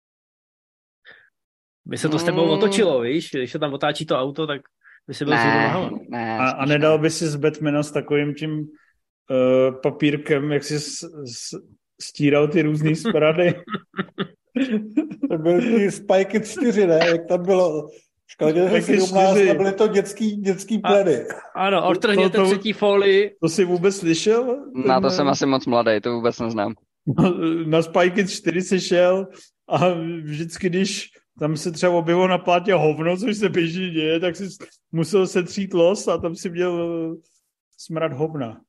By se to s tebou otočilo, víš? Když se tam otáčí to auto, tak by si byl zůru a nedal by si z Batmana s takovým tím papírkem, jak si stíral ty různý sprady. To byly ty Spike 4, ne? Jak tam bylo Škaledě 17 a byly to dětský pleny. Ano, odtrhněte třetí folii. To jsi vůbec slyšel? Na to jsem asi moc mladý, to vůbec neznám. Na Spike 4 si šel a vždycky, když tam se třeba objevilo na plátě hovno, což se běžně děje, tak si musel setřít los a tam si měl smrad hovna.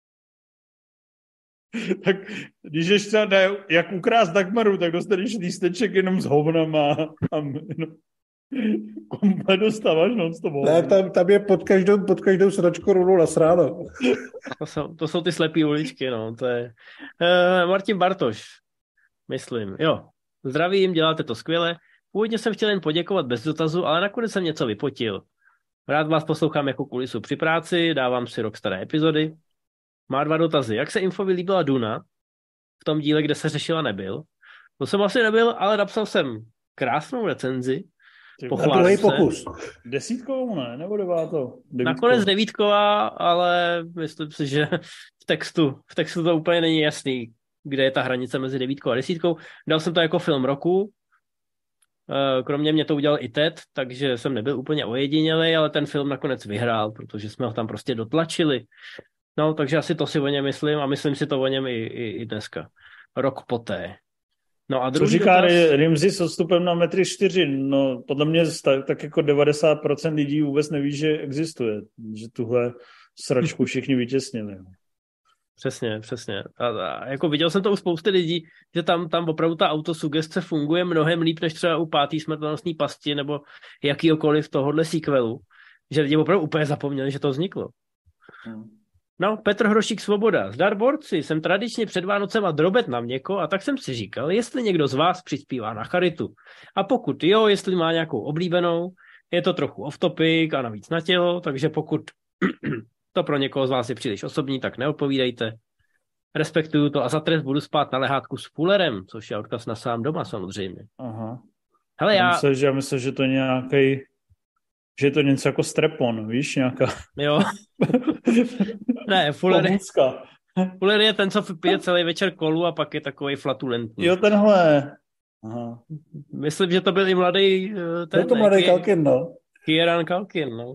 Tak když ješ třeba jak ukrást Dagmaru, tak dostaneš lísteček jenom s hovnama a komplet dostáváš non-stop hovna. Ne, tam je pod každou sračkou rovnou nasráno. To jsou ty slepý uličky, no. To je Martin Bartoš, myslím. Jo, zdravím, děláte to skvěle. Původně jsem chtěl jen poděkovat bez dotazu, ale nakonec jsem něco vypotil. Rád vás poslouchám jako kulisu při práci, dávám si rok staré epizody. Má 2 dotazy. Jak se Infovi líbila Duna v tom díle, kde se řešila nebyl? To jsem asi nebyl, ale napsal jsem krásnou recenzi. Pochválil se. Pokus. 10, ne? Nebo 9? Nakonec 9, ale myslím si, že v textu to úplně není jasný, kde je ta hranice mezi 9 a 10. Dal jsem to jako film roku. Kromě mě to udělal i Ted, takže jsem nebyl úplně ojedinělej, ale ten film nakonec vyhrál, protože jsme ho tam prostě dotlačili. No, takže asi to si o něm myslím a myslím si to o něm i dneska. Rok poté. No a druhý co říká dotaz... Rimzi s odstupem na 1,4 m? No, podle mě tak jako 90% lidí vůbec neví, že existuje. Že tuhle sračku všichni vytěsnili. Přesně. A jako viděl jsem to u spousty lidí, že tam opravdu ta autosugestce funguje mnohem líp, než třeba u 5. smrtelnostní pasti nebo jakýkoliv tohohle sequelu. Že lidi opravdu úplně zapomněli, že to vzniklo. No, Petr Hrošík Svoboda. Zdar borci, jsem tradičně před Vánocema drobet na měko a tak jsem si říkal, jestli někdo z vás přispívá na charitu. A pokud jo, jestli má nějakou oblíbenou, je to trochu off topic a navíc na tělo, takže pokud to pro někoho z vás je příliš osobní, tak neodpovídejte. Respektuju to a za trest budu spát na lehátku s Fullerem, což je odkaz na Sám doma samozřejmě. Aha. Hele, já myslím, že to nějaký, že je to něco jako strepon, víš, nějaká... Jo. Ne, Fuller je ten, co pije celý večer kolu a pak je takovej flatulentní. Jo, tenhle. Aha. Myslím, že to byl i mladý... Byl to mladý Kalkin, no. Kieran Culkin, no.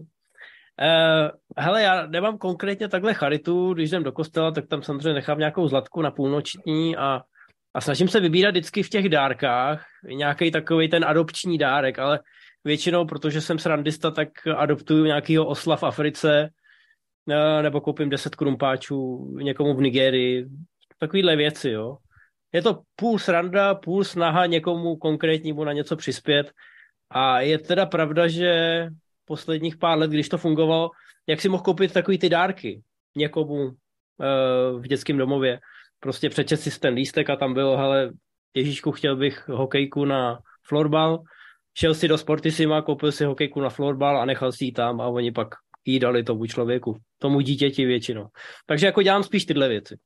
Hele, já nemám konkrétně takhle charitu, když jdem do kostela, tak tam samozřejmě nechám nějakou zlatku na půlnoční a snažím se vybírat vždycky v těch dárkách nějaký takový ten adopční dárek, ale většinou, protože jsem srandista, tak adoptuju nějakýho osla v Africe nebo koupím 10 krumpáčů někomu v Nigerii. Takovýhle věci, jo. Je to půl sranda, půl snaha někomu konkrétnímu na něco přispět a je teda pravda, že posledních pár let, když to fungovalo, jak si mohl koupit takový ty dárky někomu v dětském domově. Prostě přečet si ten lístek a tam bylo, hele, Ježíšku, chtěl bych hokejku na florbal, šel si do Sportissima, koupil si hokejku na florbal a nechal si ji tam a oni pak jí dali tomu člověku, tomu dítěti většinou. Takže jako dělám spíš tyhle věci.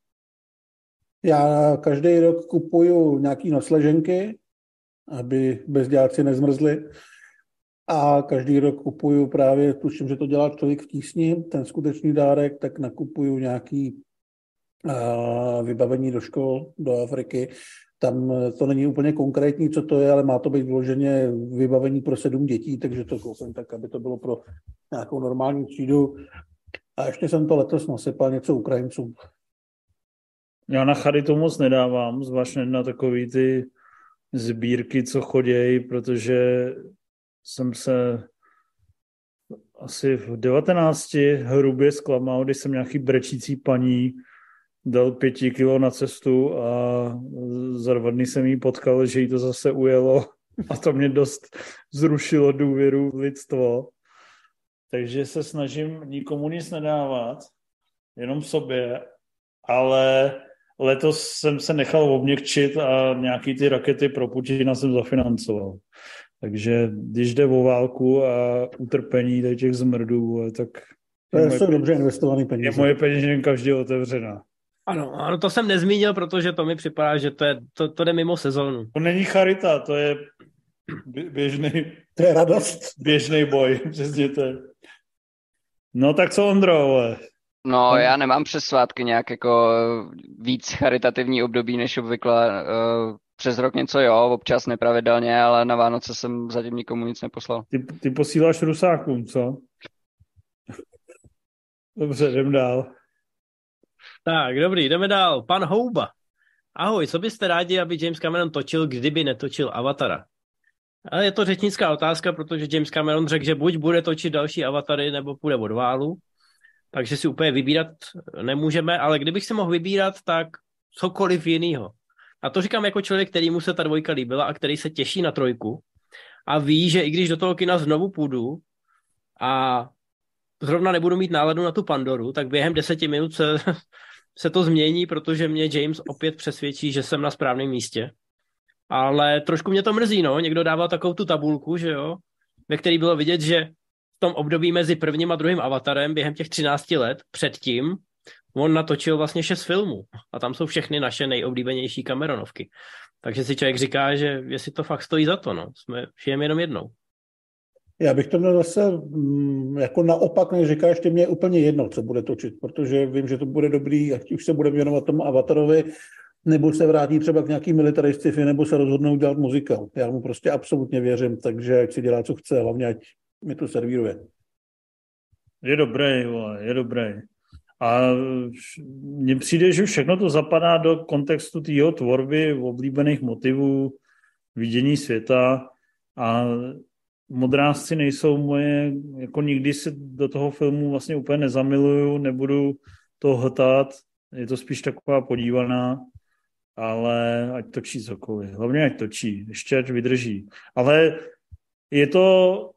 Já každý rok kupuju nějaký nosleženky, aby bezděláci nezmrzli. A každý rok kupuju právě, tuším, že to dělá Člověk v tísni, ten skutečný dárek, tak nakupuju nějaký vybavení do škol, do Afriky. Tam to není úplně konkrétní, co to je, ale má to být vloženě vybavení pro 7 dětí, takže to koupím tak, aby to bylo pro nějakou normální třídu. A ještě jsem to letos nasypal něco Ukrajincům. Já na charitu moc nedávám, zvlášť na takový ty sbírky, co chodějí, protože jsem se asi v 19 hrubě zklamal, když jsem nějaký brečící paní dal 5 kilo na cestu a za 2 dny jsem jí potkal, že jí to zase ujelo a to mě dost zrušilo důvěru v lidstvo. Takže se snažím nikomu nic nedávat, jenom sobě, ale letos jsem se nechal obměkčit a nějaký ty rakety pro Putina jsem zafinancoval. Takže když jde o válku a utrpení těch zmrdů, tak jsou dobře investovaný peníze. Je moje peněženka vždy otevřená. Ano, to jsem nezmínil, protože to mi připadá, že to jde mimo sezónu. To není charita, to je běžný... To je radost. Běžný boj, přesně to je. No tak co, Ondro, No, já nemám přes svátky nějak jako víc charitativní období než obvykle. Přes rok něco jo, občas nepravidelně, ale na Vánoce jsem zatím nikomu nic neposlal. Ty posíláš Rusákům, co? Dobře, jdem dál. Tak, dobrý, jdeme dál. Pan Houba. Ahoj, co byste rádi, aby James Cameron točil, kdyby netočil Avatara? Ale je to řečnická otázka, protože James Cameron řekl, že buď bude točit další Avatary, nebo půjde od válu. Takže si úplně vybírat nemůžeme, ale kdybych si mohl vybírat, tak cokoliv jinýho. A to říkám jako člověk, kterýmu se ta dvojka líbila a který se těší na trojku a ví, že i když do toho kina znovu půjdu a zrovna nebudu mít náladu na tu Pandoru, tak během 10 minut se to změní, protože mě James opět přesvědčí, že jsem na správném místě. Ale trošku mě to mrzí, no. Někdo dával takovou tu tabulku, že jo, ve který bylo vidět, že v tom období mezi prvním a druhým Avatarem během těch 13 let předtím on natočil vlastně 6 filmů a tam jsou všechny naše nejoblíbenější Cameronovky. Takže si člověk říká, že jestli to fakt stojí za to, no. Žijeme jenom jednou. Já bych to měl zase jako naopak, než říkáš, ty mě je úplně jedno, co bude točit, protože vím, že to bude dobrý, ať už se bude věnovat tomu Avatarovi, nebo se vrátí třeba k nějaký militaristy, nebo se rozhodnou dělat muzikál. Já mu prostě absolutně věřím, takže ať si dělá, co chce, hlavně ať mi to servíruje. Je dobrý, vole, je dobrý. A mně přijde, že všechno to zapadá do kontextu té jeho tvorby, oblíbených motivů, vidění světa a Modrásci nejsou moje, jako nikdy se do toho filmu vlastně úplně nezamiluju, nebudu to hltat, je to spíš taková podívaná, ale ať točí cokoliv. Hlavně ať točí, ještě ať vydrží. Ale je to,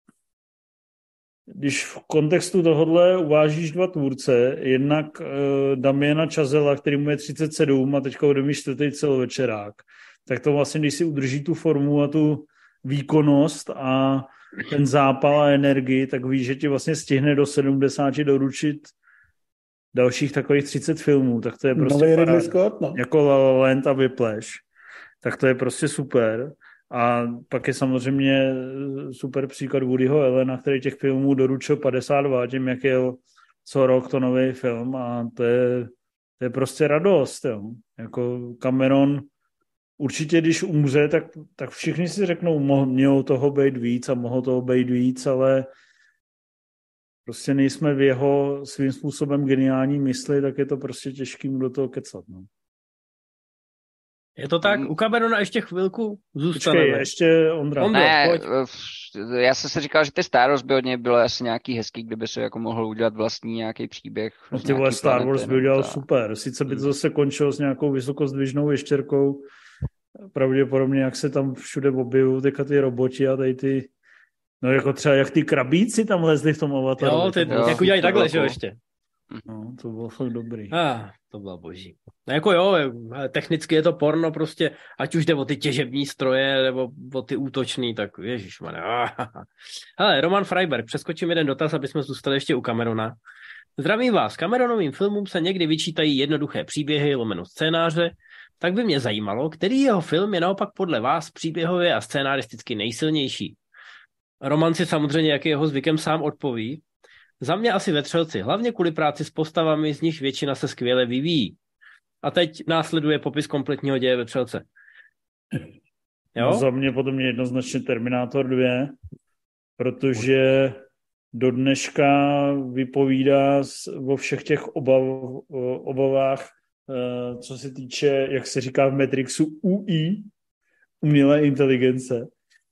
když v kontextu tohohle uvážíš dva tvůrce, jednak Damiena Chazella, který mu je 37 a teďka bude mít 4. celovečerák, tak to vlastně, když si udrží tu formu a tu výkonnost a ten zápal a energii, tak víš, že ti vlastně stihne do 70 doručit dalších takových 30 filmů, tak to je prostě Ridley Scott, no. Jako La La Land a Whiplash, tak to je prostě super. A pak je samozřejmě super příklad Woodyho Allena, který těch filmů doručil 52, tím jak jel co rok to nový film a to je prostě radost. Jo. Jako Cameron určitě, když umře, tak všichni si řeknou, mělo toho být víc a mohlo toho být víc, ale prostě nejsme v jeho svým způsobem geniální mysli, tak je to prostě těžký mu do toho kecat. No. Je to tak? U Camerona ještě chvilku zůstaneme. Počkej, ještě Ondra. Ne, já jsem si říkal, že ty Star Wars by od něj bylo asi nějaký hezký, kdyby se jako mohl udělat vlastní nějaký příběh. No ty vole, Star Wars by udělal super. Sice by to zase končilo s nějakou vysokozdvižnou ještěrkou, pravděpodobně, jak se tam všude objevují ty roboti a tady ty, no jako třeba jak ty krabíci tam lezli v tom Avataru. Jo, jak udělají takhle, že jo, ještě. No, to bylo fakt dobrý. To bylo boží. No jako jo, technicky je to porno prostě, ať už jde o ty těžební stroje, nebo o ty útočný, tak ježišmarja. Hele, Roman Freiberg, přeskočím jeden dotaz, aby jsme zůstali ještě u Camerona. Zdravím vás, Cameronovým filmům se někdy vyčítají jednoduché příběhy, lomeno scénáře, tak by mě zajímalo, který jeho film je naopak podle vás příběhově a scénaristicky nejsilnější. Roman si samozřejmě, jak je jeho zvykem, sám odpoví. Za mě asi Vetřelci, hlavně kvůli práci s postavami, z nich většina se skvěle vyvíjí. A teď následuje popis kompletního děje Vetřelce. Jo? No, za mě potom je jednoznačně Terminátor 2, protože do dneška vypovídá o všech těch obavách, co se týče, jak se říká v Matrixu, UI, umělé inteligence.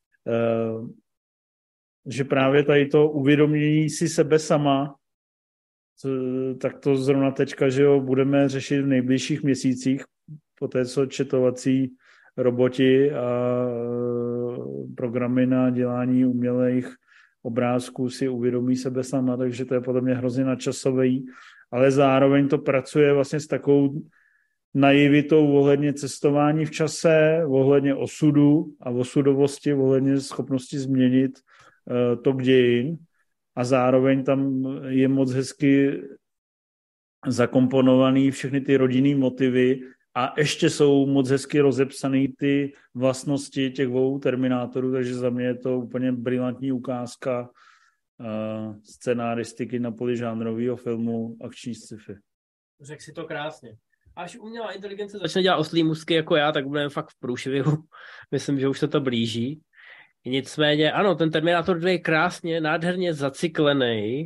Že právě tady to uvědomění si sebe sama, tak to zrovna teďka, že jo, budeme řešit v nejbližších měsících, po té, co četovací roboti a programy na dělání umělých obrázků si uvědomí sebe sama, takže to je podle mě hrozně nadčasový, ale zároveň to pracuje vlastně s takovou naivitou ohledně cestování v čase, ohledně osudu a osudovosti, ohledně schopnosti změnit tok dějin a zároveň tam je moc hezky zakomponovaný všechny ty rodinný motivy a ještě jsou moc hezky rozepsaný ty vlastnosti těch dvou Terminátorů, takže za mě je to úplně brilantní ukázka scenaristiky na poli žánrového filmu akční sci-fi. Řekl si to krásně. Až umělá inteligence začne dělat oslí můstky jako já, tak budeme fakt v průšvihu. Myslím, že už se to blíží. Nicméně, ano, ten Terminator 2 je krásně, nádherně zacyklený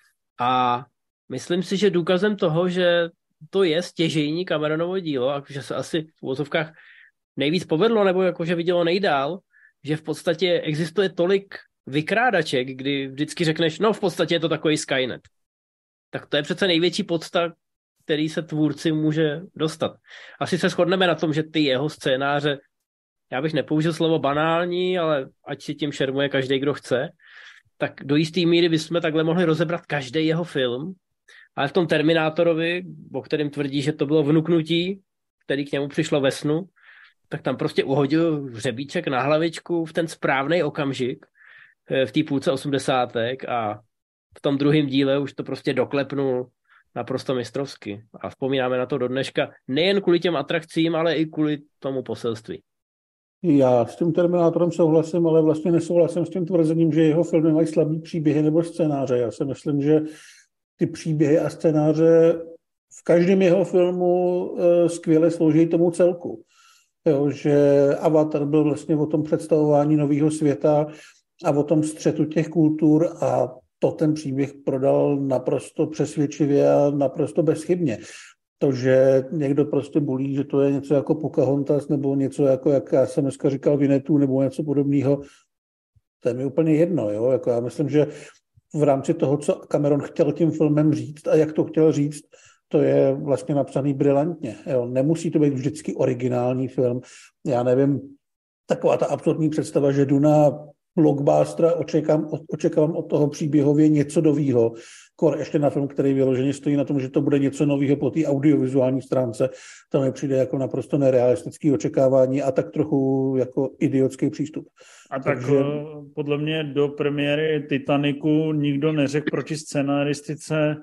a myslím si, že důkazem toho, že to je stěžejní Cameronovo dílo a že se asi v uvozovkách nejvíc povedlo, nebo jakože vidělo nejdál, že v podstatě existuje tolik vykrádaček, kdy vždycky řekneš, no v podstatě je to takový Skynet. Tak to je přece největší podsta, který se tvůrci může dostat. Asi se shodneme na tom, že ty jeho scénáře, já bych nepoužil slovo banální, ale ať si tím šermuje každý, kdo chce, tak do jistý míry bychom takhle mohli rozebrat každý jeho film, ale v tom Terminátorovi, o kterém tvrdí, že to bylo vnuknutí, který k němu přišlo ve snu, tak tam prostě uhodil hřebíček na hlavičku v ten správný okamžik v té půlce 80. a v tom druhém díle už to prostě doklepnul naprosto mistrovsky. A vzpomínáme na to do dneška nejen kvůli těm atrakcím, ale i kvůli tomu poselství. Já s tím Terminátorem souhlasím, ale vlastně nesouhlasím s tím tvrzením, že jeho filmy mají slabý příběhy nebo scénáře. Já si myslím, že ty příběhy a scénáře v každém jeho filmu skvěle slouží tomu celku. Jo, že Avatar byl vlastně o tom představování nového světa a o tom střetu těch kultur a to ten příběh prodal naprosto přesvědčivě a naprosto bezchybně. To, že někdo prostě bulí, že to je něco jako Pocahontas nebo něco jako, jak já jsem dneska říkal, Vinnetou nebo něco podobného, to je mi úplně jedno. Jo? Jako já myslím, že v rámci toho, co Cameron chtěl tím filmem říct a jak to chtěl říct, to je vlastně napsaný brilantně. Jo? Nemusí to být vždycky originální film. Já nevím, taková ta absurdní představa, že jdu na blockbustera, očekávám od toho příběhově něco novýho. Ještě na film, který vyloženě stojí na tom, že to bude něco novýho po té audiovizuální stránce. To mi přijde jako naprosto nerealistické očekávání a tak trochu jako idiotský přístup. A tak podle mě do premiéry Titanicu nikdo neřekl proti scenaristice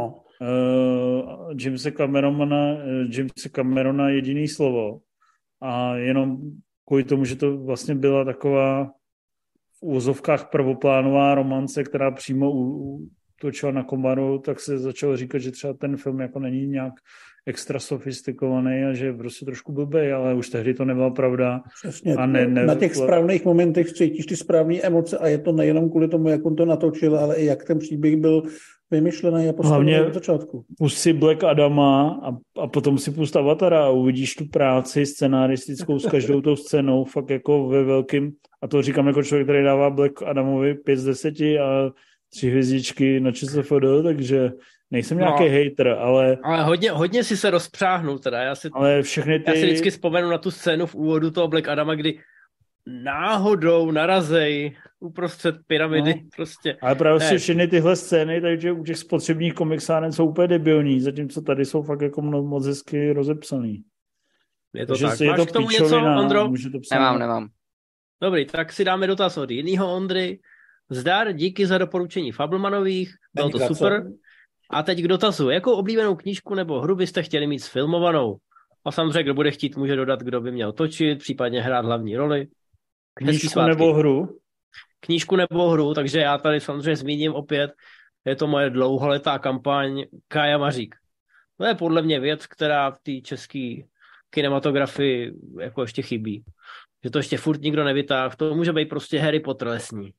Jamese Camerona jediný slovo. A jenom kvůli tomu, že to vlastně byla taková v úvozovkách prvoplánová romance, která přímo točila na komaru, tak se začalo říkat, že třeba ten film jako není nějak extra sofistikovaný a že je prostě trošku blbej, ale už tehdy to nebyla pravda. Přesně. A na těch správných momentech cítíš ty správné emoce a je to nejenom kvůli tomu, jak on to natočil, ale i jak ten příběh byl vymyšlený a postavený od začátku. Pust si Black Adama a potom si pust Avatara a uvidíš tu práci scenaristickou s každou tou scénou, fakt jako ve velkým, a to říkám jako člověk, který dává Black Adamovi 5 z 10 a 3 hvězdičky na ČSFD, takže nejsem nějaký hater, ale... Ale hodně si se rozpřáhnul teda. Já si vždycky vzpomenu na tu scénu v úvodu toho Black Adama, kdy náhodou narazej uprostřed pyramidy prostě. Ale právě si všechny tyhle scény, takže u těch spotřebních komiksáren jsou úplně debilní, zatímco tady jsou fakt jako moc hezky rozepsaný. Je to tak. Máš k tomu něco, Ondro? Nemám. Dobrý, tak si dáme dotaz od jinýho Ondry. Zdar, díky za doporučení Fabelmanových, bylo to super. A teď k dotazu. Jakou oblíbenou knížku nebo hru byste chtěli mít sfilmovanou? A samozřejmě, kdo bude chtít, může dodat, kdo by měl točit, případně hrát hlavní roli. Knížku nebo hru? Knížku nebo hru, takže já tady samozřejmě zmíním opět, je to moje dlouholetá kampaň Kája Mařík. To je podle mě věc, která v té české kinematografii jako ještě chybí. Že to ještě furt nikdo nevytáhl. To může být prostě Harry Potter lesní.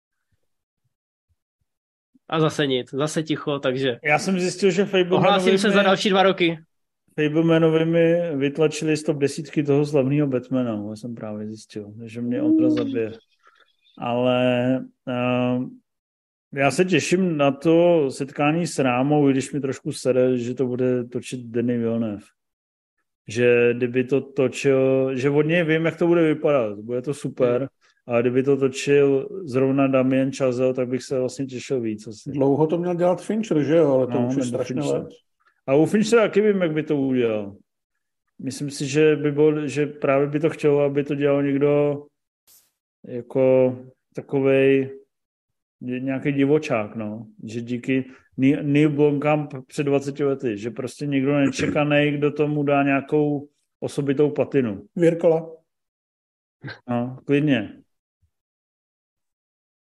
A zase nic, zase ticho, takže... Já jsem zjistil, že ohlásím se za další 2 roky. Fablemanovi mi vytlačili z top 10 toho slavného Batmana, já jsem právě zjistil, že mě Ondra zabije. Ale já se těším na to setkání s Rámou, když mi trošku sere, že to bude točit Denis Villeneuve. Že kdyby to točil, že od něj vím, jak to bude vypadat, bude to super. A kdyby to točil zrovna Damien Chazelle, tak bych se vlastně těšil víc. Asi. Dlouho to měl dělat Fincher, že jo? Ale to už je strašně let. A u Finchera taky vím, jak by to udělal. Myslím si, že právě by to chtělo, aby to dělal někdo jako takovej nějaký divočák, no. Že díky Neil Blomkamp před 20 lety, že prostě někdo nečekaný, kdo tomu dá nějakou osobitou patinu. Virkola. No, klidně.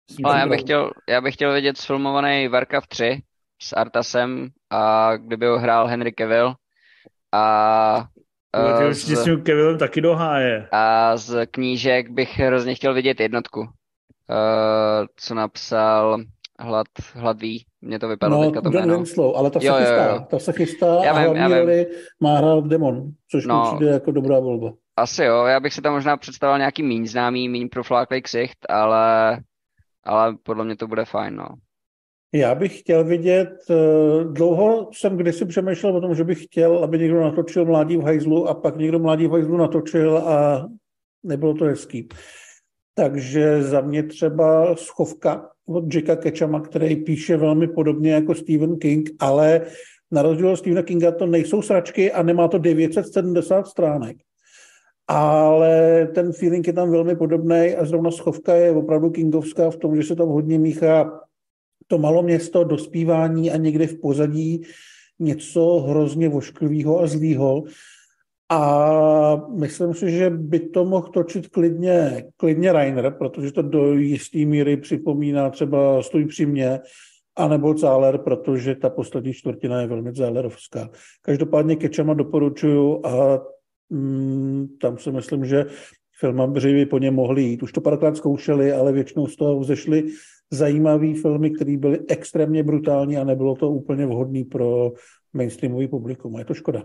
Myslím, No, že já bych chtěl vidět sfilmovaný Warcraft 3 s Artasem a kdyby ho hrál Henry Cavill a tak eh, určitě s z, tím Kevilem taky do háje. a z knížek bych hrozně chtěl vidět jednotku. Co napsal Hlad ví, mně to vypadlo No, teďka to John jméno. Winslow, ale ta se Jo, jo, jo. chystá. Ta se chystá Já a vím, já hlavní vím. roli má hrát Demon, což mi No, přijde jako dobrá volba. asi jo, já bych si tam možná představoval nějaký míň známý, míň profláklý ksicht, ale podle mě to bude fajn, no. Já bych chtěl vidět, dlouho jsem kdysi přemýšlel o tom, že bych chtěl, aby někdo natočil Mládí v hajzlu a pak někdo Mládí v hajzlu natočil a nebylo to hezký. Takže za mě třeba Schovka od Jacka Ketchama, který píše velmi podobně jako Stephen King, ale na rozdíl od Stephena Kinga to nejsou sračky a nemá to 970 stránek. Ale ten feeling je tam velmi podobný a zrovna Schovka je opravdu kingovská v tom, že se tam hodně míchá to maloměsto, dospívání a někde v pozadí něco hrozně vošklivého a zlýho. A myslím si, že by to mohl točit klidně Reiner, protože to do jisté míry připomíná třeba Stůj při mně, anebo Záler, protože ta poslední čtvrtina je velmi zálerovská. Každopádně Ketchama doporučuju a tam si myslím, že filmaři by po něm mohli jít. Už to párkrát zkoušeli, ale většinou z toho vzešly zajímavý filmy, které byly extrémně brutální a nebylo to úplně vhodné pro mainstreamový publikum. A je to škoda.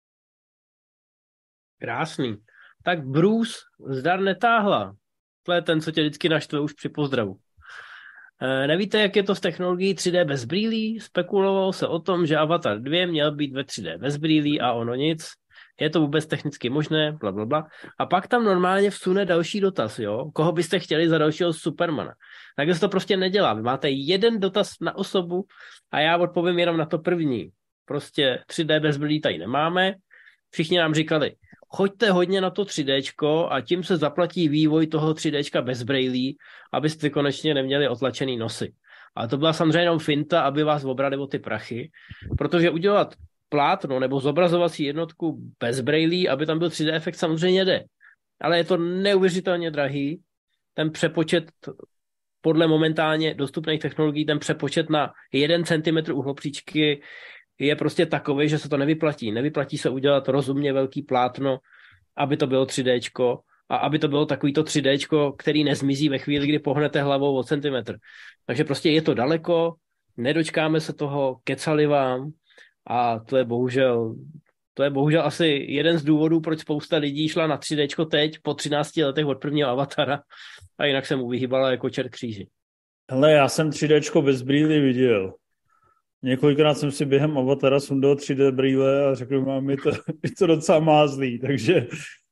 Krásný. Tak Bruce, zdar netáhla. To je ten, co tě vždycky naštve už při pozdravu. Nevíte, jak je to s technologií 3D bez brýlí? Spekulovalo se o tom, že Avatar 2 měl být ve 3D bez brýlí a ono nic. Je to vůbec technicky možné? Blablabla. A pak tam normálně vsune další dotaz, jo? Koho byste chtěli za dalšího Supermana? Takže se to prostě nedělá. Vy máte jeden dotaz na osobu a já odpovím jenom na to první. Prostě 3D bez brýlí tady nemáme. Všichni nám říkali, choďte hodně na to 3Dčko a tím se zaplatí vývoj toho 3Dčka bez brejlí, abyste konečně neměli otlačený nosy. Ale to byla samozřejmě jenom finta, aby vás obrali o ty prachy, protože udělat plátno nebo zobrazovací jednotku bez brejlí, aby tam byl 3D efekt, samozřejmě jde. Ale je to neuvěřitelně drahý. Ten přepočet podle momentálně dostupných technologií, ten přepočet na 1 cm uhlopříčky je prostě takový, že se to nevyplatí. Nevyplatí se udělat rozumně velký plátno, aby to bylo 3Dčko a aby to bylo takovýto 3Dčko, který nezmizí ve chvíli, kdy pohnete hlavou o centimetr. Takže prostě je to daleko, nedočkáme se toho, kecali vám a to je bohužel asi jeden z důvodů, proč spousta lidí šla na 3Dčko teď po 13 letech od prvního Avatara a jinak se mu vyhýbala jako čert kříži. Hele, já jsem 3Dčko bez brýlí viděl. Několikrát jsem si během Avatara sundal 3D brýle a řekl, mám, je to docela mázlý, takže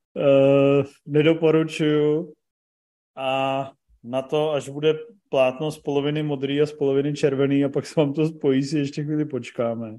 nedoporučuju. A na to, až bude plátno z poloviny modrý a z poloviny červený a pak se vám to spojí, si ještě chvíli počkáme.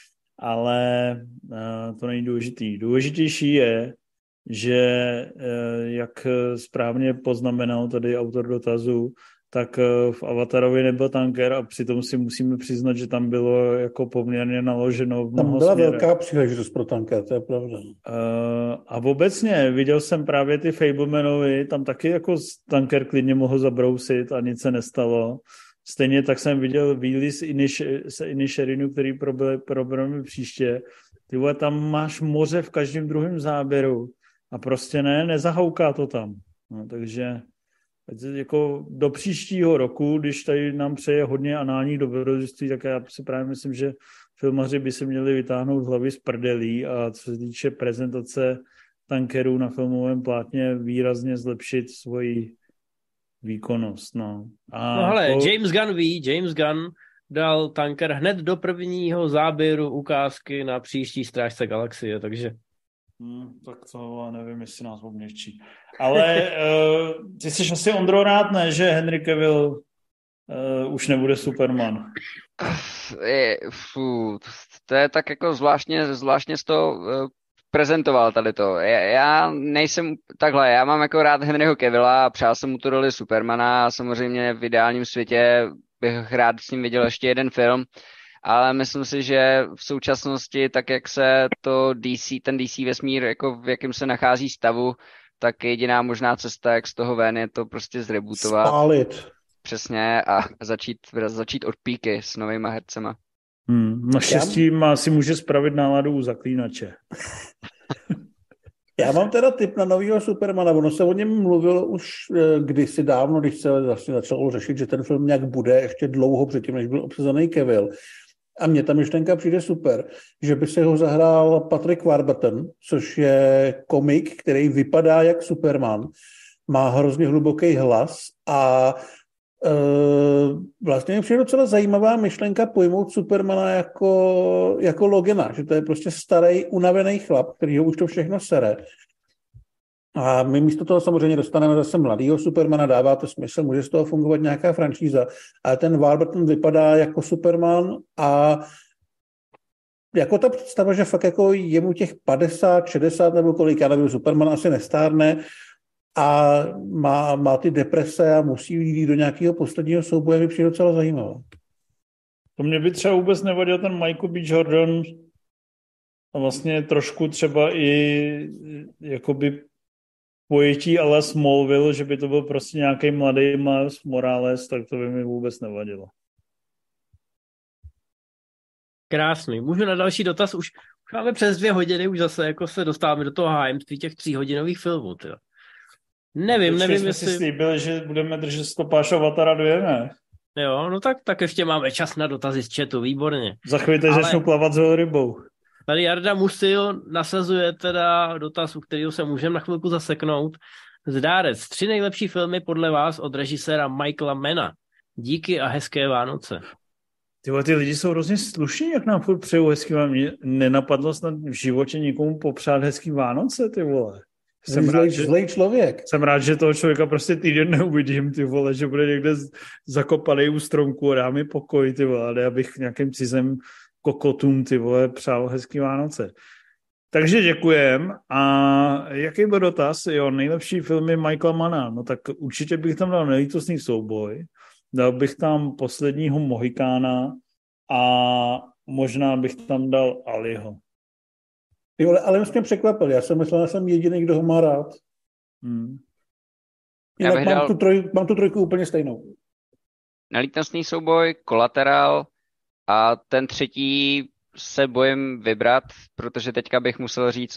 Ale to není důležitý. Důležitější je, že jak správně poznamenal tady autor dotazu, tak v Avatarovi nebyl tanker a přitom si musíme přiznat, že tam bylo jako poměrně naloženo v mnoho Tam byla směrech. velká příležitost pro tanker, to je pravda. A obecně viděl jsem právě ty Fablemanovi, tam taky jako tanker klidně mohl zabrousit a nic se nestalo. Stejně tak jsem viděl Wheelie z Inisherinu, který problémy příště. Ty vole, tam máš moře v každém druhém záběru a prostě nezahouká to tam. No, takže jako do příštího roku, když tady nám přeje hodně análních dobrodružství, tak já si právě myslím, že filmaři by se měli vytáhnout hlavy z prdelí a co se týče prezentace tankerů na filmovém plátně výrazně zlepšit svoji výkonnost. No hele, James Gunn dal tanker hned do prvního záběru ukázky na příští Strážce galaxie, takže tak to nevím, jestli nás obměkčí. Ale ty jsi asi, Ondro, rád, ne, že Henry Cavill už nebude Superman? To je tak jako zvláštně z toho prezentoval tady to. Já nejsem takhle, já mám jako rád Henryho Cavilla a přál jsem mu tu roli Supermana a samozřejmě v ideálním světě bych rád s ním viděl ještě jeden film, ale myslím si, že v současnosti, tak jak se ten DC vesmír, jako v jakém se nachází stavu, tak jediná možná cesta, jak z toho ven, je to prostě zrebootovat. Spálit. přesně a začít od píky s novýma hercema. Naštěstí si může spravit náladu u Zaklínače. Já mám teda tip na novýho Supermana. Ono se o něm mluvilo už kdysi dávno, když se vlastně začalo řešit, že ten film nějak bude ještě dlouho předtím, než byl obsazený Cavill. A mně ta myšlenka přijde super, že by se ho zahrál Patrick Warburton, což je komik, který vypadá jak Superman, má hrozně hluboký hlas a vlastně mi přijde docela zajímavá myšlenka pojmout Supermana jako Logana, že to je prostě starý, unavený chlap, který ho už to všechno sere. A my místo toho samozřejmě dostaneme zase mladýho Supermana, dává to smysl, může z toho fungovat nějaká franšíza, ale ten Warburton vypadá jako Superman a jako ta představa, že fakt jako je mu těch 50, 60 nebo kolik, já nevím, Superman asi nestárne a má ty deprese a musí jít do nějakého posledního souboje, mi přijde docela zajímavé. To mě by třeba vůbec nevadil ten Michael B. Jordan a vlastně trošku třeba i jakoby pojetí ale Smallville, že by to byl prostě nějaký mladý Miles Morales, tak to by mi vůbec nevadilo. Krásný. Můžu na další dotaz? Už máme přes 2 hodiny, už zase jako se dostáváme do toho hájemství těch 3hodinových filmů. Tyjo. Nevím, jsme jestli... si slíbili, že budeme držet stopáž Avatara 2, ne? Jo, no tak ještě máme čas na dotazy z chatu, výborně. Za chvíli začnu plavat s velrybou. Tady Jarda Musil nasazuje teda dotaz, u kterého se můžeme na chvilku zaseknout. Zdárec, 3 nejlepší filmy podle vás od režiséra Michaela Manna. Díky a hezké Vánoce. Ty lidi jsou hrozně slušní, jak nám furt přeju hezký Vánoce. Mě nenapadlo snad v životě nikomu popřát hezký Vánoce, ty vole. Zlej člověk. Jsem rád, že toho člověka prostě týden neuvidím, ty vole, že bude někde zakopaný u stromku a dá mi pokoj, ty vole, abych nějakým cizem kokotům, ty vole, přál hezký Vánoce. Takže děkujem. A jaký byl dotaz? Jo, nejlepší filmy Michaela Manna. No tak určitě bych tam dal Nelítostný souboj, dal bych tam Posledního Mohikána a možná bych tam dal Aliho. Jo, ale mě překvapil. Já jsem myslel, že jsem jediný, kdo ho má rád. Jinak mám tu trojku úplně stejnou. Nelítostný souboj, Kolaterál a ten třetí se bojím vybrat, protože teďka bych musel říct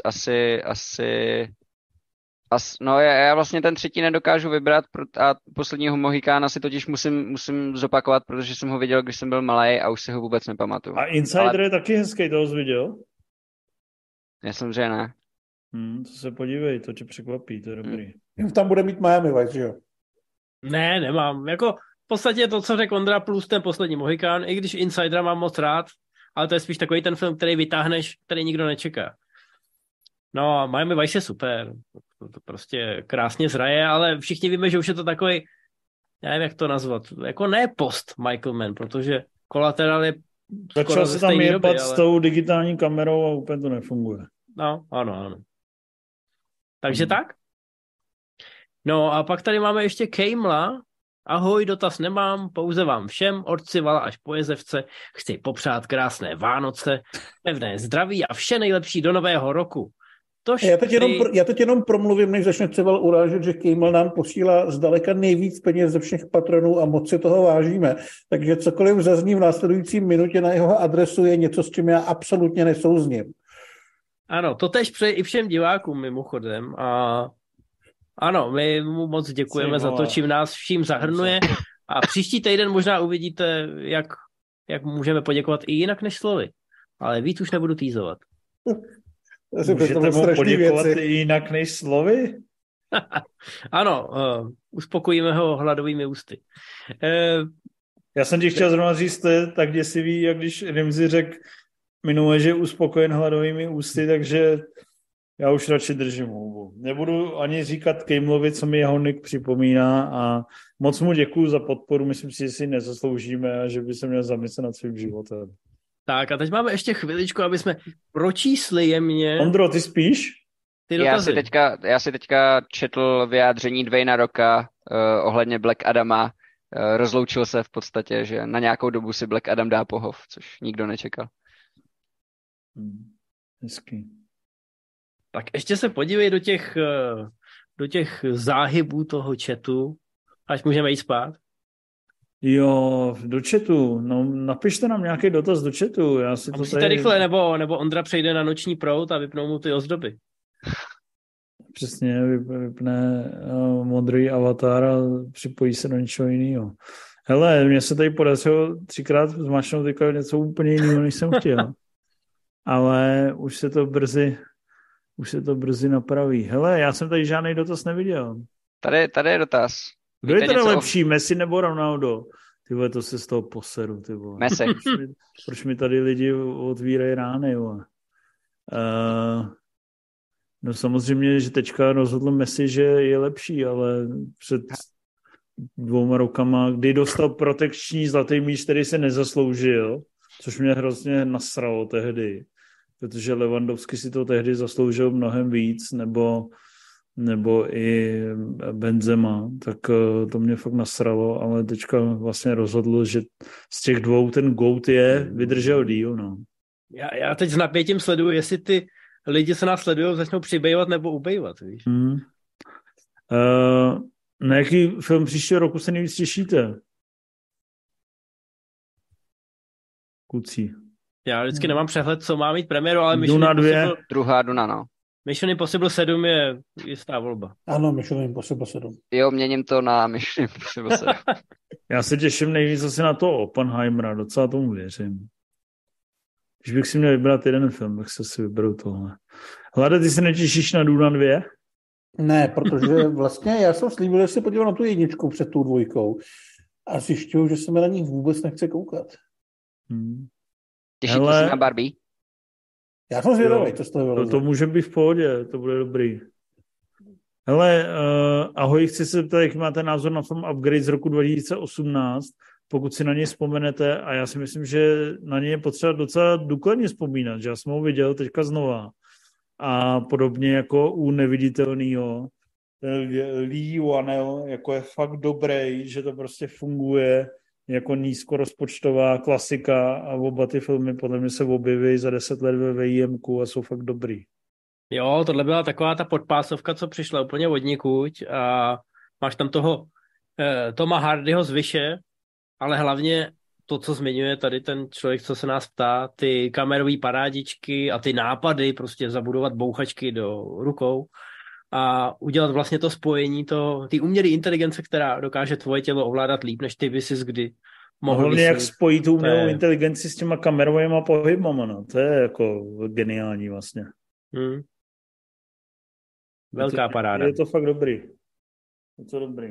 no já vlastně ten třetí nedokážu vybrat a Posledního Mohikána si totiž musím zopakovat, protože jsem ho viděl, když jsem byl malej a už si ho vůbec nepamatuju. A Insider je taky hezký, toho jsi viděl? Myslím, že ne. To se podívej, to tě překvapí, to je dobrý. Tam bude mít Miami Vice, že jo? Ne, nemám. Jako v podstatě to, co řekl Ondra, plus ten Poslední Mohikán, i když Insidera mám moc rád, ale to je spíš takový ten film, který vytáhneš, který nikdo nečeká. No a Miami Vice je super. To prostě krásně zraje, ale všichni víme, že už je to takový, nevím, jak to nazvat, jako ne post Michael Mann, protože Kolaterál je začal se tam jebat s tou digitální kamerou a úplně to nefunguje. No, ano. Takže tak? No a pak tady máme ještě Kejmla. Ahoj, dotaz nemám, pouze vám všem, od Civala až po Jezevce, chci popřát krásné Vánoce, pevné zdraví a vše nejlepší do nového roku. Já teď jenom promluvím, než začne Cival urážet, že Kejmel nám posílá zdaleka nejvíc peněz ze všech patronů a moc si toho vážíme. Takže cokoliv zazní v následující minutě na jeho adresu je něco, s čím já absolutně nesouzním. Ano, to tež přeji i všem divákům mimochodem a ano, my mu moc děkujeme za to, čím nás vším zahrnuje a příští týden možná uvidíte, jak můžeme poděkovat i jinak než slovy, ale víc už nebudu týzovat. Můžete mu poděkovat i jinak než slovy? Ano, uspokojíme ho hladovými ústy. Já jsem ti chtěl zrovna říct, to je tak děsivý, jak když Rimzi řekl minule, že je uspokojen hladovými ústy, takže já už radši držím hubu. Nebudu ani říkat Kejmlovi, co mi jeho nick připomíná a moc mu děkuju za podporu, myslím si, že si nezasloužíme a že by se měl zamyslet nad svým životem. Tak a teď máme ještě chviličku, aby jsme pročísli jemně. Ondro, ty spíš? Ty dotazy. Já si teďka četl vyjádření Dwayna Rocka ohledně Black Adama. Rozloučil se v podstatě, že na nějakou dobu si Black Adam dá pohov, což nikdo nečekal. Hezký. Tak ještě se podívej do těch záhybů toho chatu, až můžeme jít spát. Jo, do chatu. No, napište nám nějaký dotaz do chatu. Já si A to musíte rychle, nebo Ondra přejde na noční proud a vypnou mu ty ozdoby. Přesně, vypne modrý avatar a připojí se do něčeho jiného. Hele, mně se tady podařilo 3krát zmačknout teďka něco úplně jiného, než jsem chtěl. Ale už se to brzy napraví. Hele, já jsem tady žádný dotaz neviděl. Tady je dotaz. Kdo je teda lepší, Messi nebo Ronaldo? Ty vole, to se z toho poseru, ty vole. Messi. Proč mi tady lidi otvírají rány, vole? No samozřejmě, že teďka rozhodl Messi, že je lepší, ale před 2 rokama, kdy dostal protekční zlatý míč, který se nezasloužil, což mě hrozně nasralo tehdy, protože Lewandowski si to tehdy zasloužil mnohem víc, nebo i Benzema, tak to mě fakt nasralo, ale teďka vlastně rozhodl, že z těch dvou ten GOAT vydržel díl, no. Já teď s napětím sleduju, jestli ty lidi, co nás sledují, začnou přibývat nebo ubejvat, víš? Na jaký film příštího roku se nejvíc těšíte? Kluci. Já vždycky nemám přehled, co má mít premiéru, ale Duna 2. Druhá Duna, no. Mission Impossible 7 je jistá volba. Ano, Mission Impossible 7. Jo, měním to na Mission Impossible 7. Já se těším nejvíc asi na to Oppenheimera, docela tomu věřím. Když bych si měl vybrat jeden film, tak se si vyberu tohle. Hlade, ty se netěšíš na Duna 2? Ne, protože vlastně já jsem slíbil, že se podívám na tu jedničku před tou 2 a zjišťuju, že se mi na nich vůbec nechce koukat. Těšíte se na Barbie? Já jsem zvědavý, co z toho vyleze. To může být v pohodě, to bude dobrý. Hele, ahoj, chci se zeptat, jaký máte názor na film Upgrade z roku 2018, pokud si na něj vzpomenete, a já si myslím, že na něj je potřeba docela důkladně vzpomínat, že já jsem ho viděl teďka znova. A podobně jako u Neviditelného, Lee Wanell jako je fakt dobrý, že to prostě funguje jako nízkorozpočtová klasika a oba ty filmy podle mě se objeví za 10 let ve VIMku a jsou fakt dobrý. Jo, tohle byla taková ta podpásovka, co přišla úplně odnikud a máš tam toho Toma Hardyho z Vyše, ale hlavně to, co zmiňuje tady ten člověk, co se nás ptá, ty kamerové parádičky a ty nápady, prostě zabudovat bouchačky do rukou a udělat vlastně to spojení, ty umělé inteligence, která dokáže tvoje tělo ovládat líp, než ty bys kdy mohl hlavně vysnít. Jak spojí tu umělou inteligenci s těma kamerovými pohybama, no. To je jako geniální vlastně. Velká paráda. Je to fakt dobrý. Je to dobrý.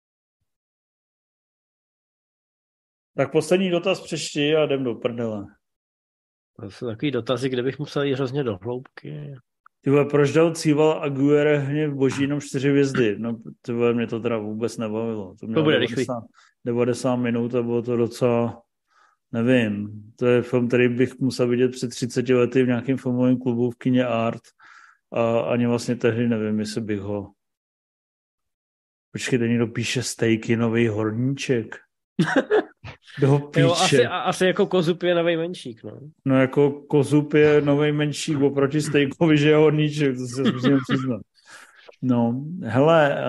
Tak poslední dotaz přečti a jdem do prdele. To jsou takový dotazy, kde bych musel jít hrozně do hloubky. Tyhle, proč dal Cíval Aguirre hněv boží jenom 4 hvězdy? No, tyhle, mě to teda vůbec nebavilo. To bude 90 minut a bylo to docela, nevím, to je film, který bych musel vidět před 30 lety v nějakém filmovém klubu v kině Art a ani vlastně tehdy nevím, jestli bych ho... Počkejte, někdo píše Stejky, nový horníček. Do píče. Jo, asi jako Kozub je novej menšík, no. No jako Kozub je novej menšík oproti Stejkovi, že je horníček, to se musím přiznat. No, hele,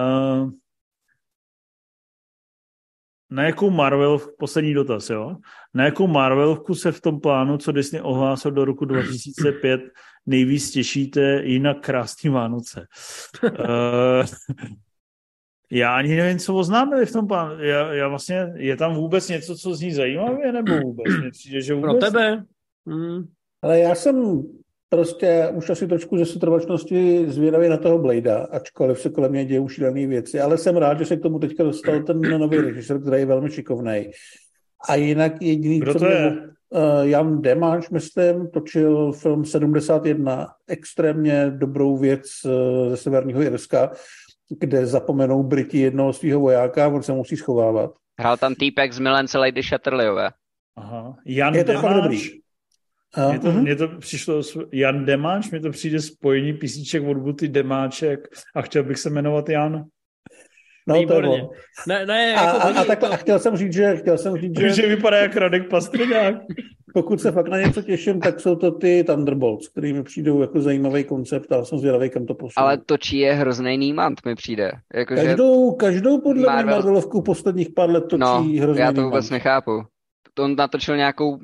na jakou poslední dotaz, jo? Na jakou Marvelovku se v tom plánu, co Disney ohlásil do roku 2005, nejvíc těšíte, jinak krásný Vánoce? Já ani nevím, co oznámili v tom plánu. Já vlastně, je tam vůbec něco, co zní zajímavě, nebo vůbec? Mně přijde, že vůbec... Pro tebe? Ale já jsem prostě už asi trošku ze setrvačnosti zvědavý na toho Bladea, ačkoliv se kolem mě dějou šílené věci, ale jsem rád, že se k tomu teďka dostal ten nový režisér, který je velmi šikovnej. A jinak jediný, kdo to je? Jan Demáš, myslím, točil film 71, extrémně dobrou věc ze Severního Irska, kde zapomenou Briti jednoho svého vojáka a on se musí schovávat. Hrál tam týpek z Milence Lady Chatterleyové. Aha. Jan je to Demáč? fakt dobrý. Mně to přišlo, Jan Demáč, mi to přijde spojení písniček od Buty Demáček a chtěl bych se jmenovat Jan. No, to je Výborně. on. Ne, jako A chtěl jsem říct, že že vypadá jak Radek Pastrňák. pokud se fakt na něco těším, tak jsou to ty Thunderbolts, který mi přijdou jako zajímavý koncept, ale jsem zvědavý, kam to posune. Ale točí je hroznej nímant, mi přijde. Každou podle mě Marvelovku posledních pár let točí hrozný já to vůbec nechápu. On natočil nějakou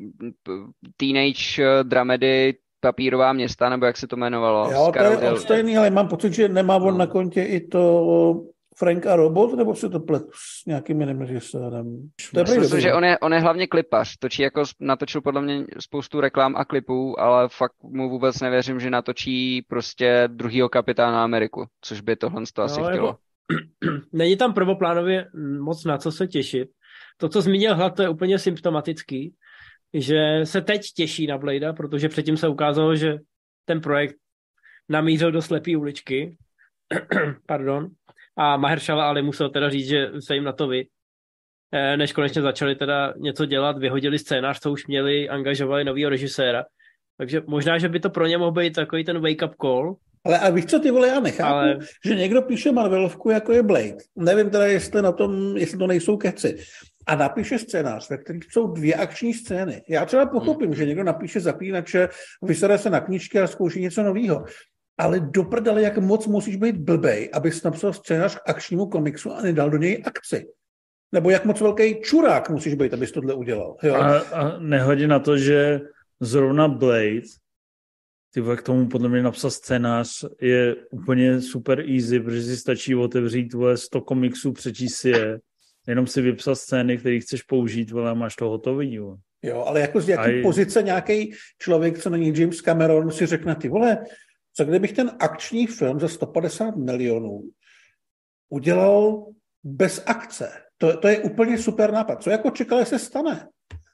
teenage dramedy Papírová města, nebo jak se to jmenovalo. Jo, to je odstejný, ale mám pocit, že nemá on na kontě i to Frank a Robot, nebo si to pletu s nějakým jiným režisérem? Myslím, že on je hlavně klipař. Natočil podle mě spoustu reklam a klipů, ale fakt mu vůbec nevěřím, že natočí prostě druhýho Kapitána Ameriku, což by tohle asi chtělo. Není tam prvoplánově moc na co se těšit. To, co zmínil Hlad, to je úplně symptomatický, že se teď těší na Bladea, protože předtím se ukázalo, že ten projekt namířil do slepý uličky. Pardon. A Mahershala Ali musel teda říct, že se jim na to než konečně začali teda něco dělat, vyhodili scénář, co už měli, angažovali novýho režiséra. Takže možná, že by to pro ně mohl být takový ten wake-up call. Ale víš co, ty vole, já nechápu, že někdo píše Marvelovku, jako je Blade. Nevím teda, jestli to nejsou keci. A napíše scénář, ve kterých jsou 2 akční scény. Já třeba pochopím, že někdo napíše Zaklínače, vysere se na knížky a zkouší něco nového. Ale do prdele, jak moc musíš být blbej, abys napsal scénář k akčnímu komiksu a nedal do něj akci. Nebo jak moc velký čurák musíš být, abys tohle udělal. Jo? A nehodí na to, že zrovna Blade, k tomu podle mě napsat scénář je úplně super easy, protože si stačí otevřít 100 komiksů, přečíst si je, jenom si vypsat scény, které chceš použít, a máš to hotový. Jo, ale jako z jaký pozice nějaký člověk, co není James Cameron, si řekne, ty vole, co kdybych ten akční film za 150 milionů udělal bez akce? To je úplně super nápad. Co jako čekal, se stane?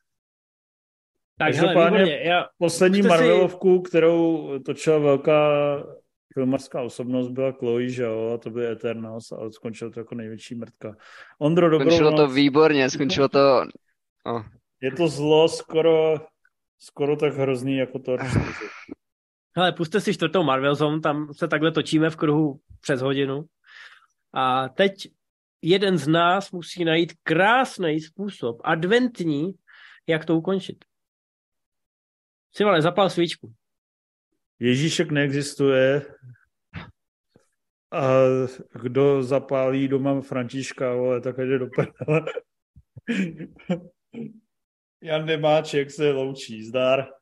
Tak hele, poslední Marvelovku, kterou točila velká filmařská osobnost, byla Chloe, že jo, a to byl Eternals, ale skončilo to jako největší mrtka. Ondro, skončilo to výborně, skončilo to... Je to zlo skoro tak hrozný jako to. Hele, puste si 4. Marvel Zone, tam se takhle točíme v kruhu přes hodinu. A teď jeden z nás musí najít krásný způsob, adventní, jak to ukončit. Civale, zapal svíčku. Ježíšek neexistuje. A kdo zapálí doma Františka, tak jde do prdele. Jan Demáček se loučí. Zdar.